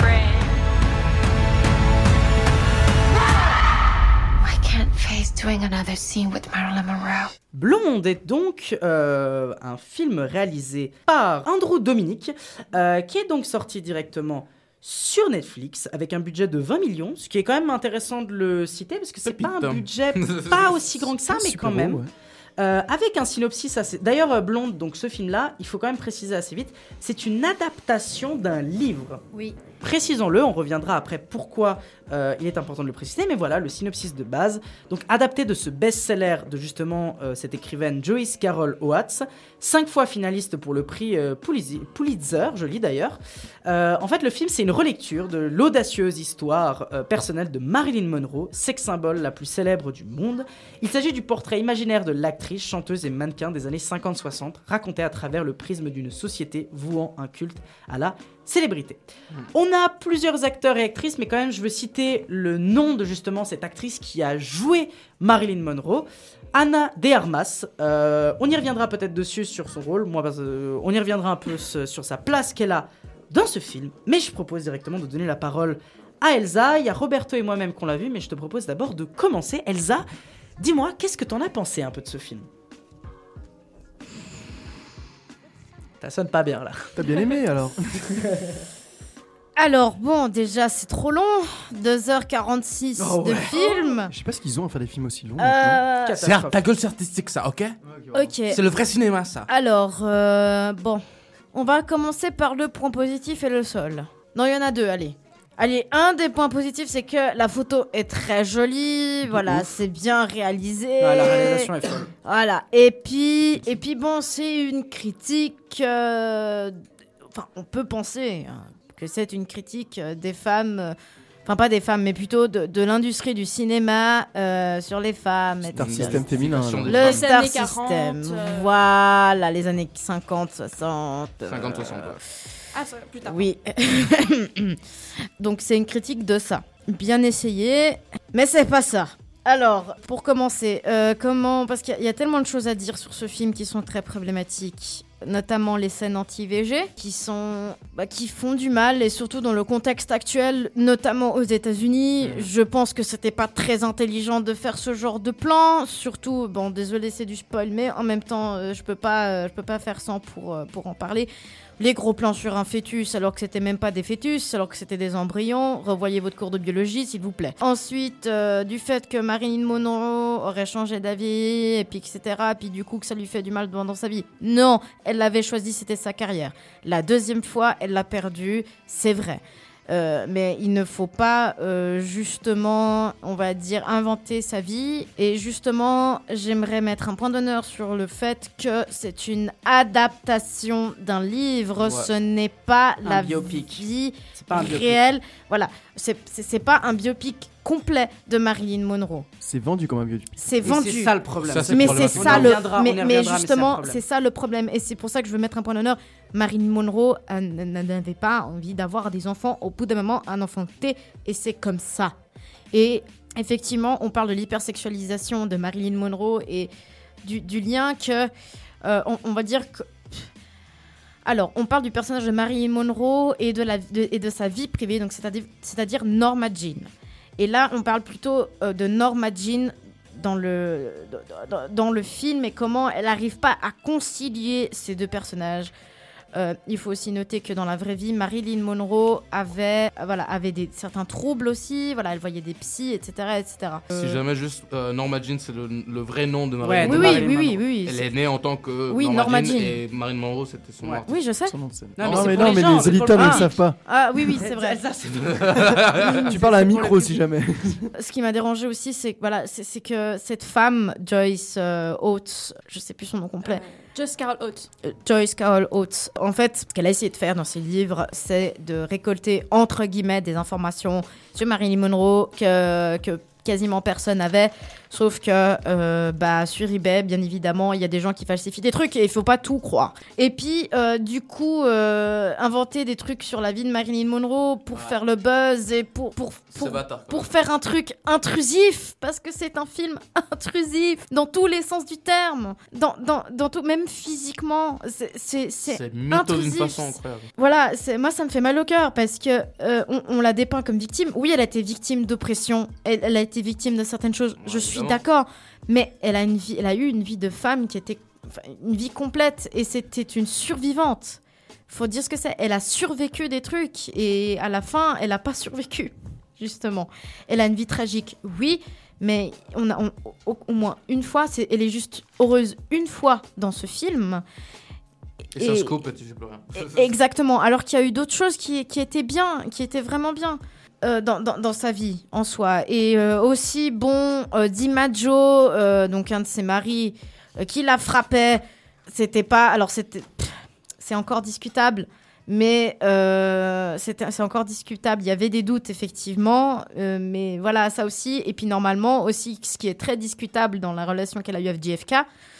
Speaker 19: I can't face doing another scene with Marilyn Monroe.
Speaker 2: Blonde est donc un film réalisé par Andrew Dominik, qui est donc sorti directement sur Netflix avec un budget de 20 millions, ce qui est quand même intéressant de le citer parce que c'est pas un budget pas aussi grand que ça, mais quand même. Ouais. Avec un synopsis assez... D'ailleurs, Blonde, donc ce film-là, il faut quand même préciser assez vite, c'est une adaptation d'un livre.
Speaker 6: Oui.
Speaker 2: Précisons-le, on reviendra après pourquoi il est important de le préciser, mais voilà, le synopsis de base. Donc, adapté de ce best-seller de justement cette écrivaine Joyce Carol Oates, 5 fois finaliste pour le prix Pulitzer, je lis d'ailleurs. En fait, le film, c'est une relecture de l'audacieuse histoire personnelle de Marilyn Monroe, sex symbole la plus célèbre du monde. Il s'agit du portrait imaginaire de l'actrice, chanteuse et mannequin des années 50-60, raconté à travers le prisme d'une société vouant un culte à la célébrité. On a plusieurs acteurs et actrices, mais quand même, je veux citer le nom de justement cette actrice qui a joué Marilyn Monroe, Ana de Armas. On y reviendra peut-être dessus sur son rôle, on y reviendra un peu sur sa place qu'elle a dans ce film, mais je propose directement de donner la parole à Elsa. Il y a Roberto et moi-même qu'on l'a vu, mais je te propose d'abord de commencer. Elsa, dis-moi, qu'est-ce que t'en as pensé un peu de ce film ? Ça sonne pas bien là.
Speaker 3: T'as bien aimé alors?
Speaker 6: Alors bon, déjà c'est trop long, 2h46 de film.
Speaker 3: Je sais pas ce qu'ils ont à faire des films aussi longs.
Speaker 4: Ta gueule c'est artistique ça, ok?
Speaker 6: Ok.
Speaker 4: C'est le vrai cinéma ça.
Speaker 6: Alors, bon, on va commencer par le point positif et le sol. Non, il y en a deux, allez. Allez, un des points positifs, c'est que la photo est très jolie, voilà, c'est bien réalisé.
Speaker 2: Ah, la réalisation est folle.
Speaker 6: Voilà, et puis bon, c'est une critique... Enfin, on peut penser que c'est une critique des femmes... Enfin, pas des femmes, mais plutôt de l'industrie du cinéma sur les femmes.
Speaker 3: Star system féminin.
Speaker 6: Le star system, voilà, les années 50, 60...
Speaker 4: 50, 60,
Speaker 5: Ah, ça, plus tard.
Speaker 6: Oui. Donc c'est une critique de ça. Bien essayé, mais c'est pas ça. Alors, pour commencer, parce qu'il y a tellement de choses à dire sur ce film qui sont très problématiques, notamment les scènes anti-IVG, qui font du mal, et surtout dans le contexte actuel, notamment aux États-Unis. Je pense que c'était pas très intelligent de faire ce genre de plan, surtout, bon, désolé, c'est du spoil, mais en même temps, je peux pas faire sans pour en parler. les gros plans sur un fœtus alors que c'était même pas des fœtus, alors que c'était des embryons. Revoyez votre cours de biologie, s'il vous plaît. Ensuite, du fait que Marilyn Monroe aurait changé d'avis, et puis etc., puis du coup que ça lui fait du mal dans sa vie. Non, elle l'avait choisi, c'était sa carrière. La deuxième fois, elle l'a perdu, c'est vrai. Mais il ne faut pas justement, on va dire, inventer sa vie. Et justement, j'aimerais mettre un point d'honneur sur le fait que c'est une adaptation d'un livre. Ce n'est pas la vie réelle. Voilà, c'est pas un biopic complet de Marilyn Monroe.
Speaker 3: C'est vendu comme un biopic.
Speaker 6: C'est vendu.
Speaker 2: C'est ça le problème.
Speaker 6: Mais c'est ça mais justement, c'est ça le problème. Et c'est pour ça que je veux mettre un point d'honneur. Marilyn Monroe n'avait pas envie d'avoir des enfants. Au bout d'un moment, un enfant T, et c'est comme ça. Et effectivement, on parle de l'hypersexualisation de Marilyn Monroe et du lien que, on va dire que... Alors, on parle du personnage de Marilyn Monroe et de sa vie privée, donc c'est-à-dire Norma Jean. Et là, on parle plutôt de Norma Jean dans le film et comment elle n'arrive pas à concilier ces deux personnages. Il faut aussi noter que dans la vraie vie, Marilyn Monroe avait certains troubles aussi. Voilà, elle voyait des psys, etc.
Speaker 4: Si jamais juste Norma Jean, c'est le vrai nom de Marilyn Monroe.
Speaker 6: Oui.
Speaker 4: Elle est née en tant que
Speaker 6: Norma
Speaker 4: Jean
Speaker 6: Jean.
Speaker 4: Et Marilyn Monroe, c'était son nom.
Speaker 6: Oui, je sais.
Speaker 3: Non, mais les auditeurs ne le savent pas.
Speaker 6: Ah oui, c'est vrai.
Speaker 3: Tu parles à un micro si jamais.
Speaker 6: Ce qui m'a dérangé aussi, c'est que cette femme, Joyce Oates, je sais plus son nom complet. Joyce Carol Oates. En fait, ce qu'elle a essayé de faire dans ses livres, c'est de récolter, entre guillemets, des informations sur Marilyn Monroe que quasiment personne n'avait. Sauf que sur eBay, bien évidemment, il y a des gens qui falsifient des trucs et il faut pas tout croire. Et puis, du coup, inventer des trucs sur la vie de Marilyn Monroe pour faire le buzz et pour faire un truc intrusif, parce que c'est un film intrusif dans tous les sens du terme, dans tout, même physiquement, c'est
Speaker 4: mytho d'une façon incroyable.
Speaker 6: Voilà, moi ça me fait mal au cœur parce que on la dépeint comme victime. Oui, elle a été victime d'oppression, elle a été victime de certaines choses. Je suis d'accord, mais elle a eu une vie de femme qui était une vie complète et c'était une survivante. Faut dire ce que c'est. Elle a survécu des trucs et à la fin, elle a pas survécu. Justement, elle a une vie tragique, oui, mais on a au moins une fois, elle est juste heureuse une fois dans ce film.
Speaker 4: Et ça se coupe et tu sais plus rien.
Speaker 6: Exactement. Alors qu'il y a eu d'autres choses qui étaient bien, qui étaient vraiment bien. Dans sa vie en soi et aussi DiMaggio, donc un de ses maris qui la frappait, c'est encore discutable, mais c'est encore discutable, il y avait des doutes effectivement, mais voilà, ça aussi. Et puis normalement aussi, ce qui est très discutable dans la relation qu'elle a eue avec JFK,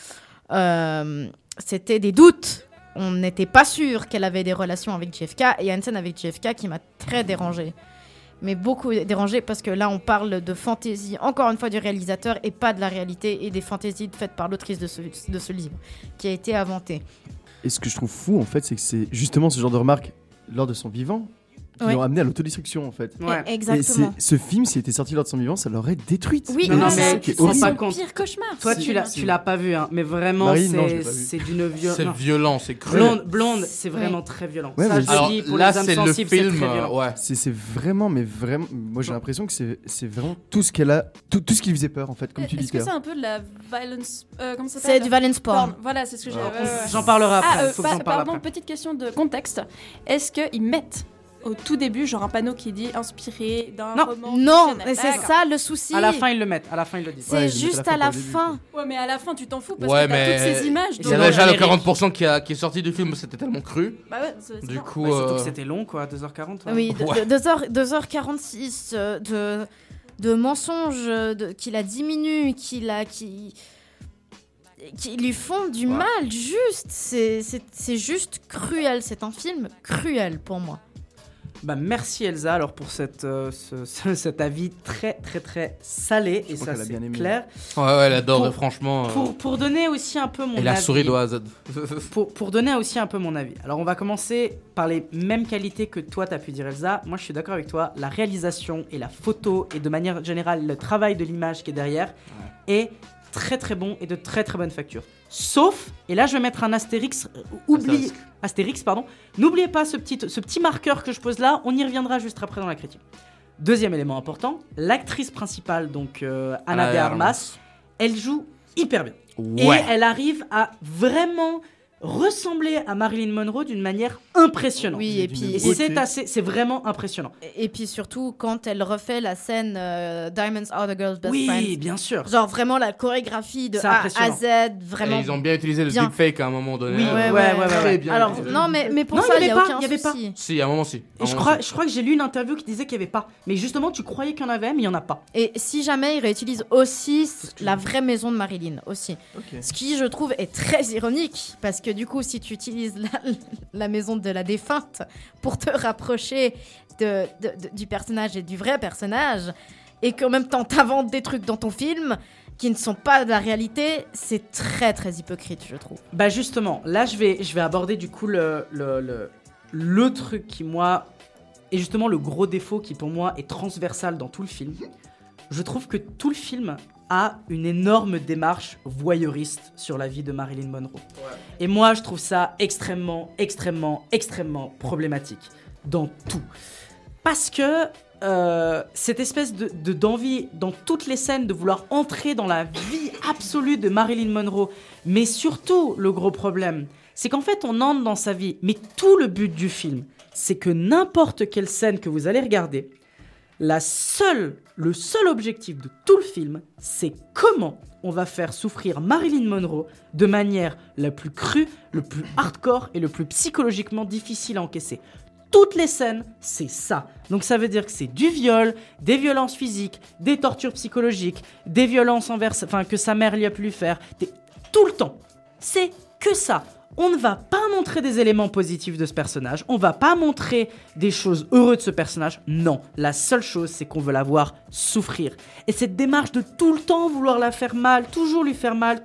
Speaker 6: c'était des doutes. On n'était pas sûr qu'elle avait des relations avec JFK, et il y a une scène avec JFK qui m'a très dérangée. Mais beaucoup dérangé parce que là on parle de fantaisie, encore une fois du réalisateur, et pas de la réalité et des fantaisies faites par l'autrice de ce livre qui a été inventé.
Speaker 3: Et ce que je trouve fou en fait, c'est que c'est justement ce genre de remarques lors de son vivant qui l'ont amené à l'autodestruction en fait.
Speaker 6: Ouais. Exactement.
Speaker 3: Et ce film, s'il était sorti lors de son vivant, ça l'aurait détruite.
Speaker 6: Oui,
Speaker 2: non, mais
Speaker 6: c'est son
Speaker 2: pire
Speaker 6: cauchemar.
Speaker 2: Toi, tu l'as pas vu, hein, mais vraiment, c'est d'une violence.
Speaker 4: C'est violent, c'est cru.
Speaker 2: Blonde, c'est vraiment très violent.
Speaker 3: Ouais,
Speaker 2: ça, je dis, pour
Speaker 4: là,
Speaker 2: les âmes
Speaker 4: c'est
Speaker 2: sensibles,
Speaker 4: le film,
Speaker 2: c'est très violent.
Speaker 4: ouais.
Speaker 3: C'est vraiment, mais vraiment. Moi, j'ai l'impression que c'est vraiment tout ce qu'elle a, tout ce qui lui faisait peur en fait, comme tu dis.
Speaker 5: Est-ce que c'est un peu de la violence comment ça s'appelle ?
Speaker 6: C'est du violence porn.
Speaker 5: Voilà, c'est ce que j'ai.
Speaker 2: J'en parlerai après. Faut que j'en parle
Speaker 5: pardon,
Speaker 2: après.
Speaker 5: petite question de contexte. Est-ce qu'ils mettent au tout début, genre un panneau qui dit inspiré d'un roman.
Speaker 6: Non, c'est ça le souci.
Speaker 2: À la fin, ils le mettent. À la fin, ils le disent.
Speaker 6: C'est juste à la fin.
Speaker 5: Ouais, mais à la fin, tu t'en fous parce que t'as toutes ces images.
Speaker 4: Il y a déjà le 40% qui est sorti du film, c'était tellement cru.
Speaker 5: Bah ouais, c'est
Speaker 4: du coup.
Speaker 2: Surtout que c'était long, quoi, 2h40.
Speaker 6: Oui, 2h46 de mensonges qu'il a diminué, qui lui font du mal, juste. C'est juste cruel. C'est un film cruel pour moi.
Speaker 2: Bah merci Elsa alors pour cet avis très très très salé, et ça c'est clair.
Speaker 4: Ouais, elle adore, franchement.
Speaker 2: Pour donner aussi un peu mon avis.
Speaker 4: Elle a souri de A à Z.
Speaker 2: pour donner aussi un peu mon avis. Alors on va commencer par les mêmes qualités que toi t'as pu dire Elsa. Moi je suis d'accord avec toi, la réalisation et la photo et de manière générale le travail de l'image qui est derrière est très très bon et de très très bonne facture. Sauf, et là je vais mettre un astérix, n'oubliez pas ce petit marqueur que je pose là, on y reviendra juste après dans la critique. Deuxième élément important, l'actrice principale, donc Ana de Armas, elle joue hyper bien. Ouais. Et elle arrive à vraiment ressembler à Marilyn Monroe d'une manière impressionnante.
Speaker 6: Oui, et puis
Speaker 2: c'est vraiment impressionnant.
Speaker 6: Et puis surtout quand elle refait la scène Diamonds Are the Girl's Best Friend.
Speaker 2: Oui, bien sûr.
Speaker 6: Genre vraiment la chorégraphie de A à Z, vraiment.
Speaker 4: Et ils ont bien utilisé le deepfake à un moment donné.
Speaker 2: Oui, ouais.
Speaker 4: Bien.
Speaker 6: Alors non, mais pour ça il y a aucun souci.
Speaker 4: Si, à un moment si.
Speaker 2: Et je crois que j'ai lu une interview qui disait qu'il y avait pas. Mais justement, tu croyais qu'il y en avait, mais il y en a pas.
Speaker 6: Et si jamais ils réutilisent aussi la vraie maison de Marilyn aussi. Okay. Ce qui je trouve est très ironique parce que du coup, si tu utilises la maison de la défunte pour te rapprocher du personnage et du vrai personnage, et qu'en même temps t'inventes des trucs dans ton film qui ne sont pas de la réalité, c'est très très hypocrite, je trouve.
Speaker 2: Bah justement, là je vais aborder du coup le truc qui moi est justement le gros défaut qui pour moi est transversal dans tout le film. Je trouve que tout le film a une énorme démarche voyeuriste sur la vie de Marilyn Monroe. Ouais. Et moi, je trouve ça extrêmement problématique dans tout. Parce que cette espèce d'envie dans toutes les scènes de vouloir entrer dans la vie absolue de Marilyn Monroe, mais surtout, le gros problème, c'est qu'en fait, on entre dans sa vie. Mais tout le but du film, c'est que n'importe quelle scène que vous allez regarder, le seul objectif de tout le film, c'est comment on va faire souffrir Marilyn Monroe de manière la plus crue, le plus hardcore et le plus psychologiquement difficile à encaisser. Toutes les scènes, c'est ça. Donc ça veut dire que c'est du viol, des violences physiques, des tortures psychologiques, des violences que sa mère lui a pu faire, tout le temps. C'est que ça. On ne va pas montrer des éléments positifs de ce personnage, on va pas montrer des choses heureuses de ce personnage, non. La seule chose, c'est qu'on veut la voir souffrir. Et cette démarche de tout le temps vouloir la faire mal, toujours lui faire mal,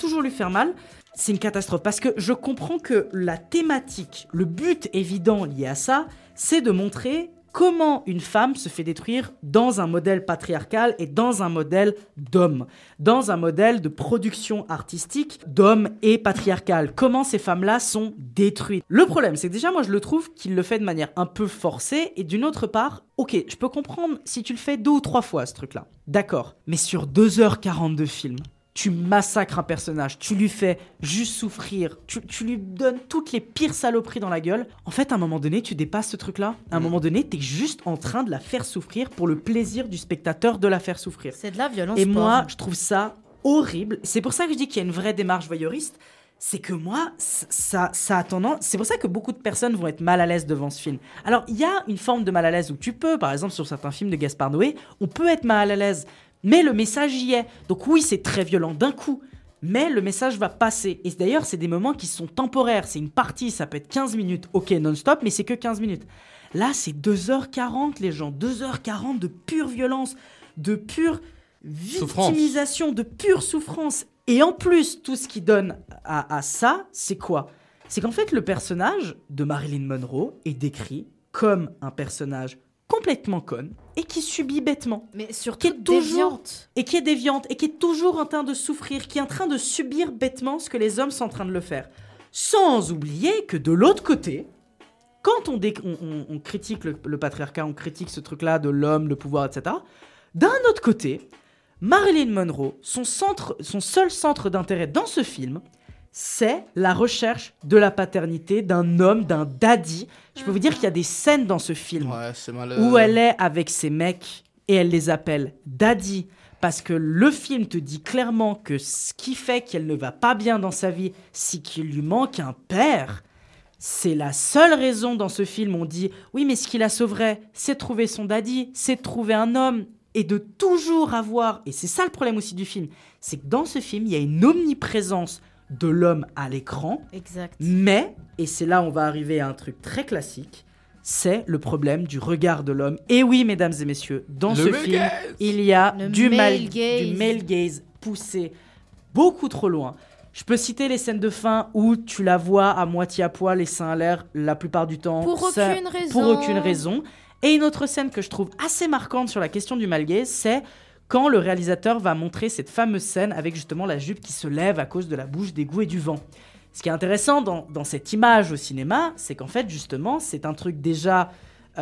Speaker 2: c'est une catastrophe. Parce que je comprends que la thématique, le but évident lié à ça, c'est de montrer comment une femme se fait détruire dans un modèle patriarcal et dans un modèle d'homme, dans un modèle de production artistique d'homme et patriarcal. Comment ces femmes-là sont détruites. Le problème, c'est que déjà, moi, je le trouve qu'il le fait de manière un peu forcée, et d'une autre part, ok, je peux comprendre si tu le fais 2 ou 3 fois, ce truc-là. D'accord, mais sur 2h40 de film, tu massacres un personnage, tu lui fais juste souffrir, tu lui donnes toutes les pires saloperies dans la gueule. En fait, à un moment donné, tu dépasses ce truc-là. À un moment donné, t'es juste en train de la faire souffrir pour le plaisir du spectateur de la faire souffrir.
Speaker 6: C'est de la violence.
Speaker 2: Et moi, je trouve ça horrible. C'est pour ça que je dis qu'il y a une vraie démarche voyeuriste. C'est que moi, ça a tendance... C'est pour ça que beaucoup de personnes vont être mal à l'aise devant ce film. Alors, il y a une forme de mal à l'aise où tu peux, par exemple, sur certains films de Gaspard Noé, on peut être mal à l'aise. Mais le message y est. Donc oui, c'est très violent d'un coup, mais le message va passer. Et d'ailleurs, c'est des moments qui sont temporaires. C'est une partie, ça peut être 15 minutes, ok, non-stop, mais c'est que 15 minutes. Là, c'est 2h40, les gens. 2h40 de pure violence, de pure victimisation, de pure souffrance. Et en plus, tout ce qui donne à ça, c'est quoi ? C'est qu'en fait, le personnage de Marilyn Monroe est décrit comme un personnage complètement conne et qui subit bêtement,
Speaker 6: mais surtout déviante,
Speaker 2: et qui est déviante et qui est toujours en train de souffrir, qui est en train de subir bêtement ce que les hommes sont en train de le faire, sans oublier que de l'autre côté, quand on critique le patriarcat, on critique ce truc-là de l'homme, le pouvoir, etc. D'un autre côté, Marilyn Monroe, son seul centre d'intérêt dans ce film, c'est la recherche de la paternité d'un homme, d'un daddy. Je peux vous dire qu'il y a des scènes dans ce film où elle est avec ses mecs et elle les appelle daddy, parce que le film te dit clairement que ce qui fait qu'elle ne va pas bien dans sa vie, c'est qu'il lui manque un père. C'est la seule raison dans ce film. On dit oui, mais ce qui la sauverait, c'est de trouver son daddy, c'est de trouver un homme. Et de toujours avoir, et c'est ça le problème aussi du film, c'est que dans ce film, il y a une omniprésence de l'homme à l'écran.
Speaker 6: Exact.
Speaker 2: Mais, et c'est là où on va arriver à un truc très classique, c'est le problème du regard de l'homme. Et oui, mesdames et messieurs, dans ce film, il y a du male gaze poussé beaucoup trop loin. Je peux citer les scènes de fin où tu la vois à moitié à poil, les seins à l'air, la plupart du temps.
Speaker 6: Pour aucune raison.
Speaker 2: Et une autre scène que je trouve assez marquante sur la question du male gaze, c'est quand le réalisateur va montrer cette fameuse scène avec justement la jupe qui se lève à cause de la bouche d'égout et du vent. Ce qui est intéressant dans cette image au cinéma, c'est qu'en fait, justement, c'est un truc déjà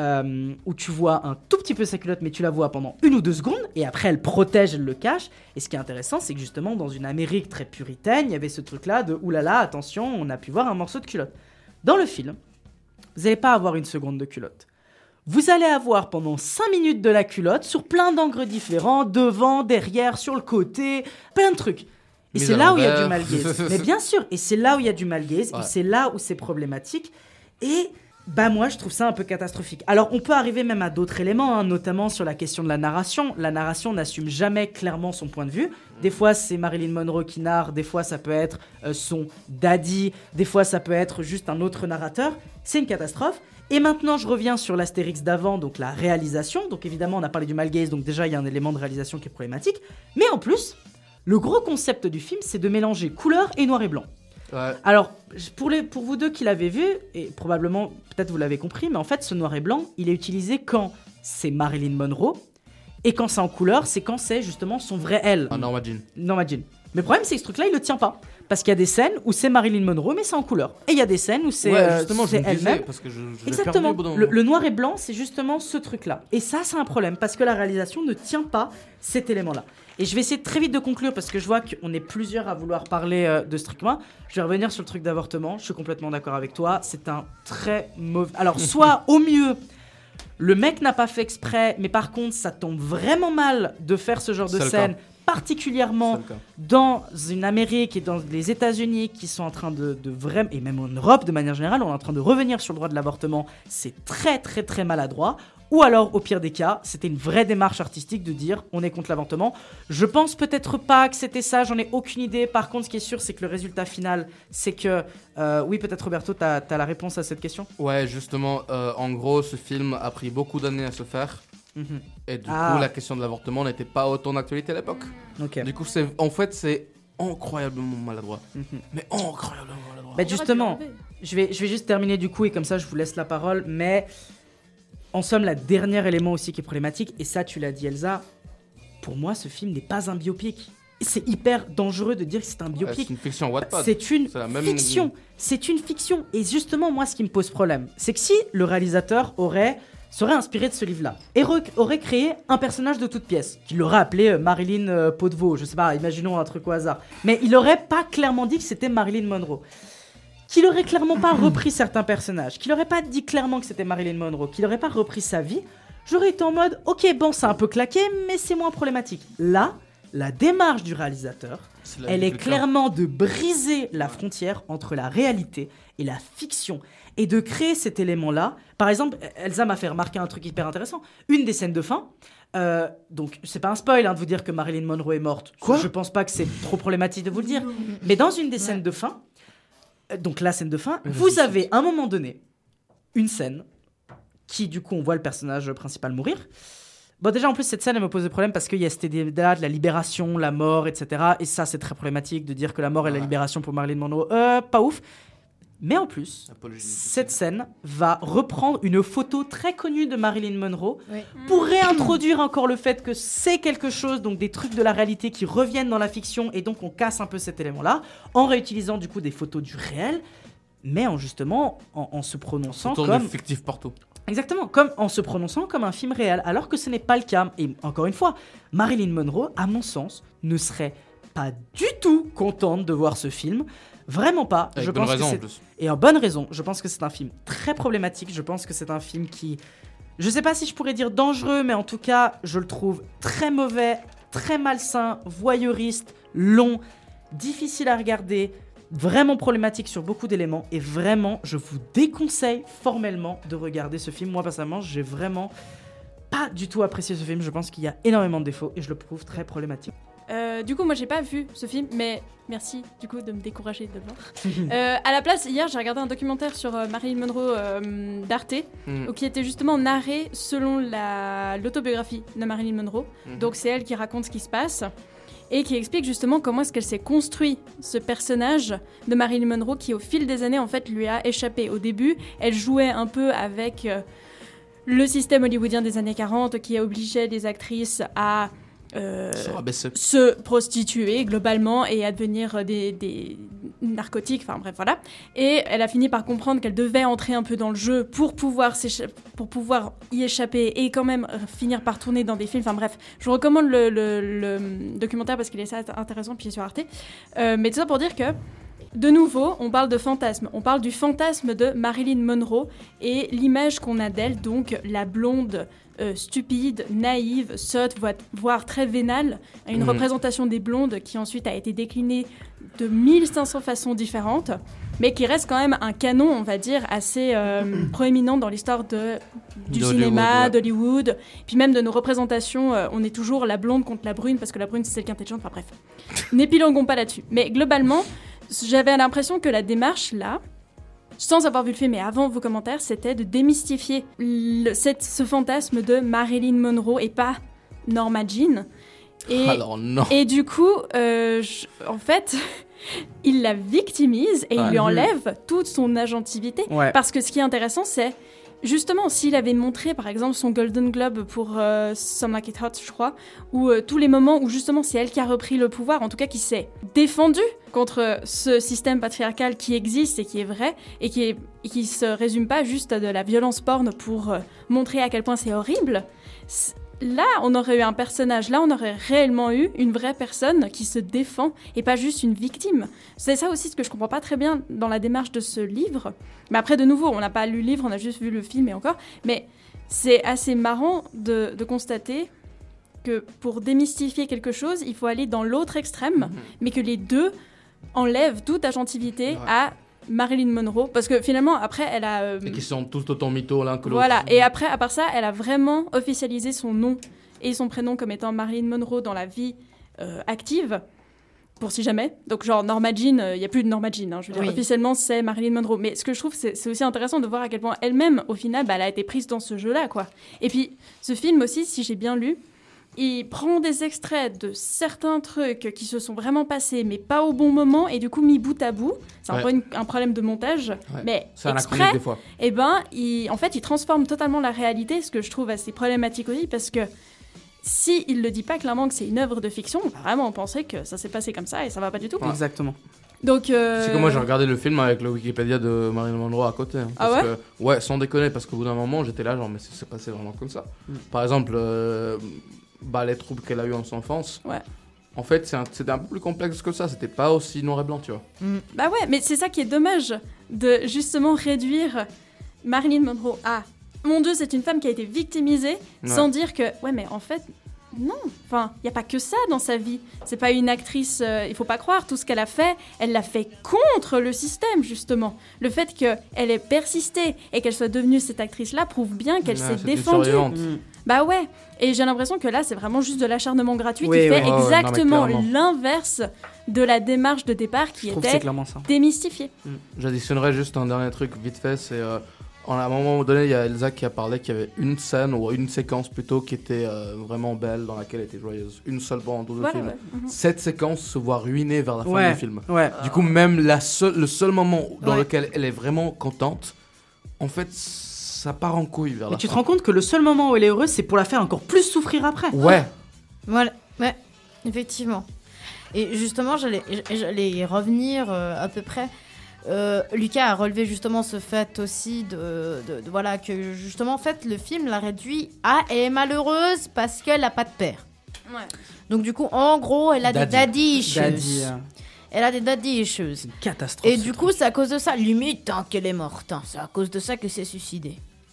Speaker 2: où tu vois un tout petit peu sa culotte, mais tu la vois pendant 1 ou 2 secondes, et après elle protège, elle le cache. Et ce qui est intéressant, c'est que justement, dans une Amérique très puritaine, il y avait ce truc-là de « oulala, attention, on a pu voir un morceau de culotte ». Dans le film, vous n'allez pas avoir 1 seconde de culotte. Vous allez avoir pendant 5 minutes de la culotte sur plein d'angles différents, devant, derrière, sur le côté, plein de trucs. Et c'est là où il y a du mal-gaze. Mais bien sûr, et c'est là où il y a du mal-gaze, et c'est là où c'est problématique. Et moi, je trouve ça un peu catastrophique. Alors, on peut arriver même à d'autres éléments, notamment sur la question de la narration. La narration n'assume jamais clairement son point de vue. Des fois, c'est Marilyn Monroe qui narre, des fois, ça peut être son daddy, des fois, ça peut être juste un autre narrateur. C'est une catastrophe. Et maintenant, je reviens sur l'Astérix d'avant, donc la réalisation. Donc évidemment, on a parlé du mal-gaze, donc déjà, il y a un élément de réalisation qui est problématique. Mais en plus, le gros concept du film, c'est de mélanger couleur et noir et blanc. Ouais. Alors, pour vous deux qui l'avez vu, et probablement, peut-être vous l'avez compris, mais en fait, ce noir et blanc, il est utilisé quand c'est Marilyn Monroe, et quand c'est en couleur, c'est quand c'est justement son vrai elle.
Speaker 4: Norma Jean.
Speaker 2: Norma Jean. Mais le problème, c'est que ce truc-là, il le tient pas. Parce qu'il y a des scènes où c'est Marilyn Monroe, mais c'est en couleur. Et il y a des scènes où c'est elle-même.
Speaker 4: Parce que je
Speaker 2: exactement. Le noir et blanc, c'est justement ce truc-là. Et ça, c'est un problème, parce que la réalisation ne tient pas cet élément-là. Et je vais essayer très vite de conclure, parce que je vois qu'on est plusieurs à vouloir parler de ce truc-là. Je vais revenir sur le truc d'avortement. Je suis complètement d'accord avec toi. C'est un très mauvais... Alors, soit, au mieux... Le mec n'a pas fait exprès, mais par contre, ça tombe vraiment mal de faire ce genre de scène, particulièrement dans une Amérique et dans les États-Unis qui sont en train de vraiment, et même en Europe de manière générale, on est en train de revenir sur le droit de l'avortement. C'est très très très maladroit. Ou alors, au pire des cas, c'était une vraie démarche artistique de dire on est contre l'avortement. Je pense peut-être pas que c'était ça, j'en ai aucune idée. Par contre, ce qui est sûr, c'est que le résultat final, c'est que... oui, peut-être Roberto, t'as la réponse à cette question ?
Speaker 4: Ouais, justement, en gros, ce film a pris beaucoup d'années à se faire. Et du coup, la question de l'avortement n'était pas autant d'actualité à l'époque.
Speaker 2: Okay.
Speaker 4: Du coup, c'est incroyablement maladroit. Mais incroyablement maladroit.
Speaker 2: Bah justement, je vais juste terminer du coup, et comme ça, je vous laisse la parole, mais... En somme, le dernier élément aussi qui est problématique, et ça tu l'as dit Elsa, pour moi ce film n'est pas un biopic. C'est hyper dangereux de dire que c'est un biopic.
Speaker 4: C'est une fiction Wattpad.
Speaker 2: C'est une fiction. C'est une fiction. Et justement, moi ce qui me pose problème, c'est que si le réalisateur serait inspiré de ce livre-là, et aurait créé un personnage de toute pièce, qu'il l'aurait appelé Marilyn Pot-de-Veau, je sais pas, imaginons un truc au hasard, mais il aurait pas clairement dit que c'était Marilyn Monroe. Qu'il aurait clairement pas repris certains personnages, qu'il aurait pas dit clairement que c'était Marilyn Monroe, qu'il aurait pas repris sa vie, j'aurais été en mode ok, bon, c'est un peu claqué, mais c'est moins problématique. Là, la démarche du réalisateur, elle est clairement de briser la frontière entre la réalité et la fiction, et de créer cet élément-là. Par exemple, Elsa m'a fait remarquer un truc hyper intéressant. Une des scènes de fin, donc c'est pas un spoil de vous dire que Marilyn Monroe est morte.
Speaker 3: Quoi ?
Speaker 2: Je pense pas que c'est trop problématique de vous le dire, mais dans une des scènes de fin, donc la scène de fin, vous avez à un moment donné une scène qui du coup on voit le personnage principal mourir. Bon déjà en plus cette scène elle me pose des problèmes parce qu'il y a cette idée-là de la libération, la mort, etc. Et ça c'est très problématique de dire que la mort est la libération pour Marilyn Monroe. Pas ouf. Mais en plus, cette scène va reprendre une photo très connue de Marilyn Monroe pour réintroduire encore le fait que c'est quelque chose, donc des trucs de la réalité qui reviennent dans la fiction, et donc on casse un peu cet élément-là en réutilisant du coup des photos du réel, mais en se prononçant comme...
Speaker 4: du fictif partout.
Speaker 2: Exactement, en se prononçant comme un film réel, alors que ce n'est pas le cas. Et encore une fois, Marilyn Monroe, à mon sens, ne serait pas du tout contente de voir ce film. Vraiment pas.
Speaker 4: Avec bonne raison en plus.
Speaker 2: Et en bonne raison. Je pense que c'est un film très problématique. Je pense que c'est un film qui... Je sais pas si je pourrais dire dangereux, mais en tout cas, je le trouve très mauvais, très malsain, voyeuriste, long, difficile à regarder, vraiment problématique sur beaucoup d'éléments. Et vraiment, je vous déconseille formellement de regarder ce film. Moi, personnellement, j'ai vraiment pas du tout apprécié ce film. Je pense qu'il y a énormément de défauts et je le trouve très problématique.
Speaker 5: Du coup, moi, j'ai pas vu ce film, mais merci du coup de me décourager de le voir. À la place, hier, j'ai regardé un documentaire sur Marilyn Monroe d'Arte, qui était justement narré selon l'autobiographie de Marilyn Monroe. Donc, c'est elle qui raconte ce qui se passe et qui explique justement comment est-ce qu'elle s'est construit ce personnage de Marilyn Monroe qui, au fil des années, en fait, lui a échappé. Au début, elle jouait un peu avec le système hollywoodien des années 40 qui obligeait les actrices à se prostituer globalement et à devenir des narcotiques, enfin bref, voilà. Et elle a fini par comprendre qu'elle devait entrer un peu dans le jeu pour pouvoir y échapper et quand même finir par tourner dans des films. Enfin bref, je vous recommande le documentaire parce qu'il est assez intéressant, puis il est sur Arte. Mais tout ça pour dire que, de nouveau, on parle de fantasme. On parle du fantasme de Marilyn Monroe et l'image qu'on a d'elle, donc la blonde stupide, naïve, sotte, voire très vénale, une représentation des blondes qui ensuite a été déclinée de 1500 façons différentes, mais qui reste quand même un canon, on va dire, assez proéminent dans l'histoire du cinéma, d'Hollywood, puis même de nos représentations. On est toujours la blonde contre la brune, parce que la brune, c'est celle qui est intelligente, enfin bref. N'épiloguons pas là-dessus. Mais globalement, j'avais l'impression que la démarche, là, sans avoir vu le film, mais avant vos commentaires, c'était de démystifier ce fantasme de Marilyn Monroe et pas Norma Jean.
Speaker 4: Alors non.
Speaker 5: Et du coup, en fait, il la victimise et il lui enlève toute son agentivité. Ouais. Parce que ce qui est intéressant, c'est justement, s'il avait montré, par exemple, son Golden Globe pour Some Like It Hot, je crois, ou tous les moments où, justement, c'est elle qui a repris le pouvoir, en tout cas, qui s'est défendue contre ce système patriarcal qui existe et qui est vrai, et qui se résume pas juste à de la violence porn pour montrer à quel point c'est horrible. Là, on aurait eu un personnage, là, on aurait réellement eu une vraie personne qui se défend et pas juste une victime. C'est ça aussi ce que je comprends pas très bien dans la démarche de ce livre. Mais après, de nouveau, on n'a pas lu le livre, on a juste vu le film et encore. Mais c'est assez marrant de constater que pour démystifier quelque chose, il faut aller dans l'autre extrême, mais que les deux enlèvent toute agentivité à Marilyn Monroe, parce que finalement, après, elle a...
Speaker 4: Et qui sont tous autant mythos l'un que l'autre.
Speaker 5: Voilà, et après, à part ça, elle a vraiment officialisé son nom et son prénom comme étant Marilyn Monroe dans la vie active, pour si jamais. Donc genre, Norma Jean, il n'y a plus de Norma Jean, hein, je veux dire, officiellement, c'est Marilyn Monroe. Mais ce que je trouve, c'est aussi intéressant de voir à quel point elle-même, au final, elle a été prise dans ce jeu-là, quoi. Et puis, ce film aussi, si j'ai bien lu, il prend des extraits de certains trucs qui se sont vraiment passés, mais pas au bon moment, et du coup mis bout à bout. C'est un peu un problème de montage, mais
Speaker 4: c'est
Speaker 5: exprès,
Speaker 4: des fois.
Speaker 5: Et ben, il transforme totalement la réalité, ce que je trouve assez problématique aussi, parce que si il le dit pas clairement que c'est une œuvre de fiction, on va vraiment penser que ça s'est passé comme ça, et ça va pas du tout.
Speaker 2: Ouais. Exactement.
Speaker 5: Donc,
Speaker 4: c'est que moi j'ai regardé le film avec le Wikipédia de Marilyn Monroe à côté. Hein, parce que, sans déconner, parce qu'au bout d'un moment j'étais là genre mais ça s'est passé vraiment comme ça. Par exemple, les troubles qu'elle a eu en son enfance. Ouais. En fait, c'était un peu plus complexe que ça. C'était pas aussi noir et blanc, tu vois.
Speaker 5: Bah ouais, mais c'est ça qui est dommage de justement réduire Marilyn Monroe à mon Dieu, c'est une femme qui a été victimisée sans dire que mais en fait. Non, enfin, il n'y a pas que ça dans sa vie. C'est pas une actrice, il faut pas croire, tout ce qu'elle a fait, elle l'a fait contre le système, justement. Le fait qu'elle ait persisté et qu'elle soit devenue cette actrice-là prouve bien qu'elle s'est défendue. Bah ouais, et j'ai l'impression que là, c'est vraiment juste de l'acharnement gratuit qui fait exactement l'inverse de la démarche de départ qui était démystifiée.
Speaker 4: J'additionnerais juste un dernier truc vite fait, c'est... à un moment donné, il y a Elsa qui a parlé qu'il y avait une scène, ou une séquence plutôt, qui était vraiment belle, dans laquelle elle était joyeuse. Une seule pendant tout le film. Ouais. Cette séquence se voit ruinée vers la fin du film. Ouais. Du coup, même le seul moment dans lequel elle est vraiment contente, en fait, ça part en couille vers la fin.
Speaker 2: Mais tu te rends compte que le seul moment où elle est heureuse, c'est pour la faire encore plus souffrir après.
Speaker 4: Ouais.
Speaker 6: Voilà, ouais, effectivement. Et justement, j'allais y revenir à peu près... Lucas a relevé justement ce fait aussi voilà que justement en fait le film l'a réduit à elle est malheureuse parce qu'elle n'a pas de père. Ouais. Donc du coup en gros elle a des daddy issues. Elle a des daddy issues.
Speaker 2: C'est une catastrophe.
Speaker 6: Et du coup c'est à cause de ça limite tant qu'elle est morte. C'est à cause de ça qu'elle s'est suicidée.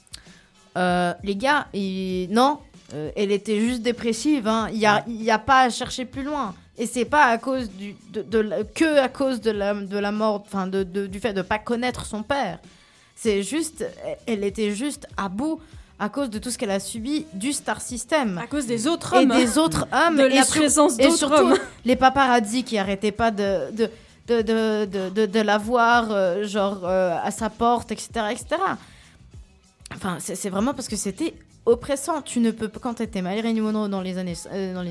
Speaker 6: Les gars, non, elle était juste dépressive. Hein. Il y a pas à chercher plus loin. Et c'est pas à cause que à cause de la mort, enfin du fait de pas connaître son père. C'est juste, elle était juste à bout à cause de tout ce qu'elle a subi du star system.
Speaker 5: À cause des autres hommes.
Speaker 6: Et des autres hommes.
Speaker 5: De la présence d'autres hommes.
Speaker 6: Les paparazzi qui arrêtaient pas de la voir à sa porte, etc., etc. Enfin, c'est vraiment parce que c'était oppressant. Tu ne peux, quand tu étais Marilyn Monroe dans les années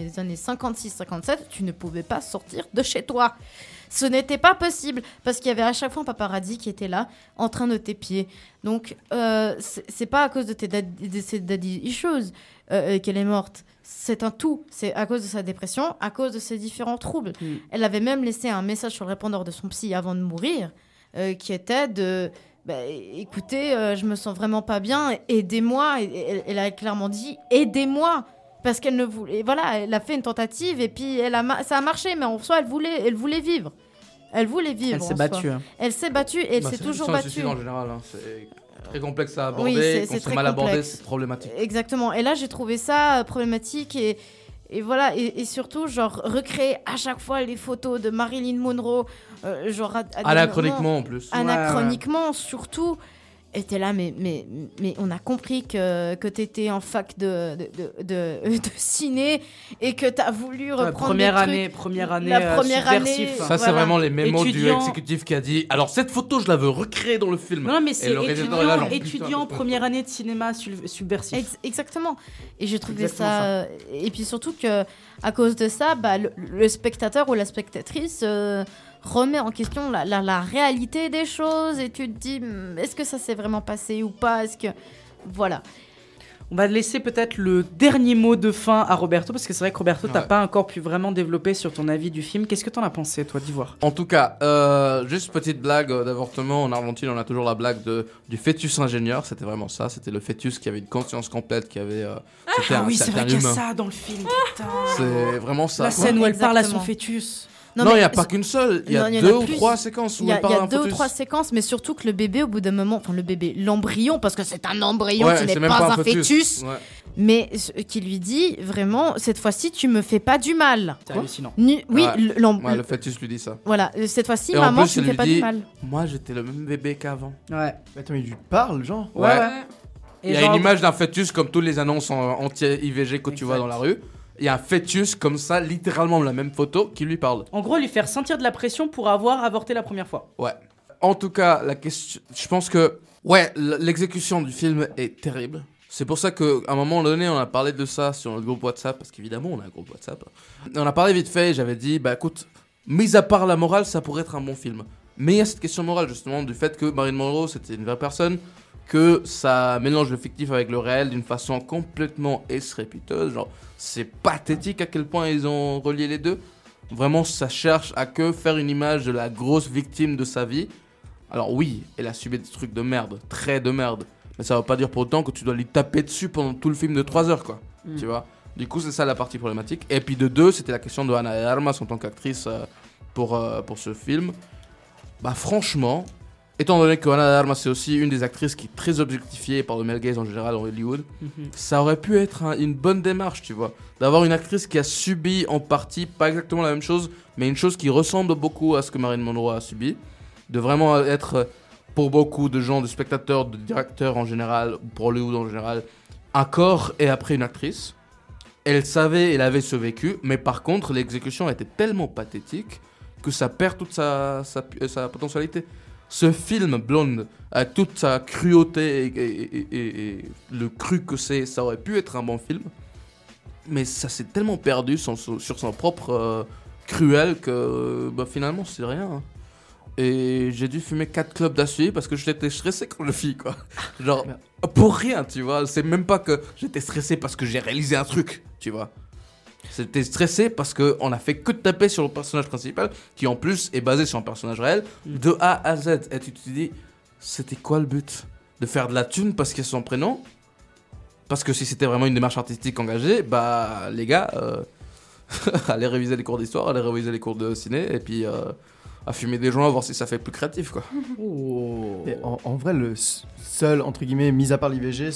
Speaker 6: 56-57, tu ne pouvais pas sortir de chez toi. Ce n'était pas possible parce qu'il y avait à chaque fois un paparazzi qui était là en train de t'épier. Donc, c'est pas à cause de ces daddy issues. qu'elle est morte. C'est un tout. C'est à cause de sa dépression, à cause de ses différents troubles. Elle avait même laissé un message sur le répondeur de son psy avant de mourir, qui était de... écoutez, je me sens vraiment pas bien, aidez-moi. Elle a clairement dit, aidez-moi. Parce qu'elle ne voulait... Voilà, elle a fait une tentative et puis ça a marché, mais en soi, elle voulait vivre. Elle voulait vivre.
Speaker 2: Elle s'est battue.
Speaker 6: Elle s'est battue et elle s'est toujours battue.
Speaker 4: C'est en général, c'est très complexe à aborder. Quand c'est mal abordé, c'est problématique.
Speaker 6: Exactement. Et là, j'ai trouvé ça problématique et voilà. Et surtout, genre, recréer à chaque fois les photos de Marilyn Monroe. Genre
Speaker 4: anachroniquement en plus.
Speaker 6: Anachroniquement, surtout. Et t'es là, mais on a compris que t'étais en fac de ciné et que t'as voulu reprendre
Speaker 2: première année subversif.
Speaker 4: Ça, c'est vraiment les mémos du exécutif qui a dit alors cette photo, je la veux recréer dans le film.
Speaker 2: Non, mais c'est étudiant première année de cinéma subversif.
Speaker 6: Exactement. Et j'ai trouvé ça. Et puis surtout que à cause de ça, le spectateur ou la spectatrice remet en question la réalité des choses et tu te dis est-ce que ça s'est vraiment passé ou pas, est-ce que voilà.
Speaker 2: On va laisser peut-être le dernier mot de fin à Roberto, parce que c'est vrai que Roberto, t'as pas encore pu vraiment développer sur ton avis du film. Qu'est-ce que t'en as pensé, toi, d'Ivoire ?
Speaker 4: En tout cas, juste petite blague d'avortement. En Argentine, on a toujours la blague du fœtus ingénieur. C'était vraiment ça. C'était le fœtus qui avait une conscience complète, qui avait...
Speaker 2: oui, c'est vrai qu'il y a ça dans le film, putain.
Speaker 4: C'est vraiment ça.
Speaker 2: La scène où elle parle à son fœtus.
Speaker 4: Non, il n'y a pas qu'une seule. Il y a deux ou trois séquences où elle parle à un fœtus.
Speaker 6: Il y a deux ou trois séquences, mais surtout que le bébé, au bout d'un moment, enfin le bébé, l'embryon, parce que c'est un embryon, ce n'est pas un fœtus, mais qui lui dit vraiment, cette fois-ci, tu me fais pas du mal.
Speaker 2: C'est hallucinant.
Speaker 4: Le fœtus lui dit ça.
Speaker 6: Voilà, cette fois-ci, maman, tu me fais pas du mal.
Speaker 4: Moi, j'étais le même bébé qu'avant.
Speaker 2: Ouais.
Speaker 3: Attends, il lui parle, genre.
Speaker 4: Ouais. Il y a une image d'un fœtus comme toutes les annonces anti-IVG que tu vois dans la rue. Il y a un fœtus comme ça, littéralement la même photo, qui lui parle.
Speaker 2: En gros, lui faire sentir de la pression pour avoir avorté la première fois.
Speaker 4: Ouais. En tout cas, la question, je pense que l'exécution du film est terrible. C'est pour ça qu'à un moment donné, on a parlé de ça sur notre groupe WhatsApp, parce qu'évidemment, on a un groupe WhatsApp. On a parlé vite fait et j'avais dit, écoute, mis à part la morale, ça pourrait être un bon film. Mais il y a cette question morale, justement, du fait que Marilyn Monroe, c'était une vraie personne, que ça mélange le fictif avec le réel d'une façon complètement estrépiteuse. Genre, c'est pathétique à quel point ils ont relié les deux. Vraiment, ça cherche à faire une image de la grosse victime de sa vie. Alors oui, elle a subi des trucs de merde, très de merde. Mais ça veut pas dire pour autant que tu dois lui taper dessus pendant tout le film de 3 heures, quoi. Tu vois ? Du coup, c'est ça la partie problématique. Et puis de deux, c'était la question de Ana de Armas en tant qu'actrice pour ce film. Franchement... Étant donné que Ana de Armas c'est aussi une des actrices qui est très objectifiée par le male gaze en général en Hollywood, ça aurait pu être une bonne démarche, tu vois. D'avoir une actrice qui a subi en partie, pas exactement la même chose, mais une chose qui ressemble beaucoup à ce que Marilyn Monroe a subi. De vraiment être, pour beaucoup de gens, de spectateurs, de directeurs en général, pour Hollywood en général, un corps et après une actrice. Elle savait, elle avait ce vécu, mais par contre, l'exécution était tellement pathétique que ça perd toute sa potentialité. Ce film Blonde, avec toute sa cruauté et le cru que c'est, ça aurait pu être un bon film. Mais ça s'est tellement perdu sur son propre cruel que finalement c'est rien. Hein. Et j'ai dû fumer 4 clopes d'affilée parce que j'étais stressé quand je le fis, quoi. Genre, pour rien, tu vois. C'est même pas que j'étais stressé parce que j'ai réalisé un truc, tu vois. C'était stressé parce qu'on a fait que de taper sur le personnage principal qui en plus est basé sur un personnage réel de A à Z. Et tu te dis, c'était quoi le but ? De faire de la thune parce qu'il y a son prénom ? Parce que si c'était vraiment une démarche artistique engagée, les gars, allez réviser les cours d'histoire, allez réviser les cours de ciné et puis à fumer des joints, voir si ça fait plus créatif, quoi.
Speaker 3: Oh. Et en vrai, le seul, entre guillemets, mis à part l'IVG,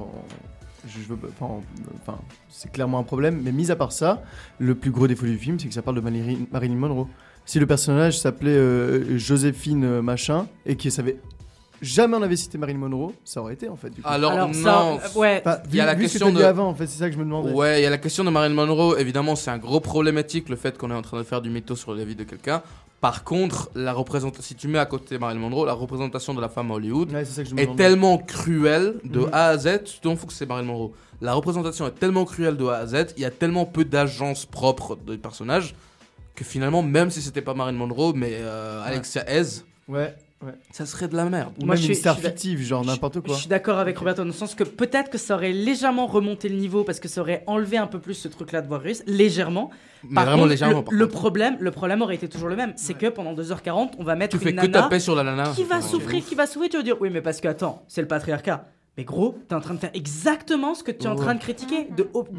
Speaker 3: c'est clairement un problème, mais mis à part ça, le plus gros défaut du film, c'est que ça parle de Marilyn Monroe. Si le personnage s'appelait Joséphine machin, et qu'il savait jamais on avait cité Marilyn Monroe, ça aurait été en fait. Du coup.
Speaker 4: Alors non,
Speaker 3: il y a la question de avant, en fait, c'est ça que je me demandais.
Speaker 4: Ouais, il y a la question de Marilyn Monroe. Évidemment, c'est un gros problématique le fait qu'on est en train de faire du mytho sur la vie de quelqu'un. Par contre, si tu mets à côté Marilyn Monroe, la représentation de la femme à Hollywood est tellement cruelle de A à Z. Tu t'en fous que c'est Marilyn Monroe. La représentation est tellement cruelle de A à Z. Il y a tellement peu d'agences propres de personnages que finalement, même si c'était pas Marilyn Monroe, mais Alexia Haze.
Speaker 3: Ouais.
Speaker 4: Ça serait de la merde.
Speaker 3: Ou même une star fictive, genre n'importe quoi.
Speaker 2: Je suis d'accord avec Roberto, dans le sens que peut-être que ça aurait légèrement remonté le niveau, parce que ça aurait enlevé un peu plus ce truc-là de voix russe, légèrement.
Speaker 4: Mais vraiment
Speaker 2: contre,
Speaker 4: légèrement.
Speaker 2: Le problème aurait été toujours le même, c'est que pendant 2h40, on va mettre une nana
Speaker 4: taper sur la nana
Speaker 2: qui va souffrir, tu vas dire oui mais parce que attends, c'est le patriarcat. Mais gros, t'es en train de faire exactement ce que tu es en train de critiquer,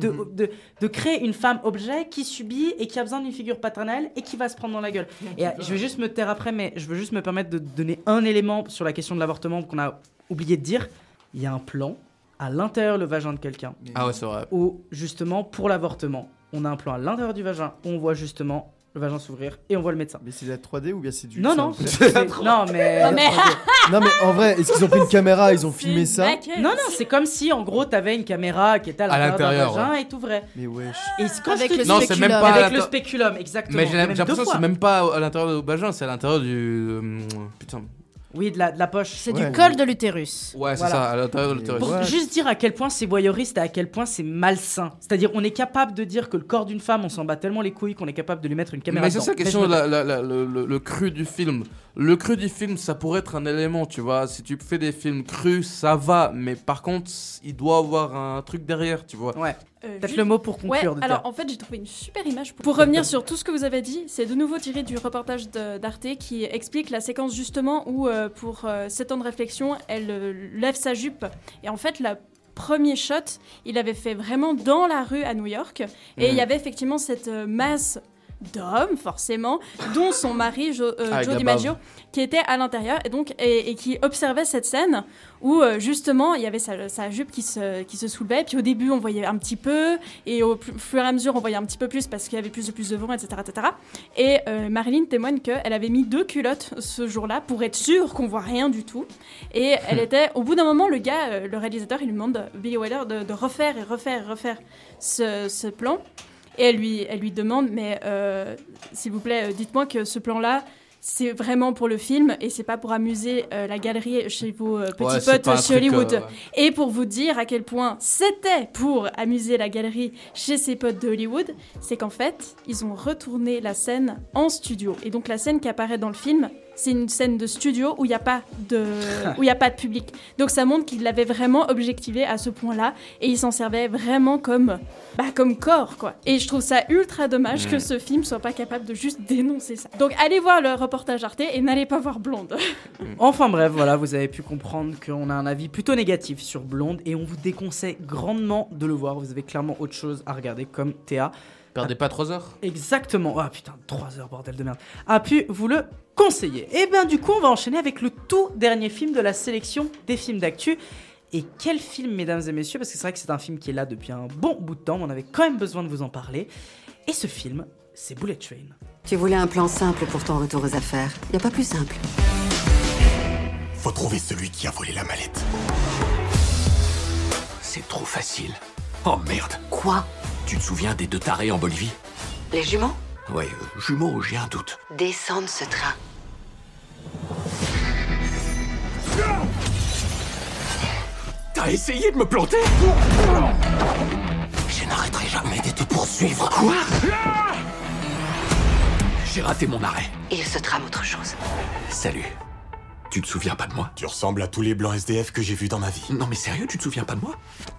Speaker 2: de créer une femme objet qui subit et qui a besoin d'une figure paternelle et qui va se prendre dans la gueule. Et je vais juste me taire après, mais je veux juste me permettre de donner un élément sur la question de l'avortement qu'on a oublié de dire. Il y a un plan à l'intérieur le vagin de quelqu'un.
Speaker 4: Ah ouais, c'est vrai.
Speaker 2: Où justement pour l'avortement, on a un plan à l'intérieur du vagin où on voit justement le vagin s'ouvrir et on voit le médecin.
Speaker 3: Mais c'est de la 3D ou bien c'est du...
Speaker 2: Non,
Speaker 3: non,
Speaker 2: mais
Speaker 3: en vrai, est-ce qu'ils ont pris une caméra, ils ont filmé ça?
Speaker 2: Non, c'est comme si en gros t'avais une caméra qui était à l'intérieur du vagin et t'ouvrait.
Speaker 3: Mais wesh.
Speaker 2: Et
Speaker 6: avec le
Speaker 4: non, c'est même pas
Speaker 2: avec le spéculum, exactement.
Speaker 4: Mais j'ai l'impression que c'est même pas à l'intérieur du vagin, c'est à l'intérieur du... Putain.
Speaker 2: Oui, de la poche.
Speaker 6: C'est du col de l'utérus.
Speaker 4: Ouais, c'est ça, à l'intérieur de l'utérus.
Speaker 2: Pour juste dire à quel point c'est voyeuriste et à quel point c'est malsain. C'est-à-dire, on est capable de dire que le corps d'une femme, on s'en bat tellement les couilles qu'on est capable de lui mettre une caméra.
Speaker 4: Mais c'est ça la question, le cru du film. Le cru du film, ça pourrait être un élément, tu vois. Si tu fais des films crus, ça va. Mais par contre, il doit avoir un truc derrière, tu vois.
Speaker 2: Ouais. Peut-être le mot pour conclure.
Speaker 5: Ouais, alors en fait, j'ai trouvé une super image pour revenir sur tout ce que vous avez dit. C'est de nouveau tiré du reportage d'Arte qui explique la séquence justement où, pour 7 ans de réflexion, elle lève sa jupe. Et en fait, la premier shot, il avait fait vraiment dans la rue à New York. Et il y avait effectivement cette masse d'hommes, forcément, dont son mari, Joe DiMaggio, qui était à l'intérieur et, donc, et qui observait cette scène où, justement, il y avait sa jupe qui se soulevait. Puis au début, on voyait un petit peu, et au fur et à mesure, on voyait un petit peu plus parce qu'il y avait plus de vent, etc. etc. Et Marilyn témoigne qu'elle avait mis 2 culottes ce jour-là pour être sûre qu'on voit rien du tout. Et elle était... Au bout d'un moment, le gars, le réalisateur, il lui demande, Billy Wilder, de refaire ce plan. Et elle lui demande, mais s'il vous plaît, dites-moi que ce plan-là, c'est vraiment pour le film et c'est pas pour amuser la galerie chez vos petits potes chez Hollywood. Et pour vous dire à quel point c'était pour amuser la galerie chez ses potes de Hollywood, c'est qu'en fait, ils ont retourné la scène en studio. Et donc la scène qui apparaît dans le film, c'est une scène de studio où il n'y a pas de public. Donc ça montre qu'il l'avait vraiment objectivé à ce point-là et il s'en servait vraiment comme corps, quoi. Et je trouve ça ultra dommage que ce film soit pas capable de juste dénoncer ça. Donc allez voir le reportage Arte et n'allez pas voir Blonde.
Speaker 2: Enfin bref, voilà, vous avez pu comprendre qu'on a un avis plutôt négatif sur Blonde et on vous déconseille grandement de le voir. Vous avez clairement autre chose à regarder comme Théa.
Speaker 4: Perdez pas 3 heures.
Speaker 2: Exactement. Ah putain, 3 heures, bordel de merde. A pu vous le conseiller. Et bien du coup, on va enchaîner avec le tout dernier film de la sélection des films d'actu. Et quel film, mesdames et messieurs, parce que c'est vrai que c'est un film qui est là depuis un bon bout de temps, mais on avait quand même besoin de vous en parler. Et ce film, c'est Bullet Train.
Speaker 13: Tu voulais un plan simple pour ton retour aux affaires. Y a pas plus simple.
Speaker 20: Faut trouver celui qui a volé la mallette.
Speaker 15: C'est trop facile. Oh merde.
Speaker 13: Quoi?
Speaker 15: Tu te souviens des 2 tarés en Bolivie?
Speaker 13: Les jumeaux?
Speaker 15: Ouais, jumeaux, j'ai un doute.
Speaker 13: Descends de ce train.
Speaker 15: T'as essayé de me planter? Je n'arrêterai jamais de te poursuivre. Quoi? J'ai raté mon arrêt.
Speaker 13: Il se trame autre chose.
Speaker 15: Salut. Tu te souviens pas de moi?
Speaker 20: Tu ressembles à tous les blancs SDF que j'ai vus dans ma vie.
Speaker 15: Non mais sérieux, tu te souviens pas de moi?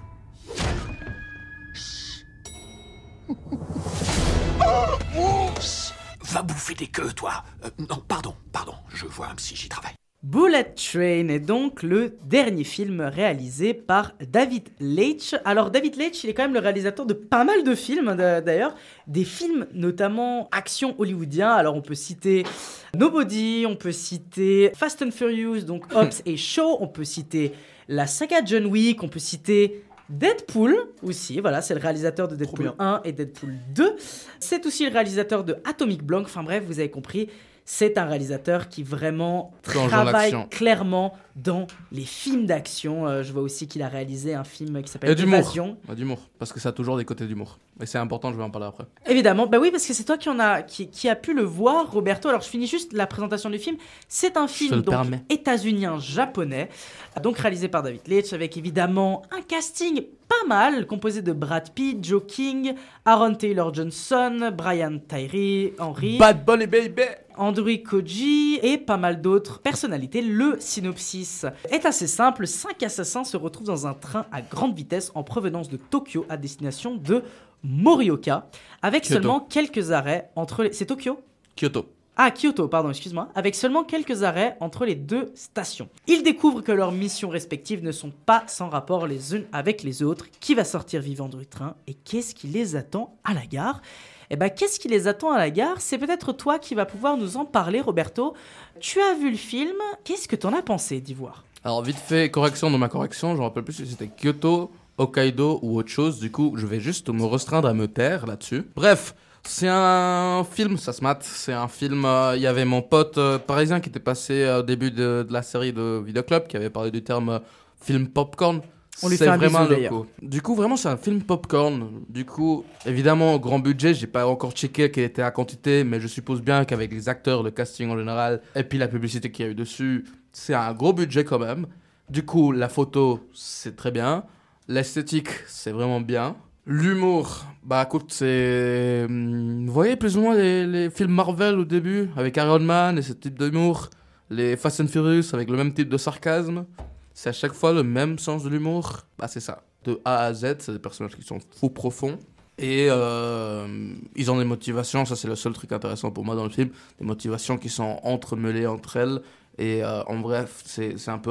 Speaker 15: Va bouffer des queues, toi. Non, pardon, je vois un psy, j'y travaille.
Speaker 2: Bullet Train est donc le dernier film réalisé par David Leitch. Alors David Leitch, il est quand même le réalisateur de pas mal de films d'ailleurs, des films notamment action hollywoodien. Alors on peut citer Nobody, on peut citer Fast and Furious, donc Hobbs et Shaw, on peut citer la saga John Wick, on peut citer Deadpool aussi, voilà, c'est le réalisateur de Deadpool 1 et Deadpool 2. C'est aussi le réalisateur de Atomic Blonde, enfin bref, vous avez compris. C'est un réalisateur qui vraiment travaille clairement dans les films d'action. Je vois aussi qu'il a réalisé un film qui s'appelle Évasion.
Speaker 4: D'humour, parce que ça a toujours des côtés d'humour. Et c'est important, je vais en parler après.
Speaker 2: Évidemment, bah oui, parce que c'est toi qui a pu le voir, Roberto. Alors je finis juste la présentation du film. C'est un film donc états-unien japonais, donc réalisé par David Leitch, avec évidemment un casting pas mal, composé de Brad Pitt, Joe King, Aaron Taylor Johnson, Brian Tyree Henry,
Speaker 4: Bad Bunny Baby,
Speaker 2: Andrew Koji et pas mal d'autres personnalités. Le synopsis est assez simple. 5 assassins se retrouvent dans un train à grande vitesse en provenance de Tokyo à destination de Morioka, avec
Speaker 4: Kyoto.
Speaker 2: seulement quelques arrêts entre les... C'est Tokyo ?
Speaker 4: Kyoto.
Speaker 2: Ah, Kyoto, pardon, excuse-moi. Avec seulement quelques arrêts entre les deux stations. Ils découvrent que leurs missions respectives ne sont pas sans rapport les unes avec les autres. Qui va sortir vivant du train et qu'est-ce qui les attend à la gare ? Eh ben, qu'est-ce qui les attend à la gare ? C'est peut-être toi qui vas pouvoir nous en parler, Roberto. Tu as vu le film, qu'est-ce que t'en as pensé d'y voir ?
Speaker 4: Alors, vite fait, correction de ma correction, je me rappelle plus si c'était Kyoto, Hokkaido ou autre chose. Du coup, je vais juste me restreindre à me taire là-dessus. Bref. C'est un film, ça se mate. C'est un film. Il y avait mon pote parisien qui était passé au début de la série de Vidéoclub qui avait parlé du terme film popcorn.
Speaker 2: On lui fait un bisou d'ailleurs.
Speaker 4: Du coup, vraiment, c'est un film popcorn. Du coup, évidemment, grand budget. J'ai pas encore checké quelle était la quantité, mais je suppose bien qu'avec les acteurs, le casting en général, et puis la publicité qu'il y a eu dessus, c'est un gros budget quand même. Du coup, la photo, c'est très bien. L'esthétique, c'est vraiment bien. L'humour, bah écoute, c'est... Vous voyez plus ou moins les films Marvel au début, avec Iron Man et ce type d'humour. Les Fast and Furious avec le même type de sarcasme. C'est à chaque fois le même sens de l'humour. Bah c'est ça, de A à Z, c'est des personnages qui sont fous profonds. Et ils ont des motivations, ça c'est le seul truc intéressant pour moi dans le film. Des motivations qui sont entremêlées entre elles. Et en bref, c'est un peu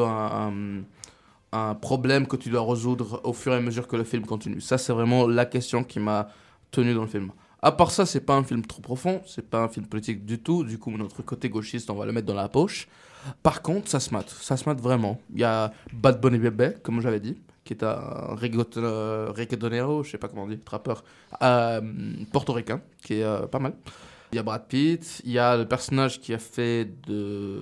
Speaker 4: un problème que tu dois résoudre au fur et à mesure que le film continue. Ça, c'est vraiment la question qui m'a tenu dans le film. À part ça, c'est pas un film trop profond, c'est pas un film politique du tout. Du coup, notre côté gauchiste, on va le mettre dans la poche. Par contre, ça se mate vraiment. Il y a Bad Bunny Baby, comme j'avais dit, qui est un reggaetonero, je sais pas comment on dit, rappeur portoricain, qui est pas mal. Il y a Brad Pitt, il y a le personnage qui a fait de...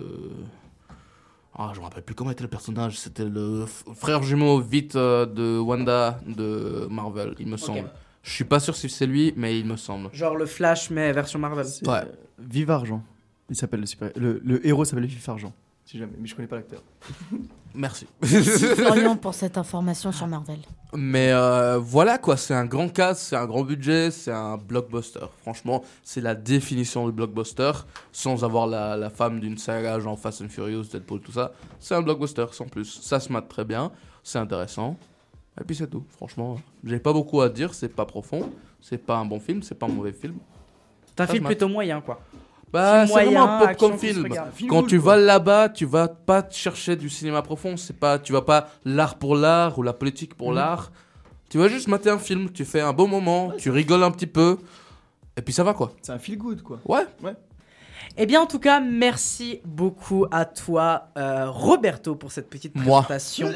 Speaker 4: Ah, je me rappelle plus comment était le personnage. C'était le frère jumeau vite de Wanda de Marvel, il me semble. Je suis pas sûr si c'est lui, mais il me semble.
Speaker 2: Genre le Flash, mais version Marvel.
Speaker 4: Ouais.
Speaker 3: Vive Argent. Il s'appelle le héros s'appelle Vive Argent. Si jamais, mais je connais pas l'acteur.
Speaker 4: Merci.
Speaker 6: Merci Florian pour cette information sur Marvel.
Speaker 4: Mais voilà quoi, c'est un grand cast, c'est un grand budget, c'est un blockbuster. Franchement, c'est la définition du blockbuster, sans avoir la femme d'une saga genre Fast and Furious, Deadpool, tout ça. C'est un blockbuster sans plus. Ça se mate très bien, c'est intéressant. Et puis c'est tout, franchement. J'ai pas beaucoup à dire, c'est pas profond, c'est pas un bon film, c'est pas un mauvais film.
Speaker 2: C'est un film plutôt moyen quoi.
Speaker 4: Bah, c'est
Speaker 2: moyen,
Speaker 4: vraiment un popcorn film. Quand tu vas là-bas, tu vas pas chercher du cinéma profond. Tu vas pas l'art pour l'art ou la politique pour l'art. Tu vas juste mater un film, tu fais un bon moment, tu rigoles un petit peu, et puis ça va quoi.
Speaker 3: C'est un feel good quoi.
Speaker 4: Ouais.
Speaker 2: Eh bien, en tout cas, merci beaucoup à toi, Roberto, pour cette petite présentation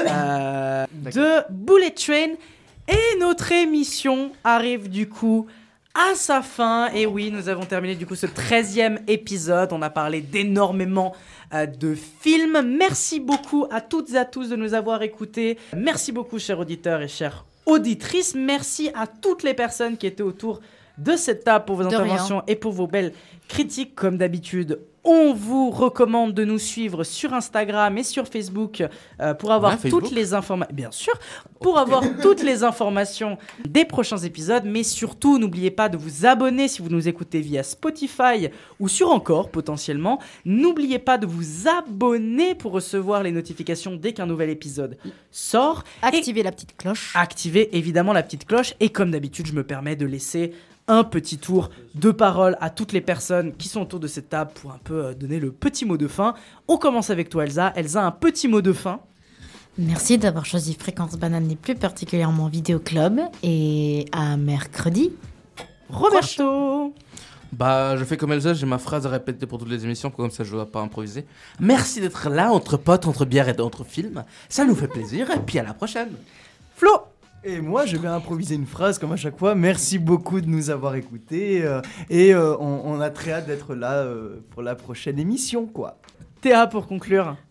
Speaker 2: de Bullet Train. Et notre émission arrive du coup à sa fin. Et oui, nous avons terminé du coup ce 13e épisode. On a parlé d'énormément de films. Merci beaucoup à toutes et à tous de nous avoir écoutés. Merci beaucoup, chers auditeurs et chères auditrices. Merci à toutes les personnes qui étaient autour de cette table pour vos interventions et pour vos belles critiques. Comme d'habitude, on vous recommande de nous suivre sur Instagram et sur Facebook pour avoir toutes les informations. Bien sûr, pour avoir toutes les informations des prochains épisodes. Mais surtout, n'oubliez pas de vous abonner si vous nous écoutez via Spotify ou sur Encore potentiellement. N'oubliez pas de vous abonner pour recevoir les notifications dès qu'un nouvel épisode sort.
Speaker 6: Activez la petite cloche.
Speaker 2: Activez évidemment la petite cloche. Et comme d'habitude, je me permets de laisser un petit tour de parole à toutes les personnes qui sont autour de cette table pour un peu donner le petit mot de fin. On commence avec toi, Elsa. Elsa, un petit mot de fin.
Speaker 6: Merci d'avoir choisi Fréquence Banane et plus particulièrement Vidéo Club. Et à mercredi.
Speaker 2: Roberto.
Speaker 4: Bah, je fais comme Elsa, j'ai ma phrase à répéter pour toutes les émissions, comme ça je dois pas improviser. Merci d'être là, entre potes, entre bières et entre films. Ça nous fait plaisir, et puis à la prochaine.
Speaker 2: Flo.
Speaker 3: Et moi, je vais improviser une phrase comme à chaque fois. Merci beaucoup de nous avoir écoutés. On a très hâte d'être là pour la prochaine émission, quoi.
Speaker 2: Théa, pour conclure.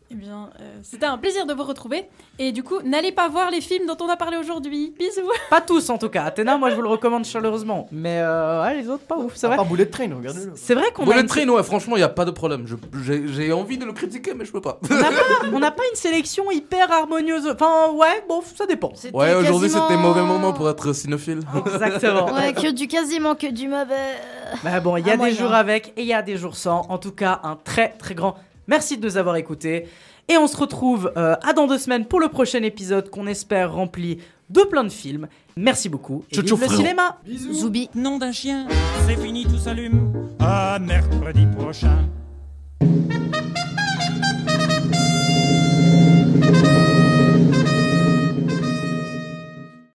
Speaker 5: Eh bien, c'était un plaisir de vous retrouver. Et du coup, n'allez pas voir les films dont on a parlé aujourd'hui. Bisous.
Speaker 2: Pas tous en tout cas. Athéna, moi je vous le recommande chaleureusement. Mais ouais, les autres, pas ouf. C'est vrai.
Speaker 3: Pas Bullet Train, regardez-le.
Speaker 2: C'est vrai qu'on
Speaker 4: Bullet Train, ouais, franchement, il n'y a pas de problème. J'ai envie de le critiquer, mais je peux pas.
Speaker 2: On n'a pas une sélection hyper harmonieuse. Enfin, ouais, bon, ça dépend.
Speaker 4: Ouais, aujourd'hui, c'était mauvais moment pour être cinéphile.
Speaker 2: Exactement.
Speaker 6: Ouais, quasiment que du mauvais.
Speaker 2: Bah bon, il y a des jours avec et il y a des jours sans. En tout cas, un très très grand merci de nous avoir écoutés. Et on se retrouve à dans 2 semaines pour le prochain épisode qu'on espère rempli de plein de films. Merci beaucoup. Et vive le cinéma.
Speaker 6: Bisous. Zoubi.
Speaker 1: Nom d'un chien, c'est fini, tout s'allume. À mercredi prochain.